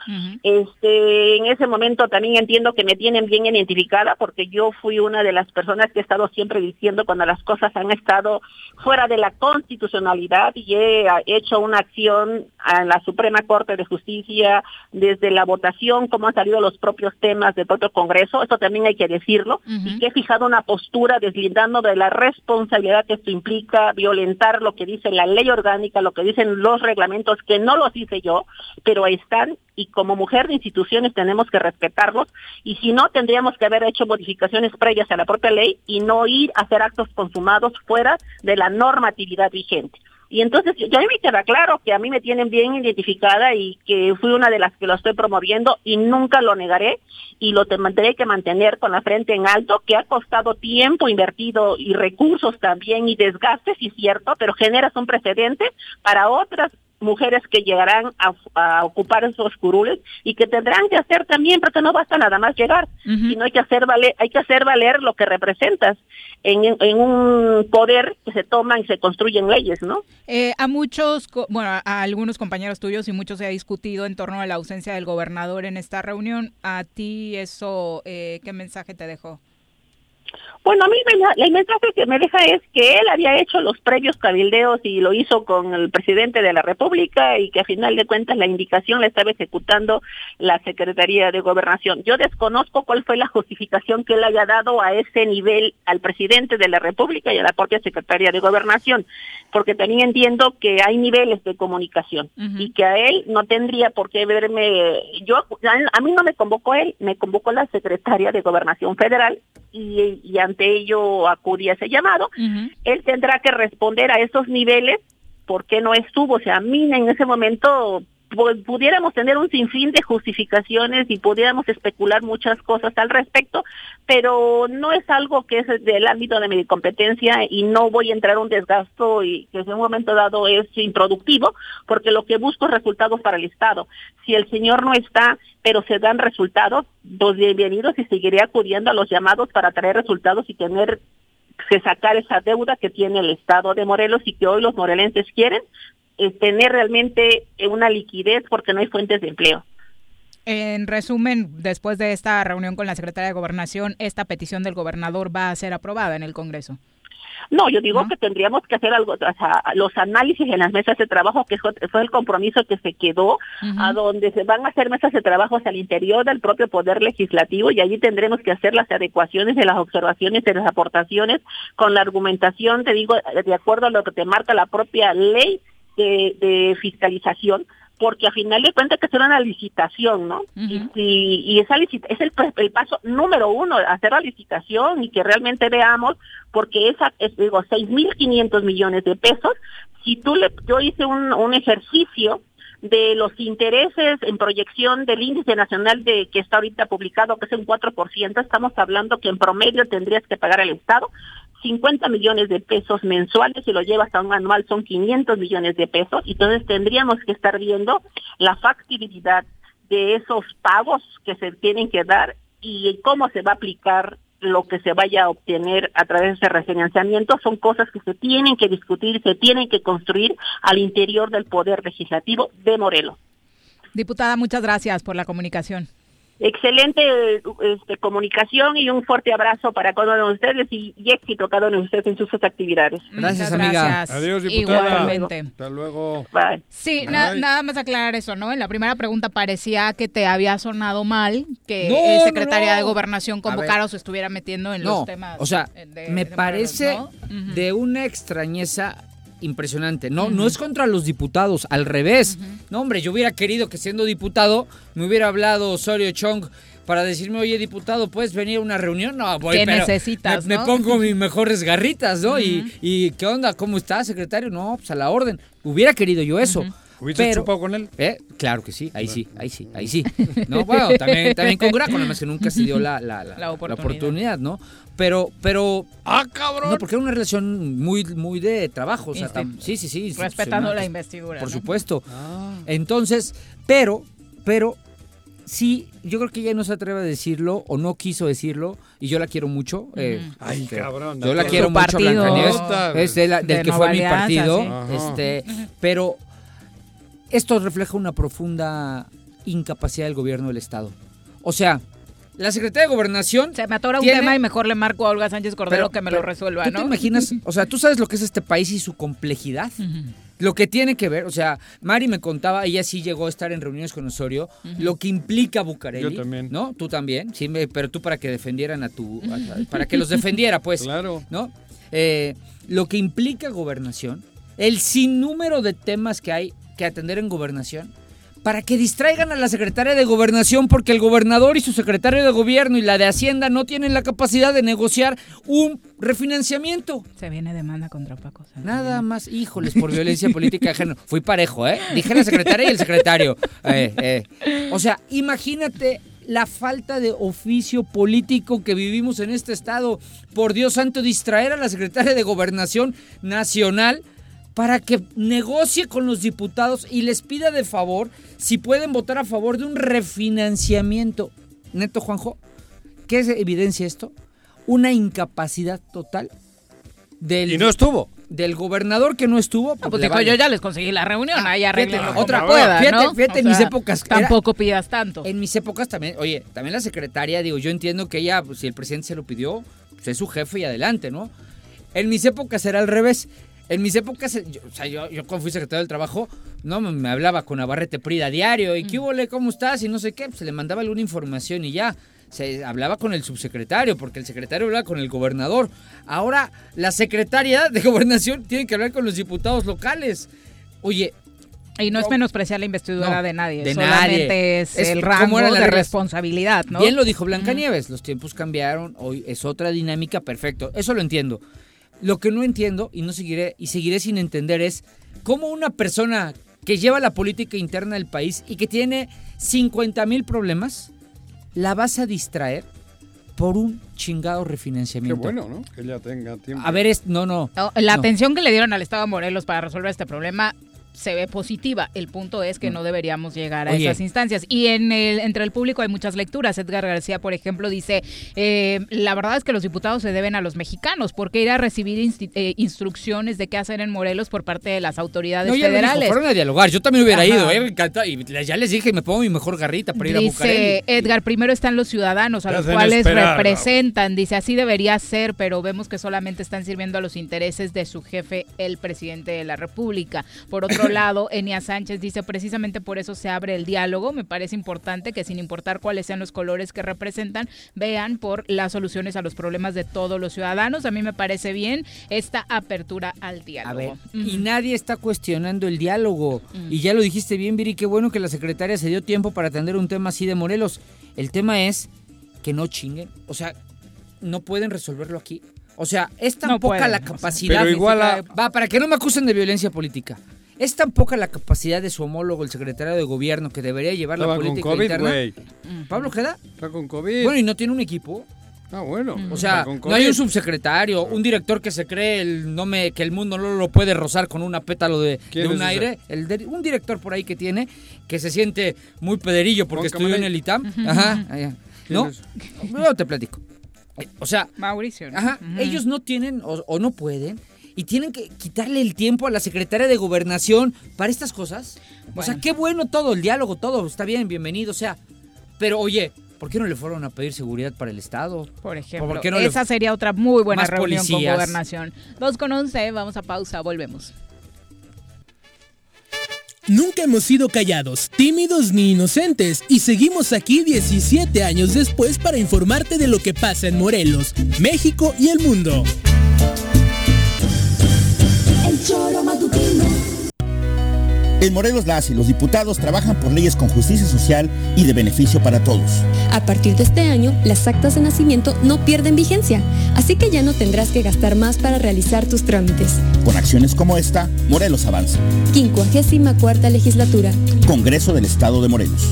En ese momento también entiendo que me tienen bien identificada, porque yo fui una de las personas que he estado siempre diciendo cuando las cosas han estado fuera de la constitucionalidad, y he hecho una acción en la Suprema Corte de Justicia desde la votación, cómo han salido los propios temas del propio Congreso, esto también hay que decirlo, y que he fijado una postura deslindando de la responsabilidad que esto implica, violentar lo que dice la ley orgánica, lo que dicen los reglamentos, que no los hice yo, pero están, y como mujer de instituciones tenemos que respetarlos, y si no, tendríamos que haber hecho modificaciones previas a la propia ley y no ir a hacer actos consumados fuera de la normatividad vigente. Y entonces, ya a mí me queda claro que a mí me tienen bien identificada y que fui una de las que lo estoy promoviendo y nunca lo negaré y lo tendré que mantener con la frente en alto, que ha costado tiempo invertido y recursos también y desgastes, sí, cierto, pero generas un precedente para otras mujeres que llegarán a ocupar esos curules y que tendrán que hacer también, porque no basta nada más llegar, sino hay que hacer valer lo que representas en un poder que se toma y se construyen leyes, ¿no? A algunos compañeros tuyos y mucho se ha discutido en torno a la ausencia del gobernador en esta reunión. ¿A ti eso qué mensaje te dejó? Bueno, a mí el mensaje que me deja es que él había hecho los previos cabildeos y lo hizo con el presidente de la República y que a final de cuentas la indicación la estaba ejecutando la Secretaría de Gobernación. Yo desconozco cuál fue la justificación que él haya dado a ese nivel al presidente de la República y a la propia Secretaría de Gobernación, porque también entiendo que hay niveles de comunicación y que a él no tendría por qué verme. A mí no me convocó él, me convocó la Secretaria de Gobernación Federal y ante ello acudí a ese llamado. Él tendrá que responder a esos niveles por qué no estuvo. O sea, a mí en ese momento pudiéramos tener un sinfín de justificaciones y pudiéramos especular muchas cosas al respecto, pero no es algo que es del ámbito de mi competencia y no voy a entrar a un desgasto y que en un momento dado es improductivo, porque lo que busco es resultados para el Estado. Si el señor no está, pero se dan resultados, pues bienvenidos y seguiré acudiendo a los llamados para traer resultados y tener que sacar esa deuda que tiene el Estado de Morelos y que hoy los morelenses quieren, tener realmente una liquidez porque no hay fuentes de empleo. En resumen, después de esta reunión con la Secretaria de Gobernación, ¿esta petición del gobernador va a ser aprobada en el Congreso? No, yo digo que tendríamos que hacer algo, o sea, los análisis en las mesas de trabajo, que fue el compromiso que se quedó, a donde se van a hacer mesas de trabajo al interior del propio Poder Legislativo y allí tendremos que hacer las adecuaciones de las observaciones, de las aportaciones, con la argumentación, te digo, de acuerdo a lo que te marca la propia ley de fiscalización, porque a final de cuentas que será una licitación, ¿no? Y esa es el paso número 1, hacer la licitación y que realmente veamos, porque digo, 6,500 millones de pesos, yo hice un ejercicio de los intereses en proyección del índice nacional que está ahorita publicado, que es un 4%, estamos hablando que en promedio tendrías que pagar al Estado 50 millones de pesos mensuales, si lo llevas a un anual son 500 millones de pesos, y entonces tendríamos que estar viendo la factibilidad de esos pagos que se tienen que dar y cómo se va a aplicar lo que se vaya a obtener a través de ese refinanciamiento. Son cosas que se tienen que discutir, se tienen que construir al interior del Poder Legislativo de Morelos. Diputada, muchas gracias por la comunicación. Excelente comunicación y un fuerte abrazo para cada uno de ustedes y éxito cada uno de ustedes en sus actividades. Gracias, amiga. Adiós, diputada. Igualmente. Hasta luego. Bye. Sí, nada más aclarar eso, ¿no? En la primera pregunta parecía que te había sonado mal que el secretaria de Gobernación convocara o se estuviera metiendo en los temas. O sea, me parece ¿no? de una extrañeza impresionante. No es contra los diputados, al revés. No, hombre, yo hubiera querido que siendo diputado me hubiera hablado Osorio Chong para decirme, oye, diputado, ¿puedes venir a una reunión? No, voy, ¿qué pero necesitas, me pongo mis mejores garritas, ¿no? Y ¿qué onda? ¿Cómo está, secretario? No, pues a la orden. Hubiera querido yo eso. ¿Hubiste chupado con él? Claro que sí, ahí sí. No, bueno, también con Graco, nada más que nunca se dio la oportunidad, ¿no? Pero ¡ah, cabrón! No, porque era una relación muy de trabajo, o sea, sí. Respetando la investidura, por ¿no? supuesto. Entonces, pero sí, yo creo que ella no se atreve a decirlo o no quiso decirlo y yo la quiero mucho. Ay, cabrón. Yo la quiero mucho, Blancanieves. Es del que fue mi partido. Pero esto refleja una profunda incapacidad del gobierno del Estado. O sea, la Secretaría de Gobernación... Se me atora un tema y mejor le marco a Olga Sánchez Cordero que me lo resuelva, ¿no? ¿Tú te imaginas? O sea, ¿tú sabes lo que es este país y su complejidad? Lo que tiene que ver, o sea, Mari me contaba, ella sí llegó a estar en reuniones con Osorio, lo que implica Bucareli. Yo también. ¿No? Tú también, sí, pero tú para que defendieran para que los defendiera, pues. Claro. ¿No? Lo que implica gobernación, el sinnúmero de temas que hay que atender en gobernación, para que distraigan a la secretaria de Gobernación, porque el gobernador y su secretario de Gobierno y la de Hacienda no tienen la capacidad de negociar un refinanciamiento. Se viene demanda contra Paco. Nada más, híjoles, por violencia política de género. Fui parejo, Dije la secretaria y el secretario. O sea, imagínate la falta de oficio político que vivimos en este estado. Por Dios santo, distraer a la secretaria de Gobernación Nacional para que negocie con los diputados y les pida de favor si pueden votar a favor de un refinanciamiento. Neto, Juanjo, ¿qué evidencia esto? Una incapacidad total y no estuvo. Del gobernador que no estuvo. No, pues dijo, yo ya les conseguí la reunión, ahí arreglen otra pueda, ¿no? Fíjate, en mis épocas. Tampoco pidas tanto. En mis épocas también, también la secretaria, yo entiendo que ella, pues, si el presidente se lo pidió, pues es su jefe y adelante, ¿no? En mis épocas era al revés. En mis épocas, yo cuando fui secretario del Trabajo, no me hablaba con Navarrete Prida a diario, y ¿qué hubo, cómo estás? Y no sé qué, pues, se le mandaba alguna información y ya. Se hablaba con el subsecretario, porque el secretario hablaba con el gobernador. Ahora, la secretaria de Gobernación tiene que hablar con los diputados locales. Oye... Y no es menospreciar la investidura de nadie, solamente es el rango de responsabilidad, ¿no? Bien lo dijo Blancanieves, los tiempos cambiaron, hoy es otra dinámica, perfecto, eso lo entiendo. Lo que no entiendo, y seguiré sin entender, es cómo una persona que lleva la política interna del país y que tiene 50,000 problemas, la vas a distraer por un chingado refinanciamiento. Qué bueno, ¿no? Que ella tenga tiempo. A ver, la atención que le dieron al Estado de Morelos para resolver este problema se ve positiva. El punto es que no deberíamos llegar a esas instancias. Y entre el público hay muchas lecturas. Edgar García, por ejemplo, dice, la verdad es que los diputados se deben a los mexicanos, porque ir a recibir instrucciones de qué hacer en Morelos por parte de las autoridades federales. Fueron a dialogar. Yo también hubiera ido, me encanta. Y ya les dije, me pongo mi mejor garrita para ir a Bucareli. Dice Edgar, primero están los ciudadanos, a los cuales representan. Dice, así debería ser, pero vemos que solamente están sirviendo a los intereses de su jefe, el presidente de la República. Por otro lado, Enia Sánchez dice, precisamente por eso se abre el diálogo. Me parece importante que sin importar cuáles sean los colores que representan, vean por las soluciones a los problemas de todos los ciudadanos. A mí me parece bien esta apertura al diálogo. A ver, y nadie está cuestionando el diálogo. Y ya lo dijiste bien, Viri, qué bueno que la secretaria se dio tiempo para atender un tema así de Morelos. El tema es que no chinguen. O sea, no pueden resolverlo aquí. O sea, es tan poca la capacidad. Pero igual para que no me acusen de violencia política. Es tan poca la capacidad de su homólogo, el secretario de Gobierno, que debería llevar la política con COVID, interna. Wey. ¿Pablo Ojeda? Está con COVID. Bueno, y no tiene un equipo. Bueno. O sea, no hay un subsecretario, un director que se cree que el mundo no lo puede rozar con una pétalo de un aire. Un director por ahí que se siente muy pederillo porque estudió en el ITAM. Ajá. ¿No? Luego te platico. O sea, Mauricio. ¿No? Ajá. Ellos no tienen o no pueden. Y tienen que quitarle el tiempo a la secretaria de Gobernación para estas cosas. Bueno. O sea, qué bueno todo, el diálogo, todo, está bien, bienvenido, o sea. Pero, oye, ¿por qué no le fueron a pedir seguridad para el Estado? Por ejemplo, esa sería otra muy buena reunión con Gobernación. 2:11, vamos a pausa, volvemos. Nunca hemos sido callados, tímidos ni inocentes, y seguimos aquí 17 años después para informarte de lo que pasa en Morelos, México y el mundo. Choro matutino. En Morelos las y los diputados trabajan por leyes con justicia social y de beneficio para todos. A partir de este año, las actas de nacimiento no pierden vigencia, así que ya no tendrás que gastar más para realizar tus trámites. Con acciones como esta, Morelos avanza. 54ª legislatura. Congreso del Estado de Morelos.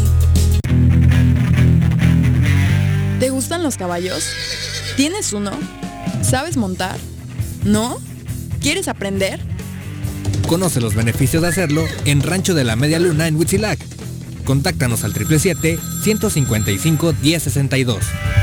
¿Te gustan los caballos? ¿Tienes uno? ¿Sabes montar? ¿No? ¿Quieres aprender? Conoce los beneficios de hacerlo en Rancho de la Media Luna en Huitzilac. Contáctanos al 777-155-1062.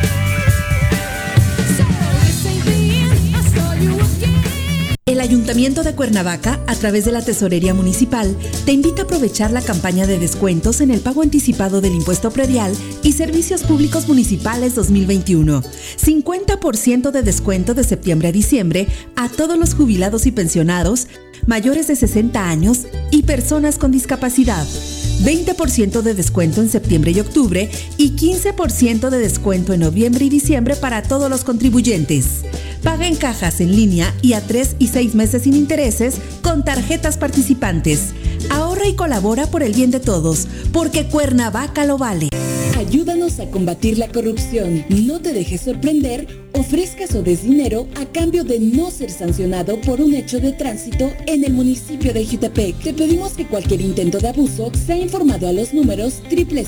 El Ayuntamiento de Cuernavaca, a través de la Tesorería Municipal, te invita a aprovechar la campaña de descuentos en el pago anticipado del impuesto predial y servicios públicos municipales 2021. 50% de descuento de septiembre a diciembre a todos los jubilados y pensionados, mayores de 60 años y personas con discapacidad. 20% de descuento en septiembre y octubre y 15% de descuento en noviembre y diciembre para todos los contribuyentes. Paga en cajas en línea y a 3 y 6 meses sin intereses con tarjetas participantes. Ahorra Participa y colabora por el bien de todos, porque Cuernavaca lo vale. Ayúdanos a combatir la corrupción. No te dejes sorprender, ofrezcas o des dinero a cambio de no ser sancionado por un hecho de tránsito en el municipio de Jutepec. Te pedimos que cualquier intento de abuso sea informado a los números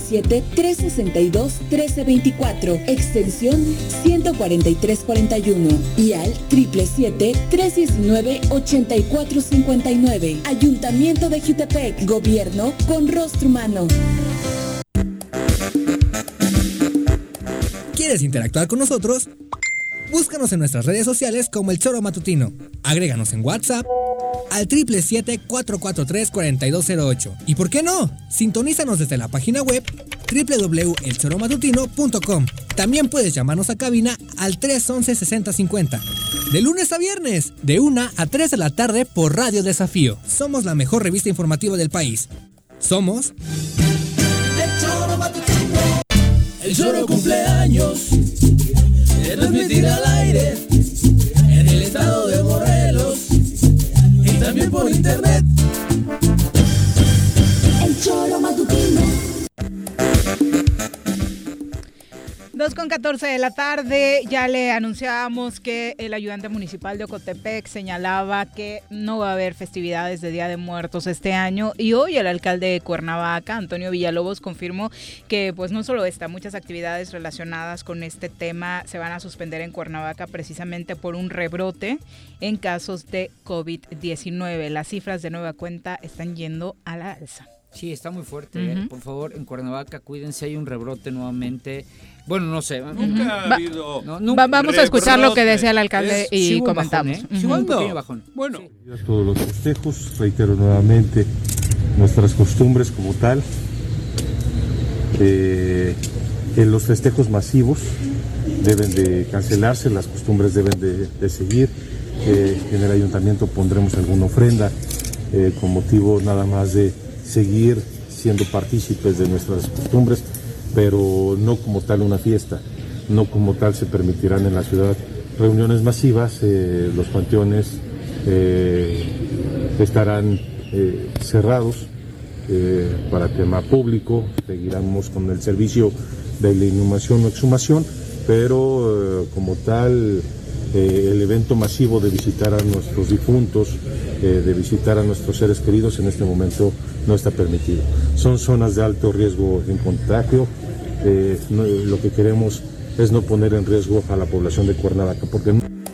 777-362-1324, extensión 14341 y al 777-319-8459. Ayuntamiento de Jutepec, gobierno con rostro humano. ¿Quieres interactuar con nosotros? Búscanos en nuestras redes sociales como El Choro Matutino. Agréganos en WhatsApp al 777-443-4208. ¿Y por qué no? Sintonízanos desde la página web www.elchoromatutino.com. También puedes llamarnos a cabina al 311-6050. De lunes a viernes, de 1 a 3 de la tarde por Radio Desafío. Somos la mejor revista informativa del país. Somos... El Choro Matutino. El Choro cumpleaños, se transmitirá al aire en el estado de Morelos y también por internet. El Choro Matutino. 2:14 de la tarde, ya le anunciábamos que el ayudante municipal de Ocotepec señalaba que no va a haber festividades de Día de Muertos este año, y hoy el alcalde de Cuernavaca, Antonio Villalobos, confirmó que pues no solo muchas actividades relacionadas con este tema se van a suspender en Cuernavaca precisamente por un rebrote en casos de COVID-19. Las cifras de nueva cuenta están yendo a la alza. Sí, está muy fuerte. Por favor, en Cuernavaca, cuídense, hay un rebrote nuevamente. Bueno, no sé. Nunca ha habido. Vamos a escuchar lo que decía el alcalde y comentamos. Un pequeño bajón. Bueno. A todos los festejos, reitero nuevamente nuestras costumbres como tal. En los festejos masivos deben de cancelarse, las costumbres deben de seguir. En el ayuntamiento pondremos alguna ofrenda con motivo nada más de seguir siendo partícipes de nuestras costumbres, pero no como tal una fiesta, no como tal se permitirán en la ciudad reuniones masivas, los panteones estarán cerrados para tema público, seguiremos con el servicio de la inhumación o exhumación, pero como tal el evento masivo de visitar a nuestros difuntos, de visitar a nuestros seres queridos en este momento no está permitido. Son zonas de alto riesgo en contagio. Lo que queremos es no poner en riesgo a la población de Cuernavaca, porque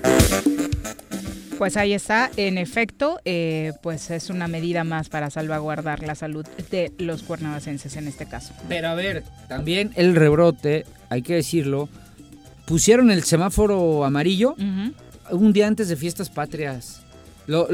pues ahí está, en efecto, pues es una medida más para salvaguardar la salud de los cuernavacenses en este caso. Pero a ver, también el rebrote, hay que decirlo, pusieron el semáforo amarillo un día antes de Fiestas Patrias. Lo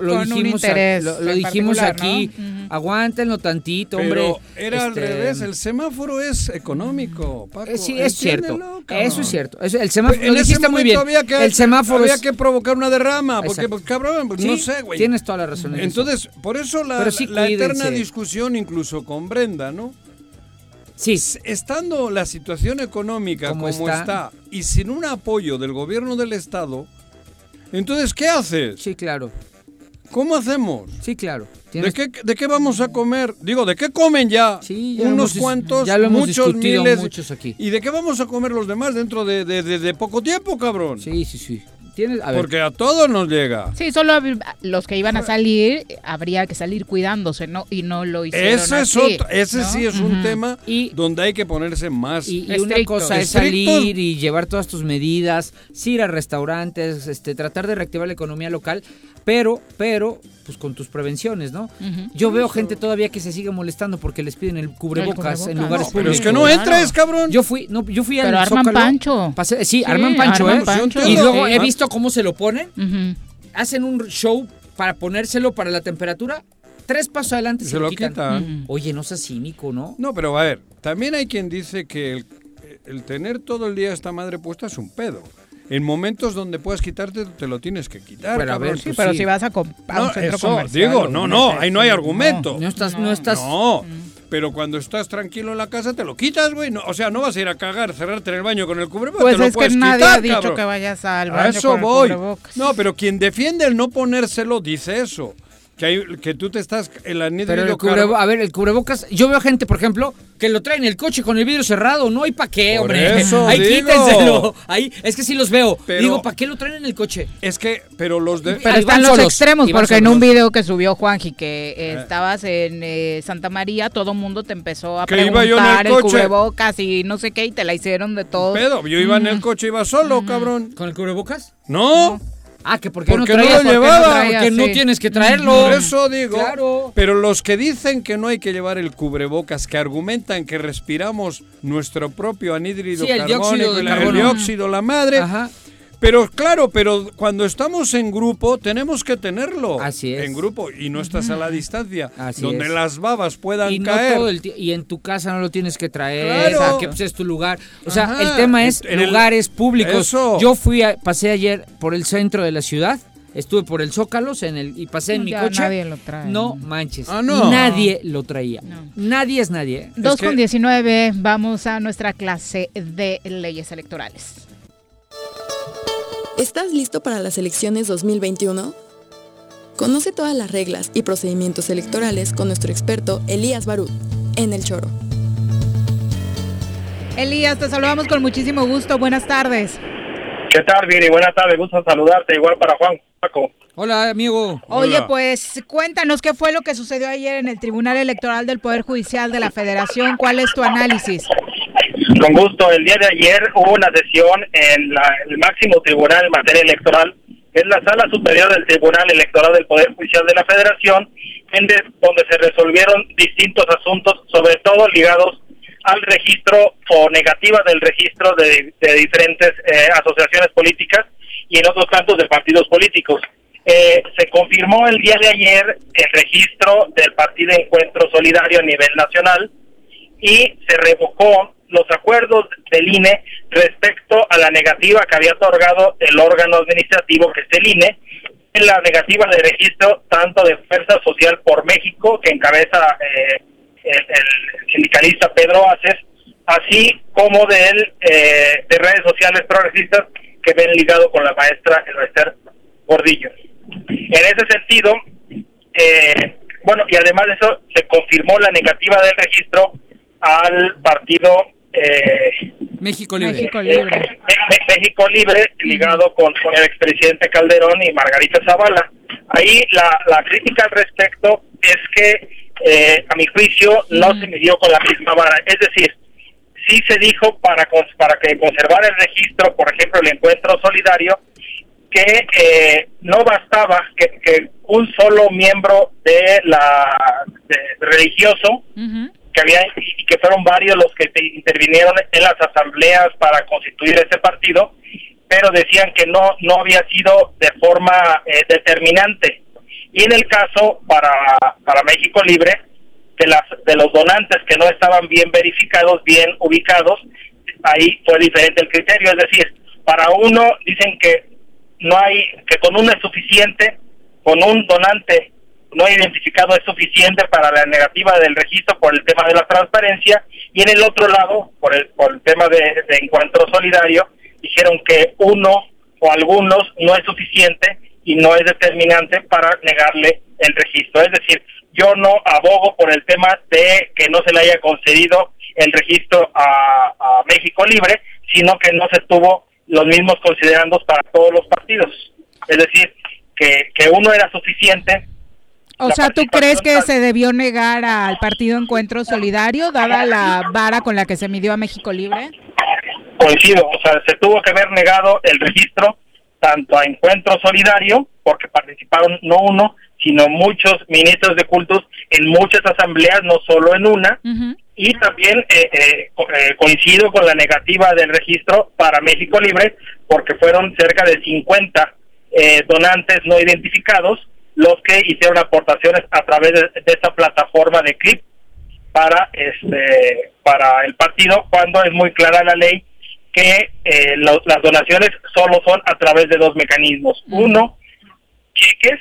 dijimos aquí, ¿no? Aguántenlo tantito, pero hombre. Era al revés, el semáforo es económico, Paco. Sí, es cierto, eso es cierto. El semáforo, lo dijiste muy bien. El semáforo había que provocar una derrama, porque pues, cabrón, pues, sí, no sé, güey. Tienes toda la razón. Entonces, por eso la eterna discusión incluso con Brenda, ¿no? Sí. Estando la situación económica como está y sin un apoyo del gobierno del estado, entonces, ¿qué haces? Sí, claro. ¿Cómo hacemos? Sí, claro. ¿De qué vamos a comer? Digo, ¿de qué comen ya? Sí, unos cuantos, ya lo hemos muchos discutido, miles. Muchos aquí. ¿Y de qué vamos a comer los demás dentro de poco tiempo, cabrón? Sí. Porque a todos nos llega. Sí, solo los que iban a salir, habría que salir cuidándose, ¿no? Y no lo hicieron Ese ¿no? sí es un tema donde hay que ponerse más y una cosa es salir y llevar todas tus medidas, sí, ir a restaurantes, tratar de reactivar la economía local, pero pues con tus prevenciones, ¿no? Yo veo gente todavía que se sigue molestando porque les piden el cubrebocas en lugares públicos. Pero es que no entres, cabrón. Yo fui al pero arman Zócalo. Pancho. Arman Pancho, Y luego he visto cómo se lo ponen. Hacen un show para ponérselo para la temperatura. 3 pasos adelante se lo quitan. Oye, no seas cínico, ¿no? No, pero a ver, también hay quien dice que el tener todo el día esta madre puesta es un pedo. En momentos donde puedas quitarte, te lo tienes que quitar. Pero, a ver, sí, pero si vas a un centro comercial. Digo, ahí no hay argumento. No estás. Pero cuando estás tranquilo en la casa, te lo quitas, güey. No, o sea, no vas a ir a cagar, cerrarte en el baño con el cubrebocas. Pues te lo es puedes que nadie quitar, ha dicho cabrón. que vayas al baño a eso con voy. el cubrebocas. No, pero quien defiende el no ponérselo dice eso. que tú te estás el anhídrido el cubrebocas, yo veo gente, por ejemplo, que lo trae en el coche con el vidrio cerrado, no hay para qué, hombre. Eso ahí digo. quítenselo. Ahí, es que sí los veo. Digo, ¿para qué lo traen en el coche? Es que, pero están los extremos, porque en un video que subió Juanji, que estabas en Santa María, todo mundo te empezó a preguntar el cubrebocas y no sé qué, y te la hicieron de todo. Yo iba en el coche, iba solo, cabrón. ¿Con el cubrebocas? No. Que porque no lo llevaba. Porque no tienes que traerlo. Por eso digo. Claro. Pero los que dicen que no hay que llevar el cubrebocas, que argumentan que respiramos nuestro propio anhídrido carbónico, el dióxido, la madre. Ajá. Pero claro, cuando estamos en grupo tenemos que tenerlo. Así es. En grupo y no estás a la distancia. Así donde es. Las babas puedan y caer. No y en tu casa no lo tienes que traer. Claro. Que pues, es tu lugar. O sea, el tema es lugares públicos. Eso. Yo pasé ayer por el centro de la ciudad. Estuve por el Zócalo y pasé en mi coche. Nadie lo trae. No manches. No. Nadie lo traía. No. Nadie es nadie. 2:19, vamos a nuestra clase de leyes electorales. ¿Estás listo para las elecciones 2021? Conoce todas las reglas y procedimientos electorales con nuestro experto Elías Barut en El Choro. Elías, te saludamos con muchísimo gusto. Buenas tardes. ¿Qué tal, Viri? Buenas tardes, gusto saludarte. Igual para Juan, Paco. Hola, amigo. Oye, pues cuéntanos qué fue lo que sucedió ayer en el Tribunal Electoral del Poder Judicial de la Federación. ¿Cuál es tu análisis? Con gusto. El día de ayer hubo una sesión en el máximo tribunal en materia electoral, que es la Sala Superior del Tribunal Electoral del Poder Judicial de la Federación, donde se resolvieron distintos asuntos, sobre todo ligados al registro o negativa del registro de diferentes asociaciones políticas y en otros casos de partidos políticos. Se confirmó el día de ayer el registro del Partido Encuentro Solidario a nivel nacional y se revocó los acuerdos del INE respecto a la negativa que había otorgado el órgano administrativo que es el INE en la negativa de registro tanto de Fuerza Social por México, que encabeza el sindicalista Pedro Aces, así como de redes sociales progresistas que ven ligado con la maestra Elvester Gordillo. En ese sentido, y además de eso, se confirmó la negativa del registro al partido México Libre. México Libre, ligado con el expresidente Calderón y Margarita Zavala. Ahí la crítica al respecto es que, a mi juicio, no se midió con la misma vara. Es decir, sí se dijo para que conservara el registro, por ejemplo, el Encuentro Solidario, que no bastaba que un solo miembro de religioso que fueron varios los que intervinieron en las asambleas para constituir ese partido, pero decían que no había sido de forma determinante. Y en el caso para México Libre, de los donantes que no estaban bien verificados, bien ubicados, ahí fue diferente el criterio. Es decir, para uno dicen que que con uno es suficiente, con un donante no identificado es suficiente para la negativa del registro por el tema de la transparencia, y en el otro lado, por el tema de Encuentro Solidario, dijeron que uno o algunos no es suficiente y no es determinante para negarle el registro. Es decir, yo no abogo por el tema de que no se le haya concedido el registro a México Libre, sino que no se tuvo los mismos considerandos para todos los partidos. Es decir, que uno era suficiente. O sea, ¿tú crees que se debió negar al Partido Encuentro Solidario, dada la vara con la que se midió a México Libre? Coincido, o sea, se tuvo que haber negado el registro tanto a Encuentro Solidario, porque participaron no uno, sino muchos ministros de cultos en muchas asambleas, no solo en una, y también coincido con la negativa del registro para México Libre, porque fueron cerca de 50 donantes no identificados los que hicieron aportaciones a través de esta plataforma de CLIP para el partido, cuando es muy clara la ley que las donaciones solo son a través de dos mecanismos. Uno, cheques,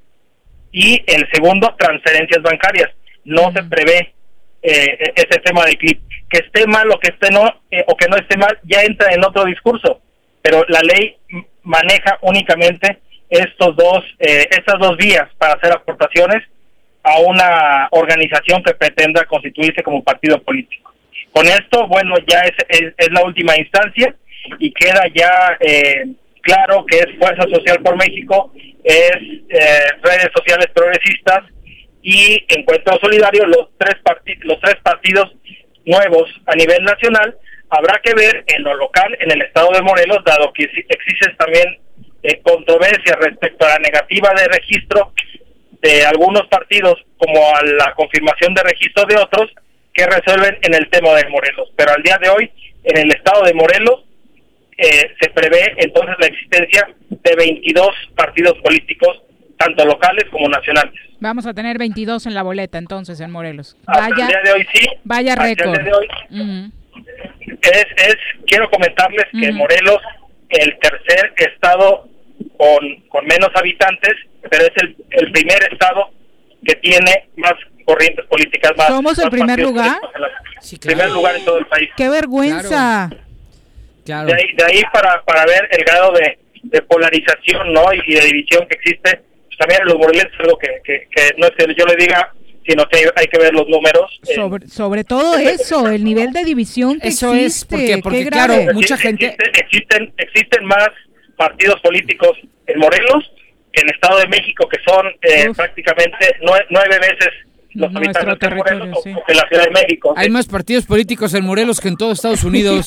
y el segundo, transferencias bancarias. No se prevé ese tema de CLIP. Que esté mal o que esté o que no esté mal, ya entra en otro discurso, pero la ley maneja únicamente estas dos vías para hacer aportaciones a una organización que pretenda constituirse como partido político. Con esto, bueno, ya es la última instancia y queda ya claro que es Fuerza Social por México, es Redes Sociales Progresistas y Encuentro Solidario, los tres partidos nuevos a nivel nacional. Habrá que ver en lo local, en el estado de Morelos, dado que existe también controversia respecto a la negativa de registro de algunos partidos, como a la confirmación de registro de otros, que resuelven en el tema de Morelos. Pero al día de hoy, en el estado de Morelos, se prevé entonces la existencia de 22 partidos políticos, tanto locales como nacionales. Vamos a tener 22 en la boleta entonces en Morelos. Hasta el día de hoy sí. Vaya récord. El día de hoy, quiero comentarles que Morelos, el tercer estado con menos habitantes, pero es el primer estado que tiene más corrientes políticas. ¿Somos el primer lugar? Sí, claro. Primer lugar en todo el país. ¡Qué vergüenza! Claro. De ahí para ver el grado de polarización, ¿no? Y de división que existe, pues también en los morelenses, algo que no es que yo le diga, sino que hay que ver los números. Sobre todo eso, el nivel de división que eso existe. Es porque claro, mucha gente... Existen más partidos políticos en Morelos que en el Estado de México, que son prácticamente 9 veces los habitantes de Morelos, sí, o que la Ciudad de México. Hay más partidos políticos en Morelos que en todo Estados Unidos.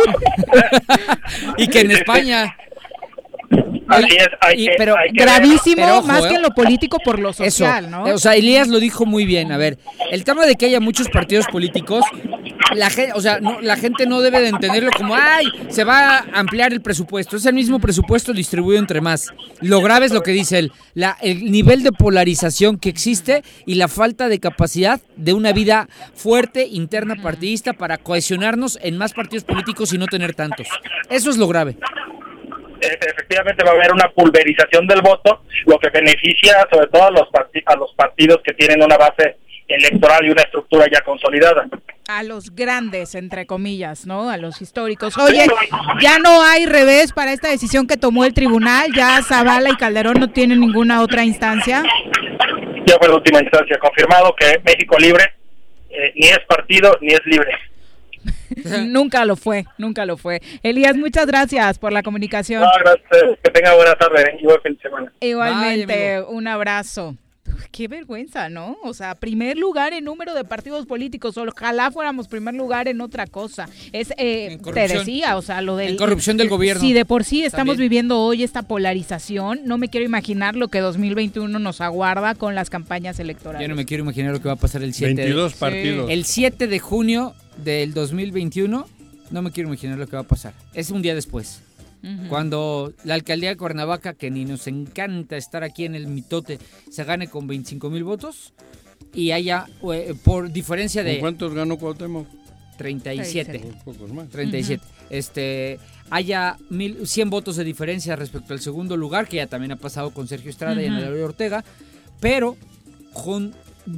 Y que en España. Así es, pero gravísimo, más que en lo político, por lo social, eso, ¿no? O sea, Elías lo dijo muy bien. A ver, el tema de que haya muchos partidos políticos, la gente no debe de entenderlo como, se va a ampliar el presupuesto. Es el mismo presupuesto distribuido entre más. Lo grave es lo que dice él, el nivel de polarización que existe y la falta de capacidad de una vida fuerte, interna, partidista, para cohesionarnos en más partidos políticos y no tener tantos. Eso es lo grave. Efectivamente va a haber una pulverización del voto, lo que beneficia sobre todo a los partidos que tienen una base electoral y una estructura ya consolidada. A los grandes, entre comillas, ¿no? A los históricos. Oye, ya no hay revés para esta decisión que tomó el tribunal, ya Zavala y Calderón no tienen ninguna otra instancia. Ya fue la última instancia, confirmado que México Libre ni es partido ni es libre. Nunca lo fue. Elías, muchas gracias por la comunicación. No, gracias, que tenga buena tarde y buen fin de semana. Igualmente, un abrazo. Qué vergüenza, ¿no? O sea, primer lugar en número de partidos políticos, ojalá fuéramos primer lugar en otra cosa. Te decía, o sea, lo del... En corrupción del gobierno. Si de por sí estamos viviendo hoy esta polarización, no me quiero imaginar lo que 2021 nos aguarda con las campañas electorales. Yo no me quiero imaginar lo que va a pasar el 7 22 partidos. El 7 de junio del 2021, no me quiero imaginar lo que va a pasar. Es un día después. Cuando la alcaldía de Cuernavaca, que ni nos encanta estar aquí en el mitote, se gane con 25,000 votos y haya, por diferencia de... ¿Cuántos ganó Cuauhtémoc? 37. Pocos más. 37. Haya 100 votos de diferencia respecto al segundo lugar, que ya también ha pasado con Sergio Estrada y Ana Laura Ortega, pero con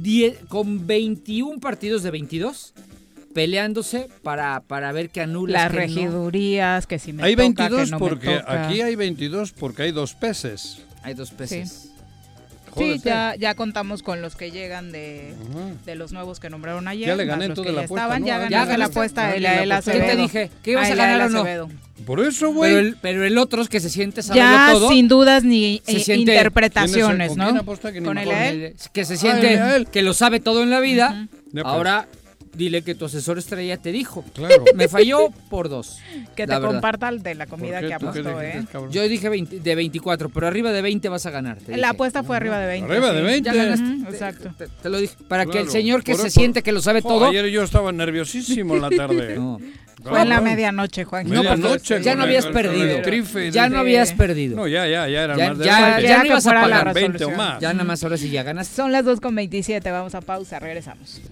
21 partidos de 22... peleándose para ver que anulas las regidurías, que si me hay toca, 22 que no porque me toca. Aquí hay 22 porque hay 2 peces. Hay 2 peces. Sí, ya contamos con los que llegan de los nuevos que nombraron ayer. Ya le gané toda la apuesta, ¿no? Ya ganaste la apuesta de la Acevedo. ¿Qué te dije? ¿Que ibas a ganar o no? Por eso, güey. Pero el otro es que se siente saberlo ya todo. Sin dudas ni interpretaciones, ¿no? Con él. Que se siente que lo sabe todo en la vida. Ahora... dile que tu asesor estrella te dijo. Claro. Me falló por 2. Que te comparta de la comida que apostó, Yo dije de 24, pero arriba de 20 vas a ganar. La apuesta fue arriba de 20. Arriba de 20. Ya ganaste. Exacto. Te lo dije. Para que el señor que se siente que lo sabe todo. Ayer yo estaba nerviosísimo en la tarde. Fue en la medianoche, Juan. Ya no habías perdido. Ya no habías perdido. No, ya era más de ya no ibas a pagar 20 o más. Ya nada más ahora sí ya ganaste. Son las 2:27, vamos a pausa, regresamos.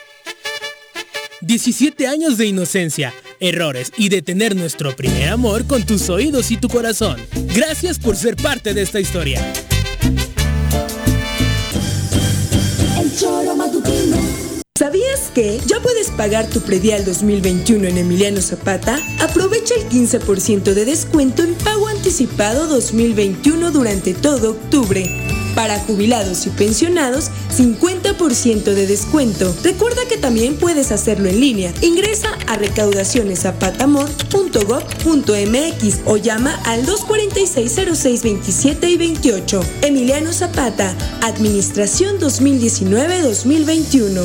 17 años de inocencia, errores y de tener nuestro primer amor con tus oídos y tu corazón. Gracias por ser parte de esta historia. El Choro Matutino. ¿Sabías que ya puedes pagar tu predial 2021 en Emiliano Zapata? Aprovecha el 15% de descuento en pago anticipado 2021 durante todo octubre. Para jubilados y pensionados, 50% de descuento. Recuerda que también puedes hacerlo en línea. Ingresa a recaudacioneszapatamor.gov.mx o llama al 246-0627 y 28. Emiliano Zapata, Administración 2019-2021.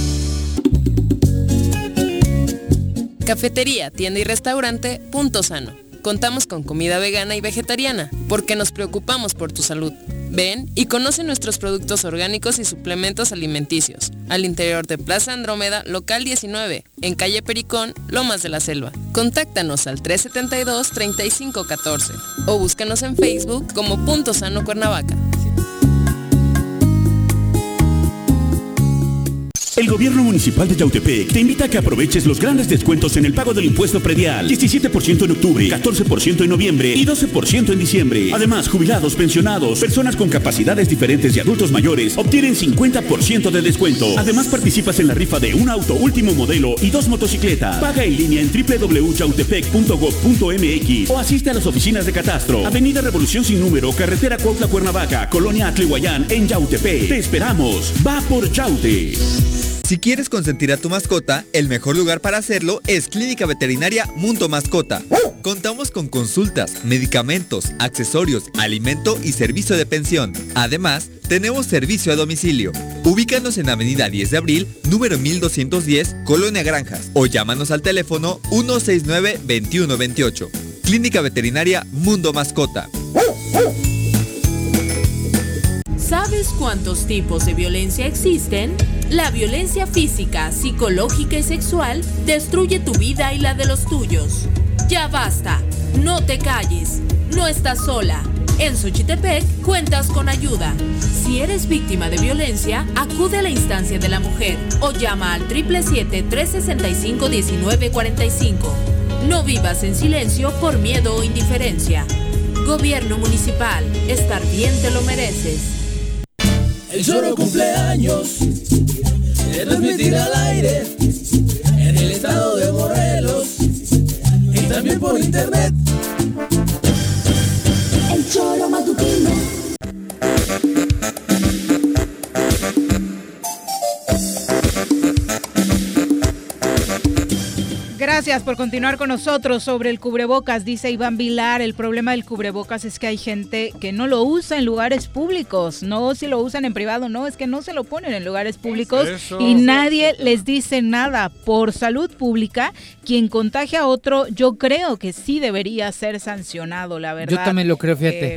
Cafetería, tienda y restaurante Punto Sano. Contamos con comida vegana y vegetariana, porque nos preocupamos por tu salud. Ven y conoce nuestros productos orgánicos y suplementos alimenticios. Al interior de Plaza Andrómeda, local 19, en calle Pericón, Lomas de la Selva. Contáctanos al 372-3514 o búscanos en Facebook como Punto Sano Cuernavaca. El Gobierno Municipal de Yautepec te invita a que aproveches los grandes descuentos en el pago del impuesto predial. 17% en octubre, 14% en noviembre y 12% en diciembre. Además, jubilados, pensionados, personas con capacidades diferentes y adultos mayores obtienen 50% de descuento. Además, participas en la rifa de un auto último modelo y 2 motocicletas. Paga en línea en www.yautepec.gov.mx o asiste a las oficinas de Catastro. Avenida Revolución Sin Número, Carretera Cuautla Cuernavaca, Colonia Atlihuayán, en Yautepec. Te esperamos. Va por Yaute. Si quieres consentir a tu mascota, el mejor lugar para hacerlo es Clínica Veterinaria Mundo Mascota. Contamos con consultas, medicamentos, accesorios, alimento y servicio de pensión. Además, tenemos servicio a domicilio. Ubícanos en Avenida 10 de Abril, número 1210, Colonia Granjas, o llámanos al teléfono 169-2128. Clínica Veterinaria Mundo Mascota. ¿Sabes cuántos tipos de violencia existen? La violencia física, psicológica y sexual destruye tu vida y la de los tuyos. Ya basta, no te calles, no estás sola. En Xochitepec cuentas con ayuda. Si eres víctima de violencia, acude a la instancia de la mujer o llama al 777-365-1945. No vivas en silencio por miedo o indiferencia. Gobierno Municipal, estar bien te lo mereces. El Choro cumpleaños, se transmitirá al aire, en el estado de Morelos, y también por internet. El Choro Matutino. Gracias por continuar con nosotros. Sobre el cubrebocas, dice Iván Vilar, el problema del cubrebocas es que hay gente que no lo usa en lugares públicos, no si lo usan en privado, no, es que no se lo ponen en lugares públicos y nadie les dice nada. Por salud pública, quien contagia a otro, yo creo que sí debería ser sancionado, la verdad. Yo también lo creo, fíjate.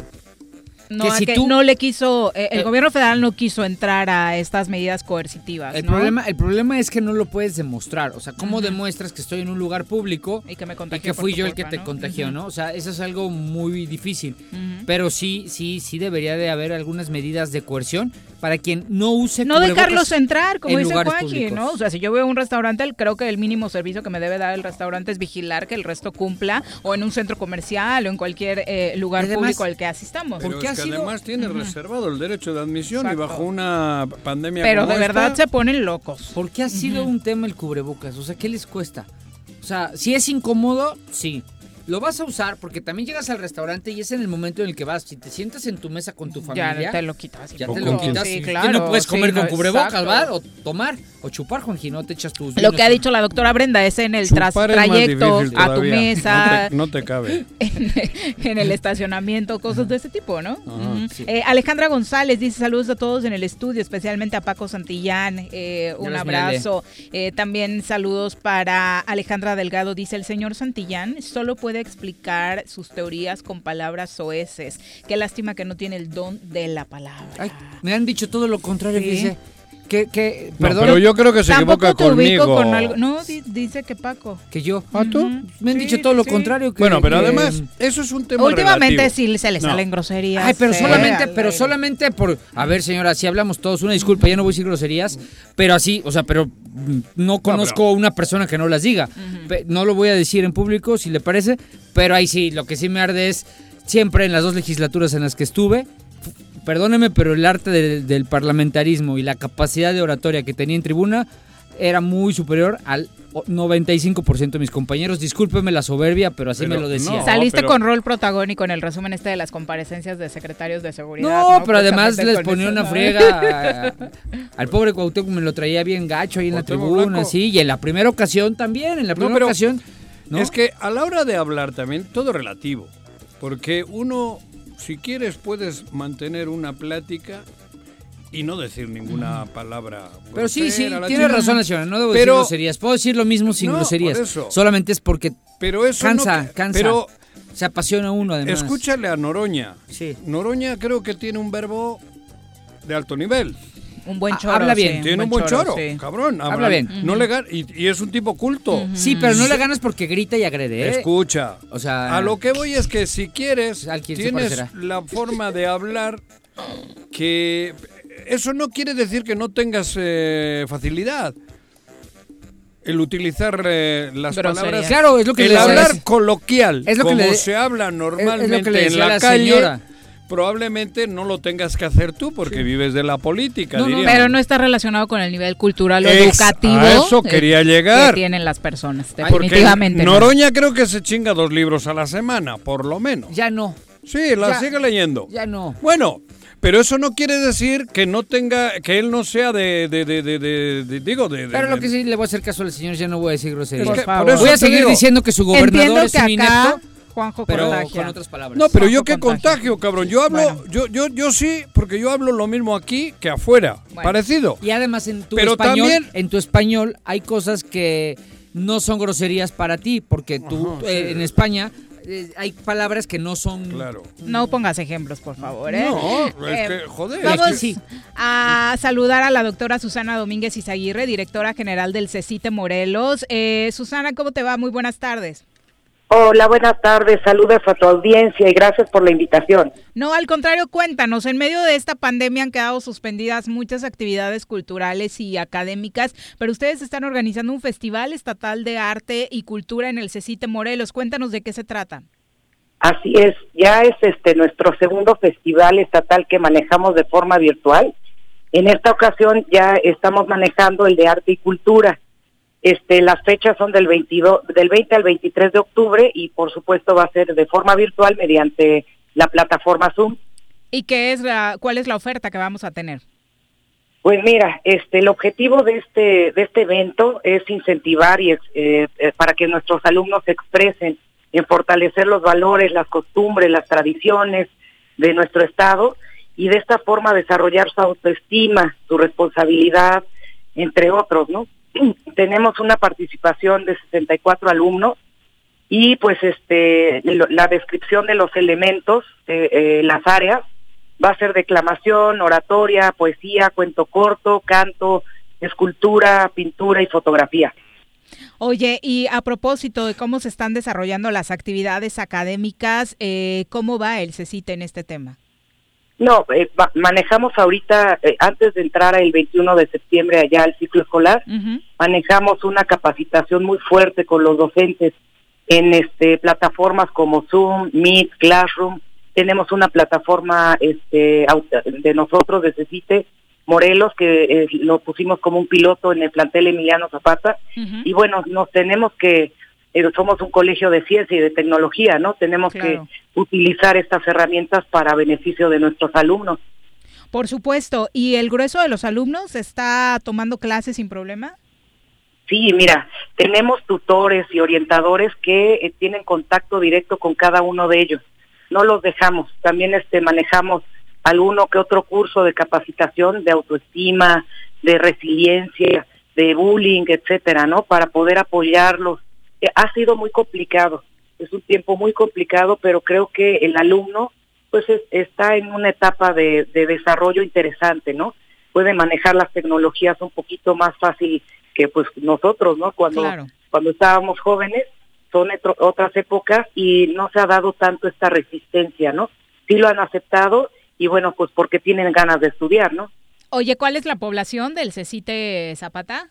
No le quiso, el gobierno federal no quiso entrar a estas medidas coercitivas. El problema es que no lo puedes demostrar. O sea, ¿cómo demuestras que estoy en un lugar público y que me contagió y que fui yo el que te contagió, ¿no? O sea, eso es algo muy difícil. Pero sí debería de haber algunas medidas de coerción para quien no use no dejarlos entrar, como dice Joaquín, públicos, ¿no? O sea, si yo veo un restaurante, creo que el mínimo servicio que me debe dar el restaurante es vigilar que el resto cumpla, o en un centro comercial o en cualquier lugar además, público al que asistamos. Pero es que además tiene reservado el derecho de admisión. Exacto. Y bajo una pandemia pero como de verdad se ponen locos. ¿Por qué ha sido un tema el cubrebocas? O sea, ¿qué les cuesta? O sea, si es incómodo, sí. Lo vas a usar porque también llegas al restaurante y es en el momento en el que vas. Si te sientas en tu mesa con tu familia, ya te lo quitas. Ya te lo quitas. Sí, claro. Que no puedes comer con cubrebocas, ¿verdad? O tomar, o chupar, Juanji, no te echas tus vinos. Lo que ha dicho la doctora Brenda es en el trayecto a tu mesa. No te cabe. En el estacionamiento, cosas de ese tipo, ¿no? Sí. Alejandra González dice saludos a todos en el estudio, especialmente a Paco Santillán. Un abrazo. También saludos para Alejandra Delgado. Dice el señor Santillán solo puede explicar sus teorías con palabras soeces. Qué lástima que no tiene el don de la palabra. Ay, me han dicho todo lo contrario, ¿sí? Dice. Perdón, pero yo creo que se equivoca conmigo. Con algo. No, dice que Paco. ¿Que yo? ¿A tú? Me han dicho todo lo contrario. Bueno, pero además, eso es un tema últimamente relativo. Sí se le salen groserías. Ay, pero solamente por... A ver, señora, si hablamos todos, una disculpa, ya no voy a decir groserías, pero así, o sea, pero no conozco una persona que no las diga. No lo voy a decir en público, si le parece, pero ahí sí, lo que sí me arde es, siempre en las 2 legislaturas en las que estuve, perdóneme, pero el arte del parlamentarismo y la capacidad de oratoria que tenía en tribuna era muy superior al 95% de mis compañeros. Discúlpeme la soberbia, pero así me lo decía. Saliste con rol protagónico en el resumen de las comparecencias de secretarios de seguridad. No, pero además les ponía una friega al pobre Cuauhtémoc, me lo traía bien gacho ahí en la tribuna, sí, y en la primera ocasión también, ¿no? Es que a la hora de hablar también, todo relativo, porque uno, si quieres, puedes mantener una plática y no decir ninguna palabra. Pero sí, tienes razón, Nacional, no debo decir groserías. Puedo decir lo mismo sin groserías. Solamente es porque cansa. Pero se apasiona uno, además. Escúchale a Noroña. Sí. Noroña creo que tiene un verbo de alto nivel. Un buen choro. Habla bien. Tiene un buen choro, cabrón. Habla bien. No le y es un tipo culto. Sí, pero no le ganas porque grita y agrede. Escucha. O sea, a lo que voy es que si quieres, tienes la forma de hablar que... Eso no quiere decir que no tengas facilidad. El utilizar las palabras... Claro, es lo que el hablar coloquial, es lo como que se habla normalmente que en la calle... Señora. Probablemente no lo tengas que hacer tú porque vives de la política, diríamos. Pero no está relacionado con el nivel cultural o educativo a eso quería llegar. que tienen las personas, definitivamente. Noroña creo que se chinga 2 libros a la semana, por lo menos. Ya no. Sí, sigue leyendo. Ya no. Bueno, pero eso no quiere decir que no tenga, que él no sea Pero lo que sí le voy a hacer caso al señor, ya no voy a decir groserías. Por favor. Voy a seguir diciendo que su gobernador es un inepto. Juanjo pero contagia. Con otras palabras. No, pero Juanjo yo qué contagio, cabrón. Yo hablo, yo sí, porque yo hablo lo mismo aquí que afuera. Parecido. Y además en tu español hay cosas que no son groserías para ti, porque tú en España hay palabras que no son... Claro. No pongas ejemplos, por favor, No, es que, joder. Vamos a saludar a la doctora Susana Domínguez Izaguirre, directora general del CECITE Morelos. Susana, ¿cómo te va? Muy buenas tardes. Hola, buenas tardes, saludos a tu audiencia y gracias por la invitación. No, al contrario, cuéntanos, en medio de esta pandemia han quedado suspendidas muchas actividades culturales y académicas, pero ustedes están organizando un festival estatal de arte y cultura en el CECITE Morelos. Cuéntanos de qué se trata. Así es, ya es nuestro segundo festival estatal que manejamos de forma virtual. En esta ocasión ya estamos manejando el de arte y cultura. Las fechas son del 20 al 23 de octubre y por supuesto va a ser de forma virtual mediante la plataforma Zoom. ¿Y cuál es la oferta que vamos a tener? Pues mira, el objetivo de este evento es incentivar y para que nuestros alumnos se expresen en fortalecer los valores, las costumbres, las tradiciones de nuestro estado y de esta forma desarrollar su autoestima, su responsabilidad, entre otros, ¿no? Tenemos una participación de 64 alumnos y pues la descripción de los elementos, las áreas, va a ser declamación, oratoria, poesía, cuento corto, canto, escultura, pintura y fotografía. Oye, y a propósito de cómo se están desarrollando las actividades académicas, ¿cómo va el CECITE en este tema? No, manejamos ahorita, antes de entrar el 21 de septiembre allá al ciclo escolar, manejamos una capacitación muy fuerte con los docentes en plataformas como Zoom, Meet, Classroom. Tenemos una plataforma de nosotros, de CECITE Morelos, que lo pusimos como un piloto en el plantel Emiliano Zapata. Y bueno, nos tenemos que... somos un colegio de ciencia y de tecnología, ¿no? Tenemos que utilizar estas herramientas para beneficio de nuestros alumnos. Por supuesto. ¿Y el grueso de los alumnos está tomando clases sin problema? Sí, mira, tenemos tutores y orientadores que tienen contacto directo con cada uno de ellos. No los dejamos. También manejamos alguno que otro curso de capacitación, de autoestima, de resiliencia, de bullying, etcétera, ¿no? Para poder apoyarlos. Ha sido muy complicado, es un tiempo muy complicado, pero creo que el alumno pues está en una etapa de desarrollo interesante, ¿no? Puede manejar las tecnologías un poquito más fácil que pues nosotros, ¿no? Cuando estábamos jóvenes, son otras épocas y no se ha dado tanto esta resistencia, ¿no? Sí lo han aceptado y bueno, pues porque tienen ganas de estudiar, ¿no? Oye, ¿cuál es la población del CECITE Zapata?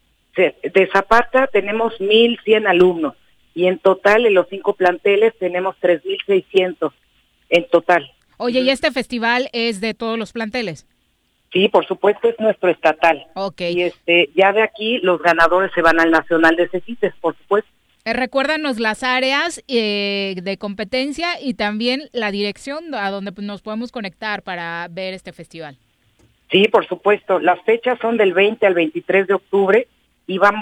De Zapata tenemos 1,100 alumnos y en total en los 5 planteles tenemos 3,600 en total. Oye, ¿y este festival es de todos los planteles? Sí, por supuesto, es nuestro estatal. Okay. Y ya de aquí los ganadores se van al nacional de CECITES, por supuesto. Recuérdanos las áreas de competencia y también la dirección a donde nos podemos conectar para ver este festival. Sí, por supuesto. Las fechas son del 20 al 23 de octubre y va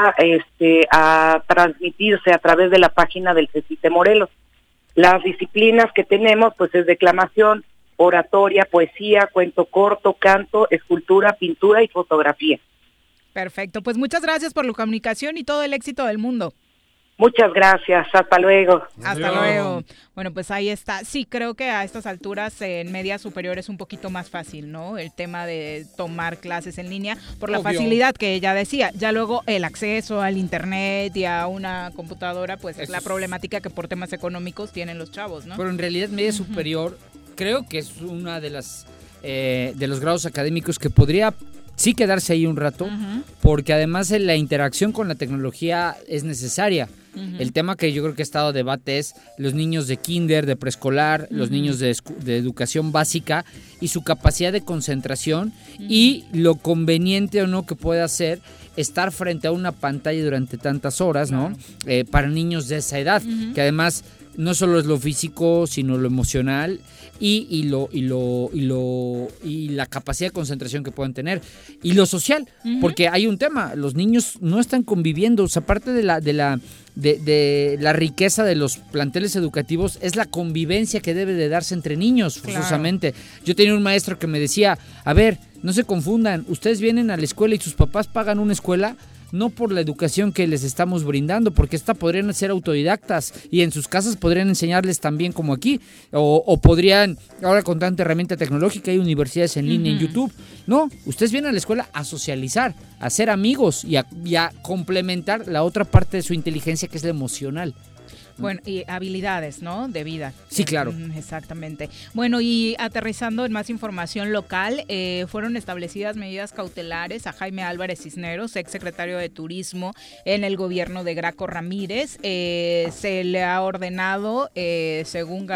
a transmitirse a través de la página del CECITE Morelos. Las disciplinas que tenemos pues es declamación, oratoria, poesía, cuento corto, canto, escultura, pintura y fotografía. Perfecto, pues muchas gracias por la comunicación y todo el éxito del mundo. Muchas gracias, hasta luego. Hasta luego. Bueno, pues ahí está. Sí, creo que a estas alturas en media superior es un poquito más fácil, ¿no? El tema de tomar clases en línea por la facilidad que ella decía. Ya luego el acceso al internet y a una computadora, pues es la problemática que por temas económicos tienen los chavos, ¿no? Pero en realidad media superior creo que es una de las de los grados académicos que podría sí quedarse ahí un rato, porque además la interacción con la tecnología es necesaria. El tema que yo creo que ha estado a debate es los niños de kinder, de preescolar, los niños de educación básica y su capacidad de concentración y lo conveniente o no que pueda ser estar frente a una pantalla durante tantas horas, ¿no? Para niños de esa edad, que además no solo es lo físico, sino lo emocional y la capacidad de concentración que pueden tener y lo social, porque hay un tema, los niños no están conviviendo, o sea, parte de la riqueza de los planteles educativos es la convivencia que debe de darse entre niños, forzosamente. Claro. Yo tenía un maestro que me decía, a ver, no se confundan, ustedes vienen a la escuela y sus papás pagan una escuela no por la educación que les estamos brindando, porque podrían ser autodidactas y en sus casas podrían enseñarles también como aquí, o podrían, ahora con tanta herramienta tecnológica hay universidades en línea en YouTube. No, ustedes vienen a la escuela a socializar, a hacer amigos y a complementar la otra parte de su inteligencia que es la emocional. Bueno, y habilidades, ¿no? De vida. Sí, claro. Exactamente. Bueno, y aterrizando en más información local, fueron establecidas medidas cautelares a Jaime Álvarez Cisneros, exsecretario de Turismo en el gobierno de Graco Ramírez. Se le ha ordenado, según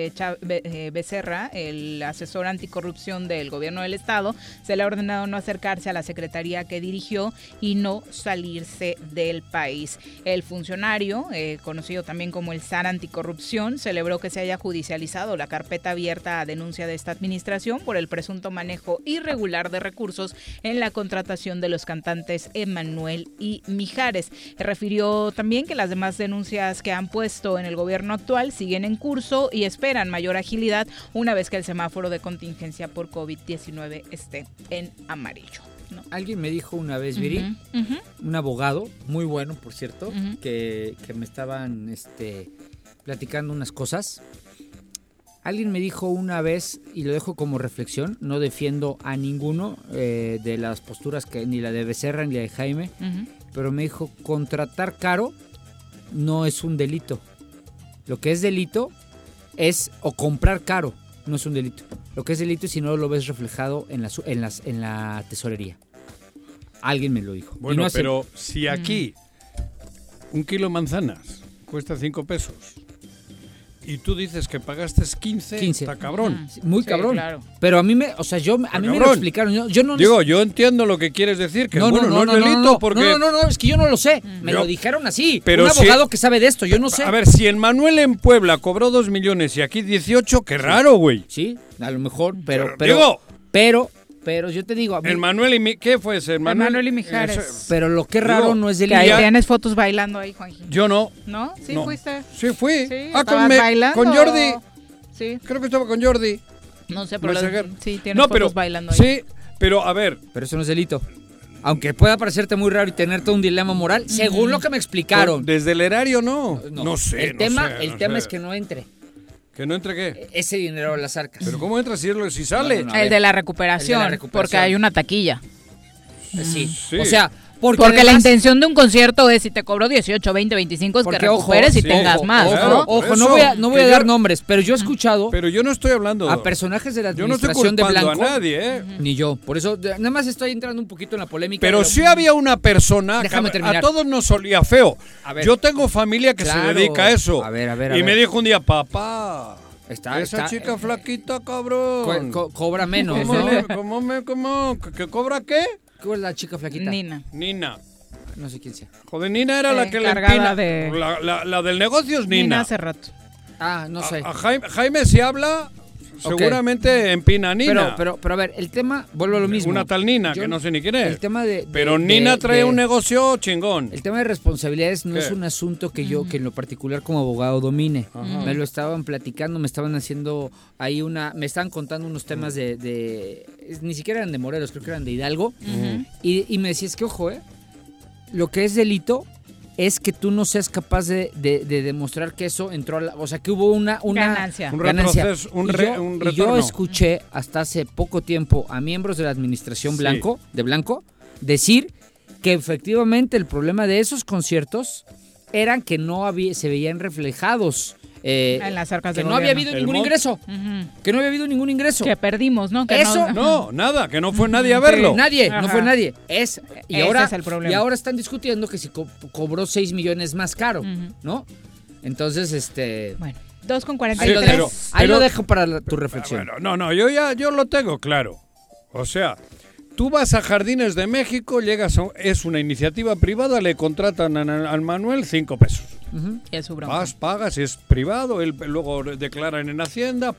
Becerra, el asesor anticorrupción del gobierno del estado, se le ha ordenado no acercarse a la secretaría que dirigió y no salirse del país. El funcionario, conocido también como el SAR Anticorrupción, celebró que se haya judicializado la carpeta abierta a denuncia de esta administración por el presunto manejo irregular de recursos en la contratación de los cantantes Emmanuel y Mijares. Refirió también que las demás denuncias que han puesto en el gobierno actual siguen en curso y esperan mayor agilidad una vez que el semáforo de contingencia por COVID-19 esté en amarillo. No. Alguien me dijo una vez, Viri, un abogado, muy bueno, por cierto, que me estaban platicando unas cosas. Alguien me dijo una vez, y lo dejo como reflexión, no defiendo a ninguno de las posturas, ni la de Becerra ni la de Jaime, pero me dijo, contratar caro no es un delito. Lo que es delito es, o comprar caro, no es un delito. Lo que es delito es si no lo ves reflejado en la tesorería. Alguien me lo dijo. Bueno, no pero si aquí un kilo de manzanas cuesta 5 pesos y tú dices que pagaste 15, está cabrón. Muy cabrón. Claro. Pero a mí me lo explicaron. Yo entiendo lo que quieres decir, que no es delito porque... No, es que yo no lo sé. Me lo dijeron así. Pero un abogado que sabe de esto, yo no sé. A ver, si el Manuel en Puebla cobró 2 millones y aquí 18, qué raro, güey. Sí, a lo mejor, pero yo te digo... El Manuel ¿qué fue ese? Manuel y Mijares. Pero lo que es raro no es delito. Que ahí tienes fotos bailando ahí, Juanji. Yo no. ¿No? ¿Sí fuiste? Sí fui. Sí, bailando. Con Jordi. Sí. Creo que estaba con Jordi. No sé, pero sí, tienes fotos bailando ahí. Sí, pero a ver. Pero eso no es delito. Aunque pueda parecerte muy raro y tenerte un dilema moral, según lo que me explicaron. Desde el erario no sé. El tema es que no entre. ¿Que no entre qué? Ese dinero a las arcas. ¿Pero cómo entra si sale? El de la recuperación, porque hay una taquilla. Sí. O sea, porque además, la intención de un concierto es, si te cobro 18, 20, 25, es que recuperes y tengas más, ¿no? Ojo, no voy a dar nombres, pero yo he escuchado... Pero yo no estoy hablando... A personajes de la administración de Blanco. Yo no estoy culpando a nadie, Ni yo. Por eso, nada más estoy entrando un poquito en la polémica. Pero sí había una persona... Déjame terminar. A todos nos olía feo. Yo tengo familia que se dedica a eso. A ver. Y me dijo un día, papá... Esa chica flaquita, cabrón. Cobra menos, ¿no? ¿Cómo? ¿Que cobra qué? ¿Cómo es la chica flaquita? Nina. No sé quién sea. Joder, Nina era la que le empina. La del negocio es Nina. Nina hace rato. No sé. A Jaime si habla... Seguramente empina Nina. Pero a ver, el tema, vuelvo a lo mismo. Una tal Nina, que no sé ni quién es. El tema pero Nina trae un negocio chingón. El tema de responsabilidades no es un asunto que yo, que en lo particular como abogado domine. Me lo estaban platicando, me estaban haciendo ahí me estaban contando unos temas ni siquiera eran de Morelos, creo que eran de Hidalgo. Y me decías que, ojo, lo que es delito es que tú no seas capaz de demostrar que eso entró o sea, que hubo una ganancia. Un retroceso, un retorno. Y yo escuché hasta hace poco tiempo a miembros de la administración Blanco decir que efectivamente el problema de esos conciertos eran que se veían reflejados en las arcas que del no gobierno. había habido ningún ingreso. Que no había habido ningún ingreso. Que perdimos, ¿no? Que eso nada, que no fue nadie a verlo. No fue nadie. Ese es el problema. Y ahora están discutiendo que si cobró 6 millones más caro, ¿no? Entonces, Bueno, 2:43. Ahí lo dejo para tu reflexión. Bueno, yo lo tengo claro. O sea, tú vas a Jardines de México, es una iniciativa privada, le contratan al Manuel 5 pesos. Y es su broma. Vas, pagas, es privado, él luego declaran en Hacienda,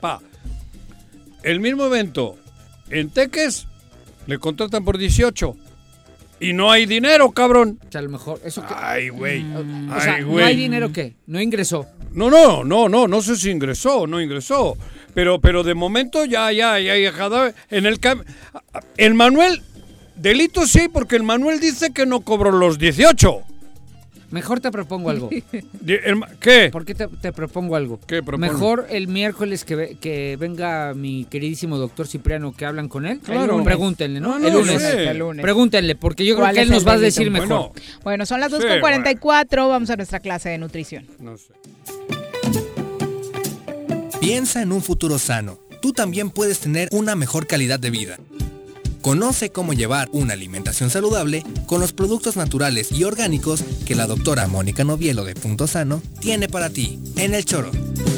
El mismo evento en Teques le contratan por 18 y no hay dinero, cabrón. O sea, a lo mejor eso que... Ay, güey. O sea, ¿no hay dinero qué? ¿No ingresó? No sé si ingresó, no ingresó. Pero de momento ya en el Manuel delito sí, porque el Manuel dice que no cobró los 18. Mejor te propongo algo. ¿Qué? ¿Por qué te propongo algo? ¿Qué propones? Mejor el miércoles que venga mi queridísimo doctor Cipriano, que hablan con él. Claro. Pregúntenle, ¿no? El lunes. Pregúntenle, porque yo creo que él nos va a decir mejor. Bueno, son las 2:44. Vamos a nuestra clase de nutrición. No sé. Piensa en un futuro sano. Tú también puedes tener una mejor calidad de vida. Conoce cómo llevar una alimentación saludable con los productos naturales y orgánicos que la doctora Mónica Novielo de Punto Sano tiene para ti en El Choro.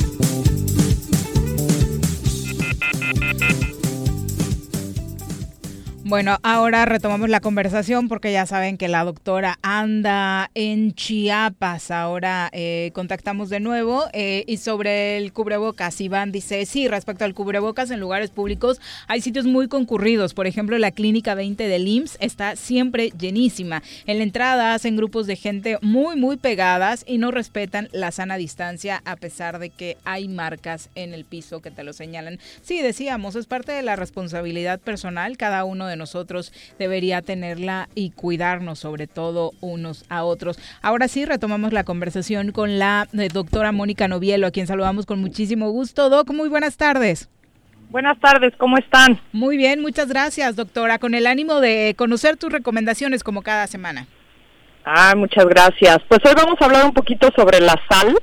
Bueno, ahora retomamos la conversación porque ya saben que la doctora anda en Chiapas. Ahora contactamos de nuevo y sobre el cubrebocas. Iván dice, sí, respecto al cubrebocas en lugares públicos hay sitios muy concurridos. Por ejemplo, la Clínica 20 del IMSS está siempre llenísima. En la entrada hacen grupos de gente muy, muy pegadas y no respetan la sana distancia a pesar de que hay marcas en el piso que te lo señalan. Sí, decíamos, es parte de la responsabilidad personal. Cada uno de nosotros debería tenerla y cuidarnos sobre todo unos a otros. Ahora sí, retomamos la conversación con la doctora Mónica Novielo, a quien saludamos con muchísimo gusto. Doc, muy buenas tardes. Buenas tardes, ¿cómo están? Muy bien, muchas gracias, doctora, con el ánimo de conocer tus recomendaciones como cada semana. Muchas gracias. Pues hoy vamos a hablar un poquito sobre la sal.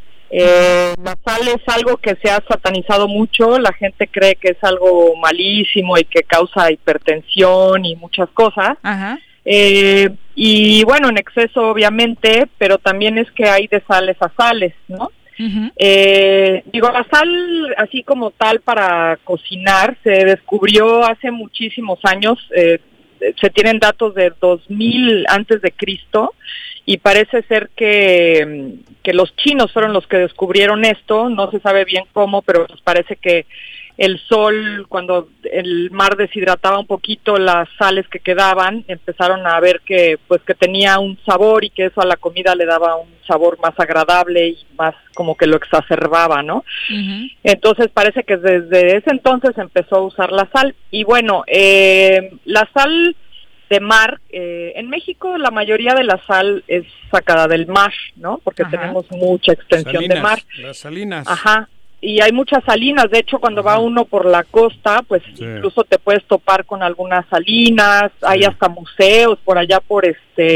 La sal es algo que se ha satanizado mucho, la gente cree que es algo malísimo y que causa hipertensión y muchas cosas. Ajá. Y bueno, en exceso obviamente, pero también es que hay de sales a sales, ¿no? Uh-huh. La sal así como tal para cocinar se descubrió hace muchísimos años, se tienen datos de 2000 antes de Cristo y parece ser que los chinos fueron los que descubrieron esto, no se sabe bien cómo, pero nos parece que el sol, cuando el mar deshidrataba un poquito las sales que quedaban, empezaron a ver que tenía un sabor y que eso a la comida le daba un sabor más agradable y más como que lo exacerbaba, ¿no? Uh-huh. Entonces parece que desde ese entonces empezó a usar la sal. Y bueno, la sal de mar, en México la mayoría de la sal es sacada del mar, ¿no? Porque tenemos mucha extensión de mar. Las salinas. Ajá. Y hay muchas salinas, de hecho cuando va uno por la costa, pues incluso te puedes topar con algunas salinas, hay hasta museos por allá por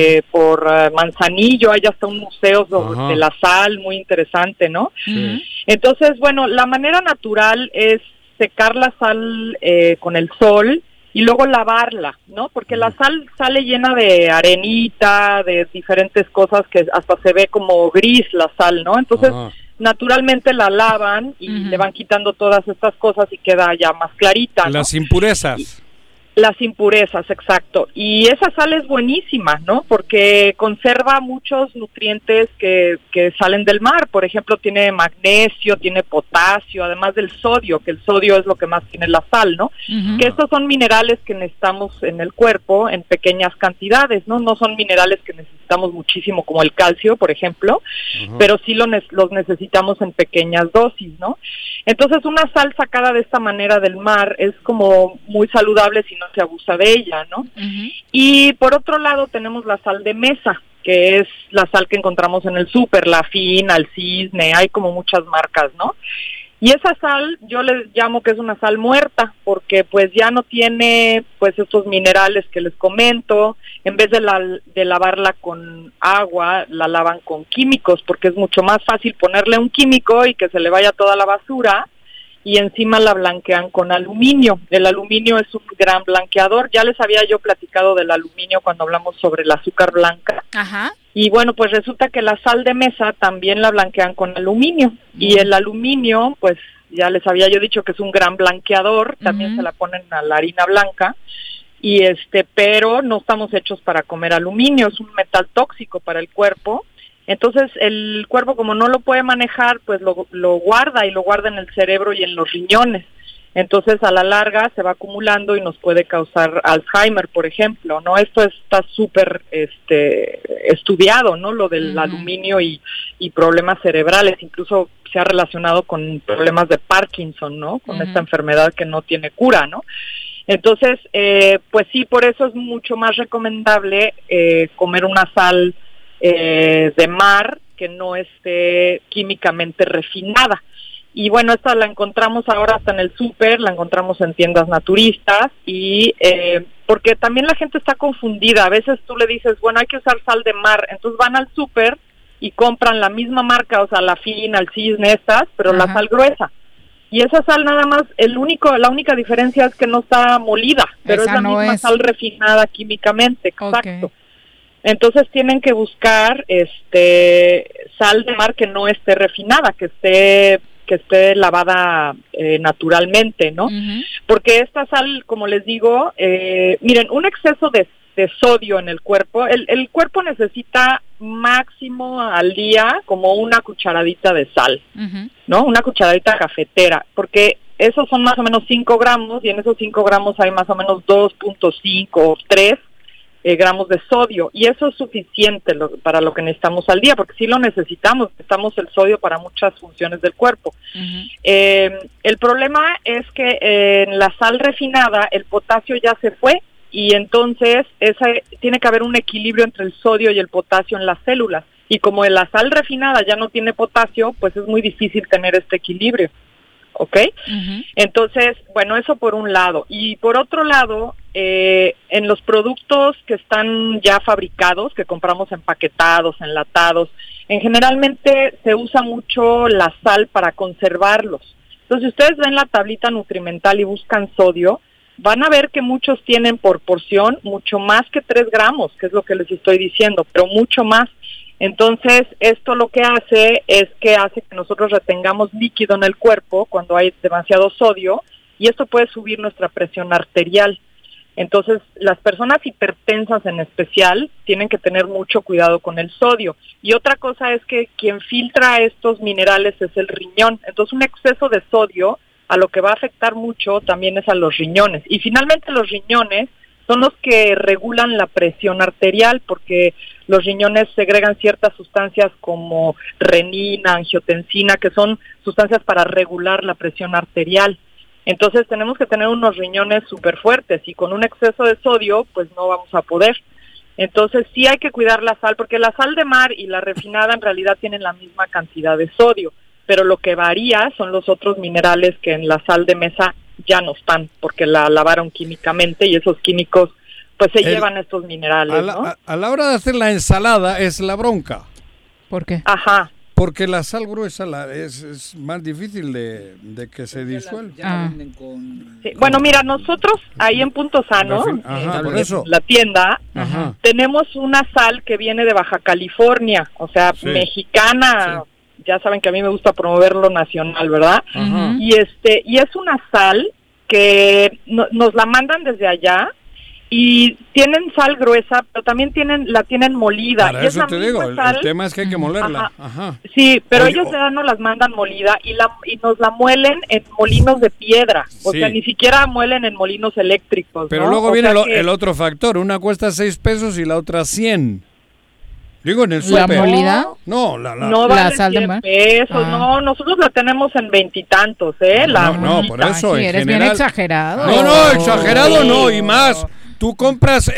Manzanillo, hay hasta un museo de la sal muy interesante, ¿no? Sí. Entonces, bueno, la manera natural es secar la sal con el sol y luego lavarla, ¿no? Porque la sal sale llena de arenita, de diferentes cosas que hasta se ve como gris la sal, ¿no? Entonces, naturalmente la lavan y le van quitando todas estas cosas y queda ya más clarita, ¿no? Las impurezas. Las impurezas, exacto. Y esa sal es buenísima, ¿no? Porque conserva muchos nutrientes que salen del mar. Por ejemplo, tiene magnesio, tiene potasio, además del sodio, que el sodio es lo que más tiene la sal, ¿no? Que estos son minerales que necesitamos en el cuerpo en pequeñas cantidades, ¿no? No son minerales que necesitamos muchísimo, como el calcio, por ejemplo, pero sí los necesitamos en pequeñas dosis, ¿no? Entonces, una sal sacada de esta manera del mar es como muy saludable si no se abusa de ella, ¿no? Y por otro lado tenemos la sal de mesa, que es la sal que encontramos en el súper, la Fina, el Cisne, hay como muchas marcas, ¿no? Y esa sal yo les llamo que es una sal muerta, porque pues ya no tiene pues estos minerales que les comento. En vez de lavarla con agua, la lavan con químicos, porque es mucho más fácil ponerle un químico y que se le vaya toda la basura, y encima la blanquean con aluminio. El aluminio es un gran blanqueador. Ya les había yo platicado del aluminio cuando hablamos sobre el azúcar blanca. Ajá. Y bueno, pues resulta que la sal de mesa también la blanquean con aluminio. Y el aluminio, pues ya les había yo dicho que es un gran blanqueador. También se la ponen a la harina blanca. Y pero no estamos hechos para comer aluminio. Es un metal tóxico para el cuerpo. Entonces el cuerpo, como no lo puede manejar, pues lo guarda, y lo guarda en el cerebro y en los riñones. Entonces a la larga se va acumulando y nos puede causar Alzheimer, por ejemplo, ¿no? Esto está súper estudiado, ¿no? Lo del aluminio y problemas cerebrales, incluso se ha relacionado con problemas de Parkinson, ¿no? Con esta enfermedad que no tiene cura, ¿no? Entonces, pues sí, por eso es mucho más recomendable comer una sal de mar que no esté químicamente refinada. Y bueno, esta la encontramos ahora hasta en el súper, la encontramos en tiendas naturistas, y porque también la gente está confundida. A veces tú le dices, bueno, hay que usar sal de mar, entonces van al súper y compran la misma marca, o sea, la Fina, el Cisne, estas, pero la sal gruesa. Y esa sal nada más, la única diferencia es que no está molida, pero esa es la misma sal refinada químicamente, exacto. Entonces tienen que buscar sal de mar que no esté refinada, que esté lavada naturalmente, ¿no? Porque esta sal, como les digo, miren, un exceso de sodio en el cuerpo, el cuerpo necesita máximo al día como una cucharadita de sal, ¿no? Una cucharadita cafetera, porque esos son más o menos 5 gramos, y en esos 5 gramos hay más o menos 2.5 o 3 gramos de sodio, y eso es suficiente para lo que necesitamos al día, porque sí lo necesitamos el sodio para muchas funciones del cuerpo. El problema es que en la sal refinada el potasio ya se fue, y entonces tiene que haber un equilibrio entre el sodio y el potasio en las células, y como la sal refinada ya no tiene potasio, pues es muy difícil tener este equilibrio. ¿Ok? Entonces, bueno, eso por un lado. Y por otro lado, en los productos que están ya fabricados, que compramos empaquetados, enlatados, generalmente se usa mucho la sal para conservarlos. Entonces, si ustedes ven la tablita nutrimental y buscan sodio, van a ver que muchos tienen por porción mucho más que 3 gramos, que es lo que les estoy diciendo, pero mucho más. Entonces, esto lo que hace es que nosotros retengamos líquido en el cuerpo cuando hay demasiado sodio, y esto puede subir nuestra presión arterial. Entonces, las personas hipertensas en especial tienen que tener mucho cuidado con el sodio. Y otra cosa es que quien filtra estos minerales es el riñón. Entonces, un exceso de sodio a lo que va a afectar mucho también es a los riñones. Y finalmente los riñones son los que regulan la presión arterial, porque los riñones segregan ciertas sustancias como renina, angiotensina, que son sustancias para regular la presión arterial. Entonces tenemos que tener unos riñones súper fuertes, y con un exceso de sodio pues no vamos a poder. Entonces sí hay que cuidar la sal, porque la sal de mar y la refinada en realidad tienen la misma cantidad de sodio, pero lo que varía son los otros minerales que en la sal de mesa ya no están, porque la lavaron químicamente, y esos químicos pues se llevan estos minerales, ¿no? A la hora de hacer la ensalada es la bronca. ¿Por qué? Ajá. Porque la sal gruesa es más difícil de que se disuelva. Sí. Bueno, mira, nosotros ahí en Punto Sano, en la tienda, tenemos una sal que viene de Baja California, o sea, mexicana, ya saben que a mí me gusta promover lo nacional, ¿verdad? Ajá. Y es una sal que nos la mandan desde allá y tienen sal gruesa, pero también la tienen molida. Para y eso es la te digo, el tema es que hay que molerla. Ajá. Sí, pero ellos ya nos las mandan molida y nos la muelen en molinos de piedra, o sea, ni siquiera muelen en molinos eléctricos. Pero ¿no? luego o viene sea el otro factor, una cuesta 6 pesos y la otra 100. Digo, en el ¿La súper. molida? No la vale sal de 100 mar. pesos, no, nosotros la tenemos en 20 y tantos, No, por eso, Ay, sí, en eres general. bien exagerado. No, exagerado no, y más. Tú compras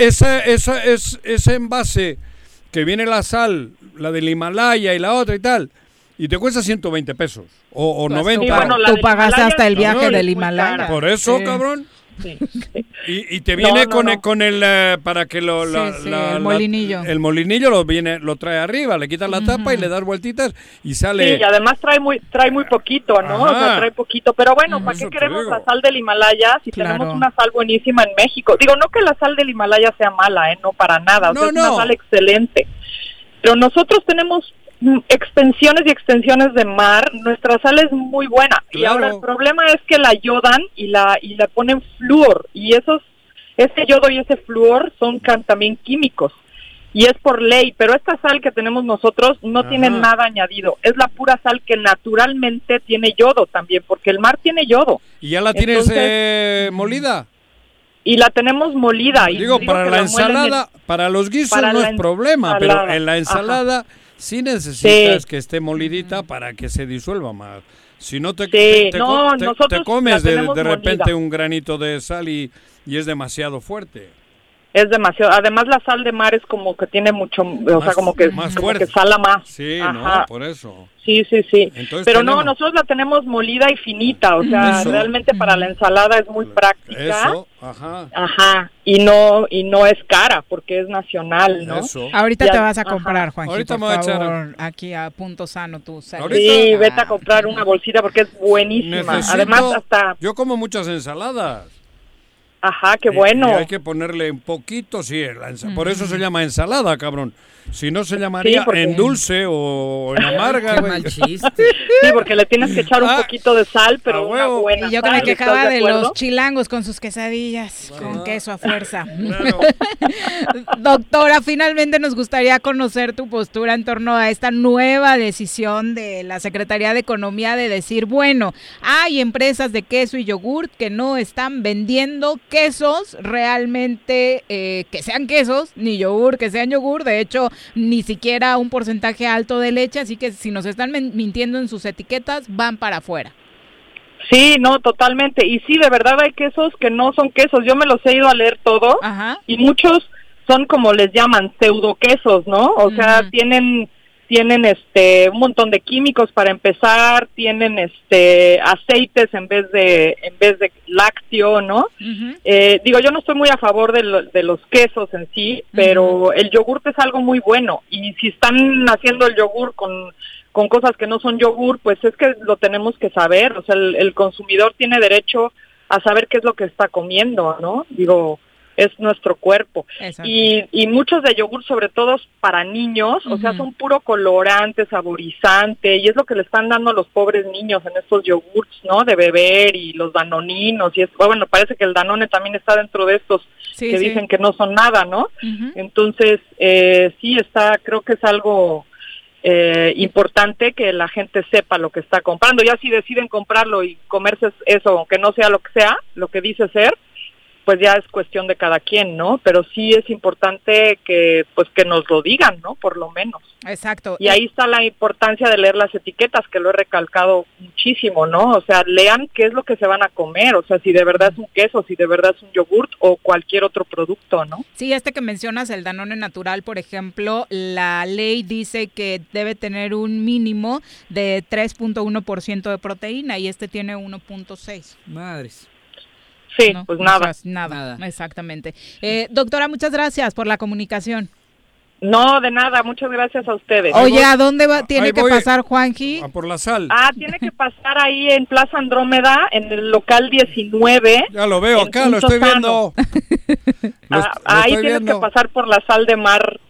ese envase que viene la sal, la del Himalaya y la otra y tal, y te cuesta 120 pesos o Pues 90. sí, bueno, tú pagaste hasta el viaje del Himalaya. Por eso, cabrón. Sí. Y te viene con el para que el molinillo. El molinillo lo trae arriba, le quitas la tapa y le das vueltitas y sale. Sí, y además trae muy poquito, ¿no? Ajá. O sea, trae poquito, pero bueno, ¿para qué queremos la sal del Himalaya si tenemos una sal buenísima en México? Digo, no que la sal del Himalaya sea mala, no para nada, o sea, es una sal excelente. Pero nosotros tenemos extensiones y extensiones de mar, nuestra sal es muy buena. Claro. Y ahora el problema es que la yodan y la ponen flúor, y ese yodo y ese flúor son también químicos, y es por ley, pero esta sal que tenemos nosotros no tiene nada añadido, es la pura sal que naturalmente tiene yodo también, porque el mar tiene yodo. ¿Y ya la tienes molida? Y la tenemos molida. Digo, para la ensalada, para los guisos no es problema, pero en la ensalada sí necesitas que esté molidita para que se disuelva más. Si no te comes de repente un granito de sal y es demasiado fuerte. Es demasiado. Además la sal de mar es como que tiene mucho, o sea, como que sala más. Sí, no, por eso. Sí. Entonces pero no, nosotros la tenemos molida y finita, o sea, realmente para la ensalada es muy práctica. Eso, y no es cara porque es nacional, ¿no? Eso. Ahorita te vas a comprar, Juanji, ahorita por me voy favor, a echar aquí a Punto Sano tu sal. Sí, vete a comprar una bolsita porque es buenísima. Además yo como muchas ensaladas. Ajá, qué bueno. Y hay que ponerle un poquito, por eso se llama ensalada, cabrón. Si no se llamaría en dulce o en amarga. Qué mal chiste. Sí, porque le tienes que echar un poquito de sal, pero una buena Y yo que me quejaba de los chilangos con sus quesadillas, con queso a fuerza. Claro. Doctora, finalmente nos gustaría conocer tu postura en torno a esta nueva decisión de la Secretaría de Economía de decir, bueno, hay empresas de queso y yogurt que no están vendiendo quesos realmente que sean quesos, ni yogur que sean yogur, de hecho ni siquiera un porcentaje alto de leche, así que si nos están mintiendo en sus etiquetas, van para afuera. Sí, no, totalmente, y sí, de verdad hay quesos que no son quesos, yo me los he ido a leer todos, y muchos son como les llaman, pseudo quesos, ¿no? O sea, tienen un montón de químicos para empezar, tienen aceites en vez de lácteo, ¿no? Digo, yo no estoy muy a favor de los quesos en sí, pero el yogur es algo muy bueno, y si están haciendo el yogur con cosas que no son yogur, pues es que lo tenemos que saber, o sea, el consumidor tiene derecho a saber qué es lo que está comiendo, ¿no? Digo, es nuestro cuerpo. Y muchos de yogur, sobre todo para niños, o sea, son puro colorante, saborizante, y es lo que le están dando a los pobres niños en estos yogurts, ¿no? De beber, y los danoninos, y bueno, parece que el Danone también está dentro de estos que dicen que no son nada, ¿no? Entonces, creo que es algo importante que la gente sepa lo que está comprando. Ya si deciden comprarlo y comerse eso, aunque no sea, lo que dice ser, pues ya es cuestión de cada quien, ¿no? Pero sí es importante que nos lo digan, ¿no? Por lo menos. Exacto. Y ahí está la importancia de leer las etiquetas, que lo he recalcado muchísimo, ¿no? O sea, lean qué es lo que se van a comer, o sea, si de verdad es un queso, si de verdad es un yogurt o cualquier otro producto, ¿no? Sí, que mencionas, el Danone Natural, por ejemplo, la ley dice que debe tener un mínimo de 3.1% de proteína y tiene 1.6. Madres. Sí, ¿no? Pues nada. Nada, exactamente. Doctora, muchas gracias por la comunicación. No, de nada, muchas gracias a ustedes. Oye, ¿a dónde tiene que pasar, Juanji? A por la sal. Tiene que pasar ahí en Plaza Andrómeda, en el local 19. Ya lo veo acá, lo estoy viendo. Ahí tienes que pasar por la sal de mar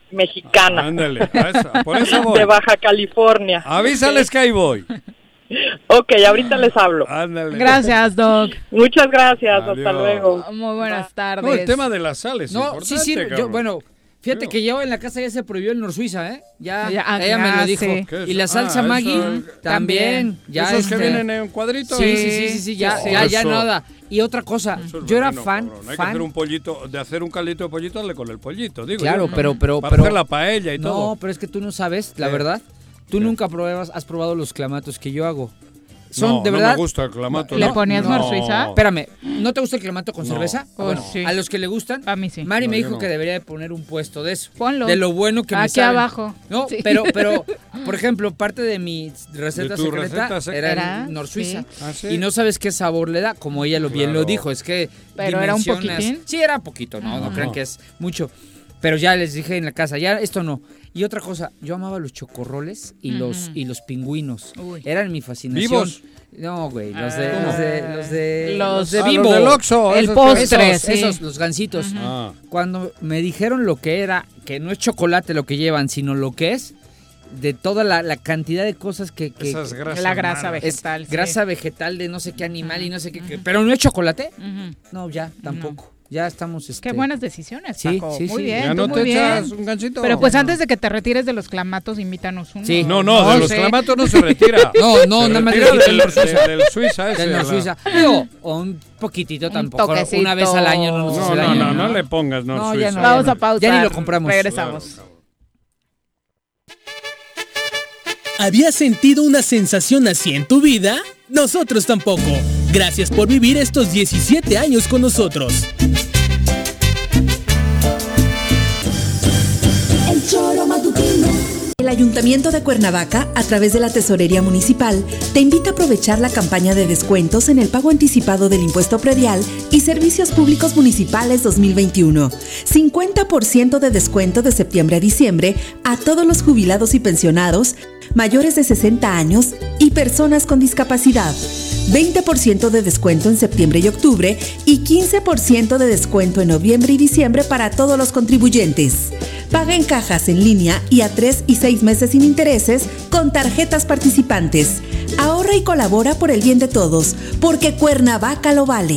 mexicana. Ándale, por eso voy. De Baja California. Avísales que ahí voy. Ok, ahorita les hablo. Ándale. Gracias, Doc. Muchas gracias, Adiós. hasta luego. Muy buenas tardes. No, el tema de la sal es importante, sí, cabrón. bueno, fíjate que yo en la casa ya se prohibió el Nor Suiza, ¿eh? Ya ella ah, me lo dijo. sí. Y la salsa Maggi también. Ya ¿Esos que vienen en cuadritos? Sí, ya nada. Y otra cosa, yo era fan. Hay que hacer un pollito, de hacer un caldito de pollito, dale con el pollito, digo. Claro, yo, pero para hacer la paella y todo. No, pero es que tú no sabes, la verdad. Tú nunca has probado los clamatos que yo hago. Son de verdad. No me gusta el clamato. ¿Le ponías Nor Suiza? Espérame, ¿no te gusta el clamato con cerveza? Oh, bueno, sí. a los que le gustan. A mí sí. Mari me dijo que debería de poner un puesto de eso. Ponlo. De lo bueno que me aquí saben. abajo. No, sí. pero, por ejemplo, parte de mi receta secreta era el Nor Suiza. Sí. ¿Ah, sí? Y no sabes qué sabor le da, como ella bien lo dijo. Es que pero era un dimensionas- poquitín. Sí, era poquito, no crean que es mucho. Pero ya les dije en la casa, ya esto no. Y otra cosa, yo amaba los chocorroles y los pingüinos. Uy. Eran mi fascinación. ¿Vivos? No, güey, los Ah. de Los de de Bimbo. los del Oxxo, El esos postre, esos, sí. los gansitos. Ah. Cuando me dijeron lo que era, que no es chocolate lo que llevan, sino lo que es, de toda la cantidad de cosas que Esas grasas La grasa malas. vegetal. es sí. grasa vegetal de no sé qué animal y no sé qué, pero no es chocolate. Ujú. No, ya, tampoco. Ya estamos... Qué buenas decisiones, Sí, Paco. sí, muy sí. bien, ¿Ya tú no muy te echas bien. un ganchito? Pero pues antes de que te retires de los clamatos, invítanos uno. Sí. No, de los sé. clamatos no se retira. No, Se nada más retira le quito el Nor Suiza. del Suiza ese. Del Nor Suiza. Digo, o un poquitito tampoco. toquecito. Una vez al año no nos hace daño. No le pongas Nor No, Suiza. ya no. Vamos a pausar. Ya ni lo compramos. Regresamos. ¿Habías sentido una sensación así en tu vida? Nosotros tampoco. Gracias por vivir estos 17 años con nosotros. El choro matutino. El Ayuntamiento de Cuernavaca, a través de la Tesorería Municipal, te invita a aprovechar la campaña de descuentos en el pago anticipado del impuesto predial y servicios públicos municipales 2021. 50% de descuento de septiembre a diciembre a todos los jubilados y pensionados, mayores de 60 años y personas con discapacidad. 20% de descuento en septiembre y octubre y 15% de descuento en noviembre y diciembre para todos los contribuyentes. Paga en cajas en línea y a 3 y 6 meses sin intereses con tarjetas participantes. Ahorra y colabora por el bien de todos, porque Cuernavaca lo vale.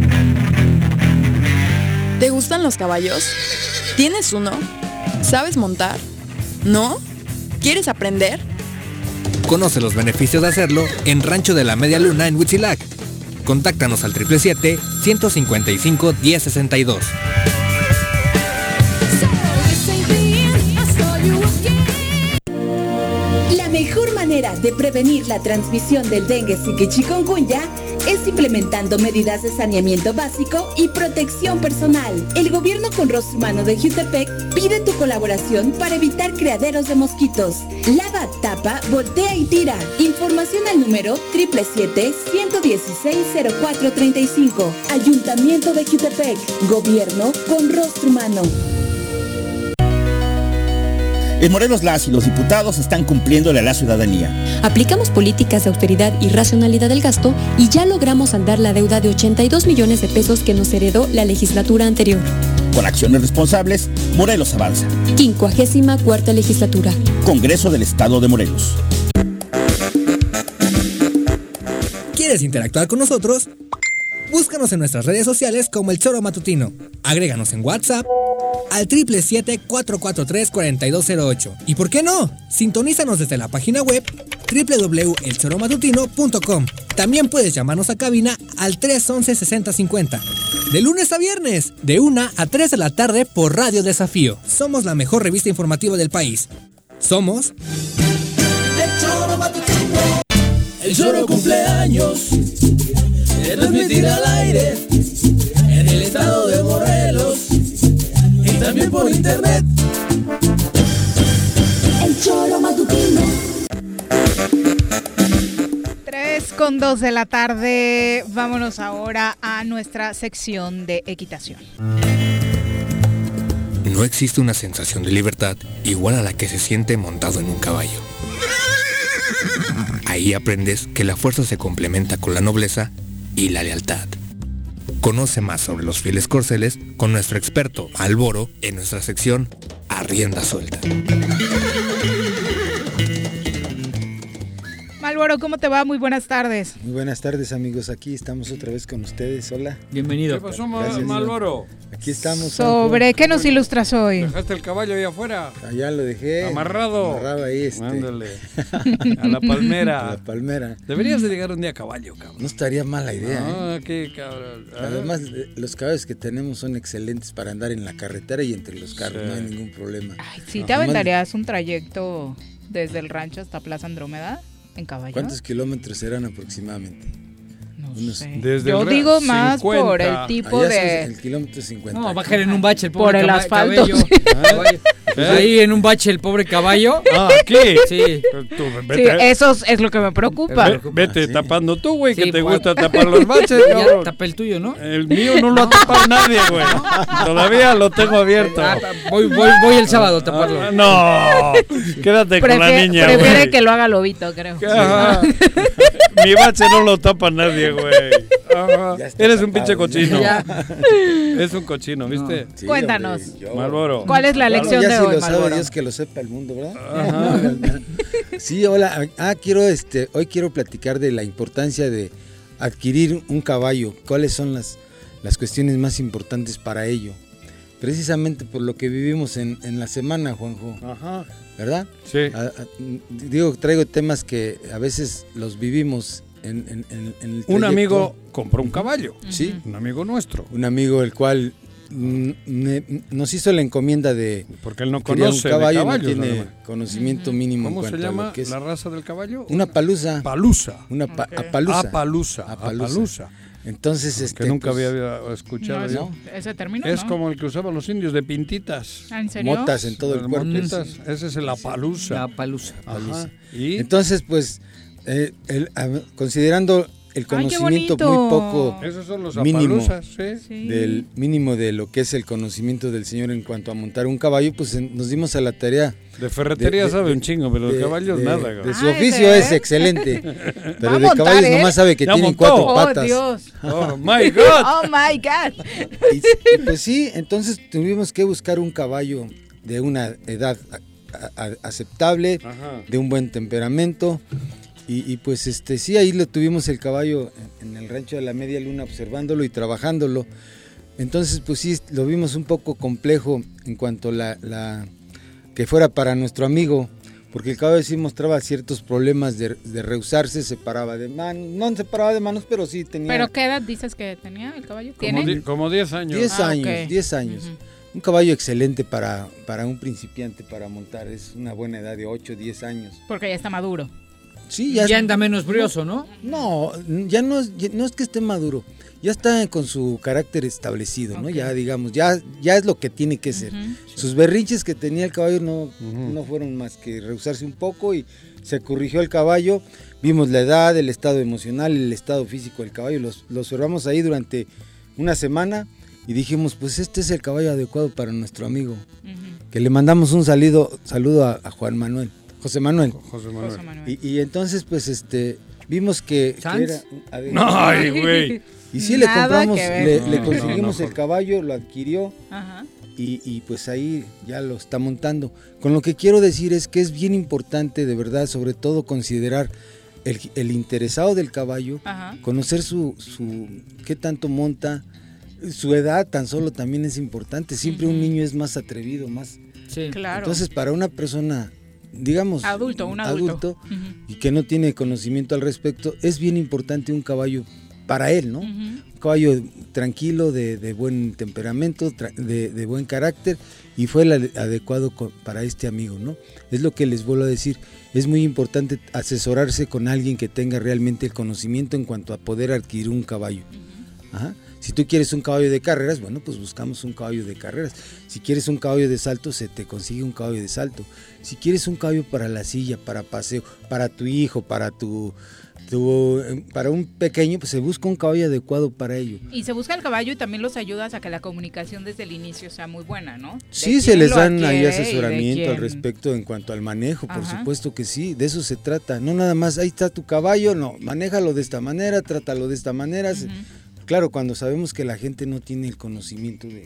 ¿Te gustan los caballos? ¿Tienes uno? ¿Sabes montar? ¿No? ¿Quieres aprender? Conoce los beneficios de hacerlo en Rancho de la Media Luna en Huitzilac. Contáctanos al 777-155-1062. La mejor manera de prevenir la transmisión del dengue, zika y chikungunya es implementando medidas de saneamiento básico y protección personal. El gobierno con rostro humano de Jutepec pide tu colaboración para evitar criaderos de mosquitos. Lava, tapa, voltea y tira. Información al número 777-116-0435. Ayuntamiento de Jutepec. Gobierno con rostro humano. En Morelos las y los diputados están cumpliéndole a la ciudadanía. Aplicamos políticas de austeridad y racionalidad del gasto y ya logramos saldar la deuda de 82 millones de pesos que nos heredó la legislatura anterior. Con acciones responsables, Morelos avanza. 54ª legislatura. Congreso del Estado de Morelos. ¿Quieres interactuar con nosotros? Búscanos en nuestras redes sociales como El Choro Matutino. Agréganos en WhatsApp al 777-443-4208. ¿Y por qué no? Sintonízanos desde la página web www.elchoromatutino.com. También puedes llamarnos a cabina al 311-6050. De lunes a viernes, de 1 a 3 de la tarde por Radio Desafío. Somos la mejor revista informativa del país. Somos... El Choro Matutino. El Choro cumpleaños. Se transmitirá al aire en el estado de Morelos y también por internet. El choro matutino. 3:02 de la tarde. Vámonos ahora a nuestra sección de equitación. No existe una sensación de libertad igual a la que se siente montado en un caballo. Ahí aprendes que la fuerza se complementa con la nobleza y la lealtad. Conoce más sobre los fieles corceles con nuestro experto Alboro en nuestra sección a rienda suelta. Malboro, ¿cómo te va? Muy buenas tardes. Muy buenas tardes, amigos. Aquí estamos otra vez con ustedes. Hola. Bienvenido. ¿Qué pasó, Malboro? Aquí estamos. ¿Sobre qué nos ilustras hoy? ¿Dejaste el caballo ahí afuera? Allá lo dejé. Amarrado. Amarrado ahí, Ándale. A la palmera. A la palmera. Deberías de llegar un día a caballo, cabrón. No estaría mala idea. Ah, qué cabrón. Además, los caballos que tenemos son excelentes para andar en la carretera y entre los carros. Sí. No hay ningún problema. Ay, ¿sí te aventarías un trayecto desde el rancho hasta Plaza Andrómeda en caballo? ¿Cuántos kilómetros serán aproximadamente? No sé. Desde yo digo más 50. Por el tipo allá de... el kilómetro 50. No, bajar en un bache el pobre por el asfalto. caballo. Pues ahí en un bache el pobre caballo. Ah, ¿aquí? Sí. Sí, eso es lo que me preocupa. Vete tapando tú, güey, que Sí, te pues. gusta tapar los baches. Ya tapé el tuyo, ¿no? El mío no lo ha tapado nadie, güey. Todavía lo tengo abierto. Voy el sábado a taparlo. No, quédate con la niña, güey. Prefiere que lo haga Lobito, creo. Ajá. Mi bache no lo tapa nadie, güey. Ajá. Eres un pinche cochino. Ya. Es un cochino, ¿viste? Sí, Cuéntanos. hombre, Malboro. ¿Cuál es la lección ya de si hoy, lo sabe Malboro? Dios, que lo sepa el mundo, ¿verdad? Ajá. Sí, hola. Hoy quiero platicar de la importancia de adquirir un caballo. ¿Cuáles son las cuestiones más importantes para ello? Precisamente por lo que vivimos en la semana, Juanjo. Ajá. ¿Verdad? Sí. Traigo temas que a veces los vivimos en el trayecto. Un amigo compró un caballo. Sí. Un amigo nuestro. Un amigo el cual nos hizo la encomienda de... Porque él no quería conoce un caballo, de caballos, no tiene además. conocimiento mínimo en ¿Cómo se cuanto a llama lo que es. la raza del caballo? Una palusa. Palusa. Una Apalusa. Apalusa. Entonces, que nunca había escuchado yo. Ese término, Es ¿no? como el que usaban los indios de pintitas. ¿En serio? Motas en todo el cuerpo. Motitas, ese es el apalusa. La palusa. Ajá. ¿Y? Entonces, pues, considerando el conocimiento bonito. muy poco Esos son los mínimo apaluzas, sí. del mínimo de lo que es el conocimiento del señor en cuanto a montar un caballo, pues nos dimos a la tarea. De ferretería sabe un chingo, pero de caballos nada. De su oficio es excelente, pero de caballos nomás sabe que Ya tienen montó. 4 patas. Oh, Dios. Oh, my God. Oh, my God. Y pues sí, entonces tuvimos que buscar un caballo de una edad aceptable, Ajá. de un buen temperamento. Y pues sí, ahí lo tuvimos el caballo en el rancho de la Media Luna observándolo y trabajándolo. Entonces pues sí, lo vimos un poco complejo en cuanto a que fuera para nuestro amigo, porque el caballo sí mostraba ciertos problemas de rehusarse, se paraba de manos, no se paraba de manos, pero sí tenía... ¿Pero qué edad dices que tenía el caballo? ¿Tiene? Como 10 años. 10 años, ok. 10 años. Ujú. Un caballo excelente para un principiante para montar, es una buena edad de 8, 10 años. Porque ya está maduro. Sí, Ya anda menos brioso, ¿no? No, ya no es que esté maduro, ya está con su carácter establecido, ¿no? Ya digamos, ya es lo que tiene que ser. Sus berrinches que tenía el caballo no fueron más que rehusarse un poco y se corrigió el caballo. Vimos la edad, el estado emocional, el estado físico del caballo, lo observamos ahí durante una semana y dijimos, pues este es el caballo adecuado para nuestro amigo. Que le mandamos un saludo a Juan Manuel. José Manuel. Y entonces, pues, vimos que era... Ay, güey. Y sí, le Nada compramos, que ver. le conseguimos no, el caballo, lo adquirió Ajá. y pues ahí ya lo está montando. Con lo que quiero decir es que es bien importante, de verdad, sobre todo considerar el interesado del caballo, Ajá. conocer su qué tanto monta, su edad tan solo también es importante. Siempre un niño es más atrevido, más... Sí. Claro. Entonces, para una persona, digamos, Un adulto. Ujú. y que no tiene conocimiento al respecto, es bien importante un caballo para él, ¿no? Un caballo tranquilo, de buen temperamento, de buen carácter, y fue el adecuado para este amigo, ¿no? Es lo que les vuelvo a decir, es muy importante asesorarse con alguien que tenga realmente el conocimiento en cuanto a poder adquirir un caballo. Ajá. Si tú quieres un caballo de carreras, bueno, pues buscamos un caballo de carreras. Si quieres un caballo de salto, se te consigue un caballo de salto. Si quieres un caballo para la silla, para paseo, para tu hijo, para un pequeño, pues se busca un caballo adecuado para ello. Y se busca el caballo y también los ayudas a que la comunicación desde el inicio sea muy buena, ¿no? Sí, se les dan ahí asesoramiento al respecto en cuanto al manejo, por supuesto que sí, de eso se trata. No nada más, ahí está tu caballo, no, manéjalo de esta manera, trátalo de esta manera. Claro, cuando sabemos que la gente no tiene el conocimiento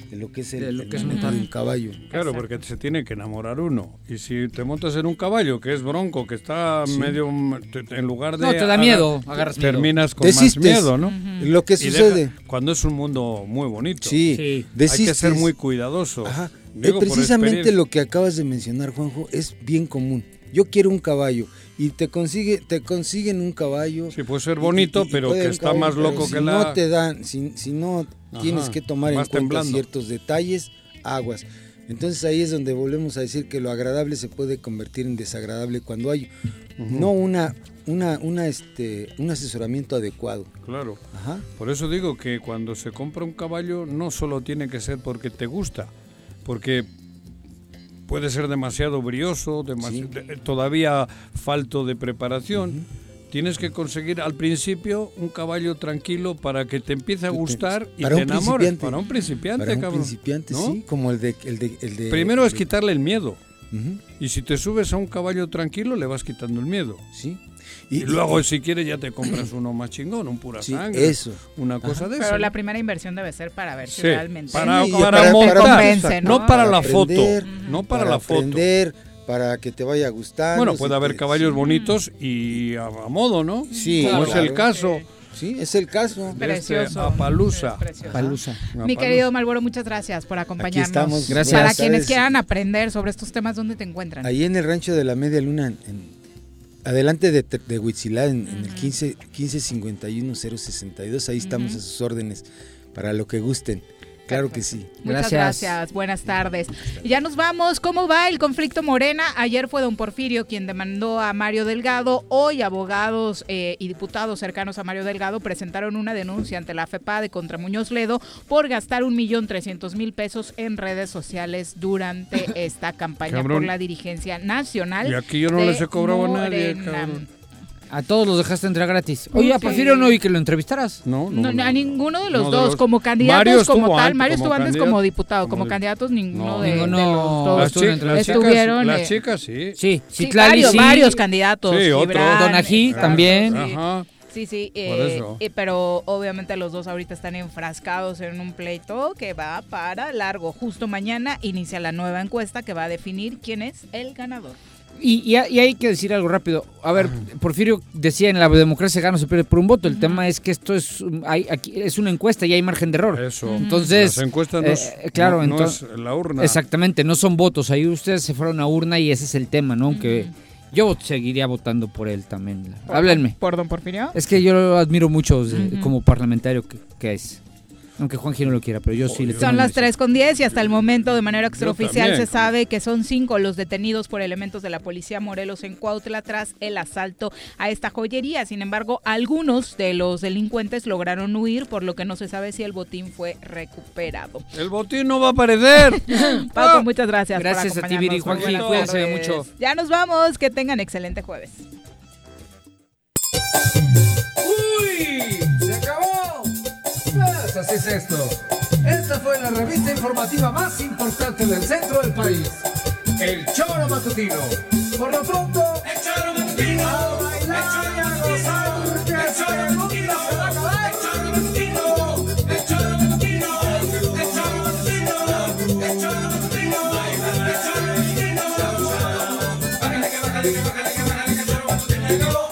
lo que es montar un caballo. Claro, porque se tiene que enamorar uno. Y si te montas en un caballo que es bronco, que está medio, en lugar de... No, te da miedo, agarras miedo. Terminas con más miedo, ¿no? Lo que sucede... Cuando es un mundo muy bonito. Sí. Hay que ser muy cuidadoso. Ajá. Precisamente lo que acabas de mencionar, Juanjo, es bien común. Yo quiero un caballo y te consiguen un caballo. Sí, puede ser bonito, pero que está caballo, más loco que no te dan, si no tienes que tomar en cuenta ciertos detalles, aguas. Entonces ahí es donde volvemos a decir que lo agradable se puede convertir en desagradable cuando hay no un asesoramiento adecuado. Claro. Por eso digo que cuando se compra un caballo no solo tiene que ser porque te gusta, porque puede ser demasiado brioso, todavía falto de preparación. Tienes que conseguir al principio un caballo tranquilo para que te empiece a gustar y te enamores. Para un principiante, cabrón. Para un principiante, ¿no? Sí, como el de... Primero es quitarle el miedo. Y si te subes a un caballo tranquilo, le vas quitando el miedo. Sí. Y luego, si quieres, ya te compras uno más chingón, un pura sangre. Eso. Una cosa de eso. Pero la primera inversión debe ser para ver si realmente... Para montar, convence, ¿no? No para la foto. No para la foto. Para que te vaya gustando. Bueno, puede haber caballos bonitos y a modo, ¿no? Sí. Como es el caso. Sí, es el caso. Precioso. Apalusa. Mi querido Malboro, muchas gracias por acompañarnos. Aquí estamos. Gracias. Para quienes quieran aprender sobre estos temas, ¿dónde te encuentran? Ahí en el Rancho de la Media Luna, adelante de Huitzilá, en el 1551-062. Ahí estamos a sus órdenes para lo que gusten. Claro que sí. Muchas gracias. Buenas tardes. Y ya nos vamos. ¿Cómo va el conflicto Morena? Ayer fue don Porfirio quien demandó a Mario Delgado. Hoy abogados y diputados cercanos a Mario Delgado presentaron una denuncia ante la FEPADE contra Muñoz Ledo por gastar $1,300,000 en redes sociales durante esta campaña por la dirigencia nacional. Y aquí yo no les he cobrado a nadie, cabrón. A todos los dejaste entrar gratis. Oye, a Porfirio no oí que lo entrevistaras. No, a ninguno de los dos. Como candidatos, como tal. Mario estuvo antes como diputado. Como candidatos, ninguno de los dos estuvieron. Las chicas, sí. Sí, varios candidatos. Sí, otro. Donají también. Ajá. Sí, pero obviamente los dos ahorita están enfrascados en un pleito que va para largo. Justo mañana inicia la nueva encuesta que va a definir quién es el ganador. Y hay que decir algo rápido. A ver, Porfirio decía, en la democracia gana o se pierde por un voto. El tema es que esto es una encuesta y hay margen de error. Eso. Entonces, las encuestas no es la urna. Exactamente, no son votos. Ahí ustedes se fueron a urna y ese es el tema, ¿no? Aunque yo seguiría votando por él también. Háblenme. ¿Por don Porfirio? Es que yo lo admiro mucho como parlamentario que es. Aunque Juanji no lo quiera, pero yo sí le tengo. Son las 3:10 y hasta el momento, de manera extraoficial, se sabe que son 5 los detenidos por elementos de la policía Morelos en Cuautla tras el asalto a esta joyería. Sin embargo, algunos de los delincuentes lograron huir, por lo que no se sabe si el botín fue recuperado. ¡El botín no va a aparecer! Paco, muchas gracias. Gracias a ti, Viri. Juanji, cuídense mucho. Ya nos vamos, que tengan excelente jueves. ¡Uy! ¡Se acabó! Pues así es esto. Esta fue la revista informativa más importante del centro del país. El Choro Matutino. Por lo pronto, el Choro Matutino. A bailar y a gozar, porque el Choro Matutino se va a acabar. El Choro Matutino. El Choro Matutino. El Choro Matutino. El Choro Matutino. El Choro Matutino. Bájale que el Choro Matutino.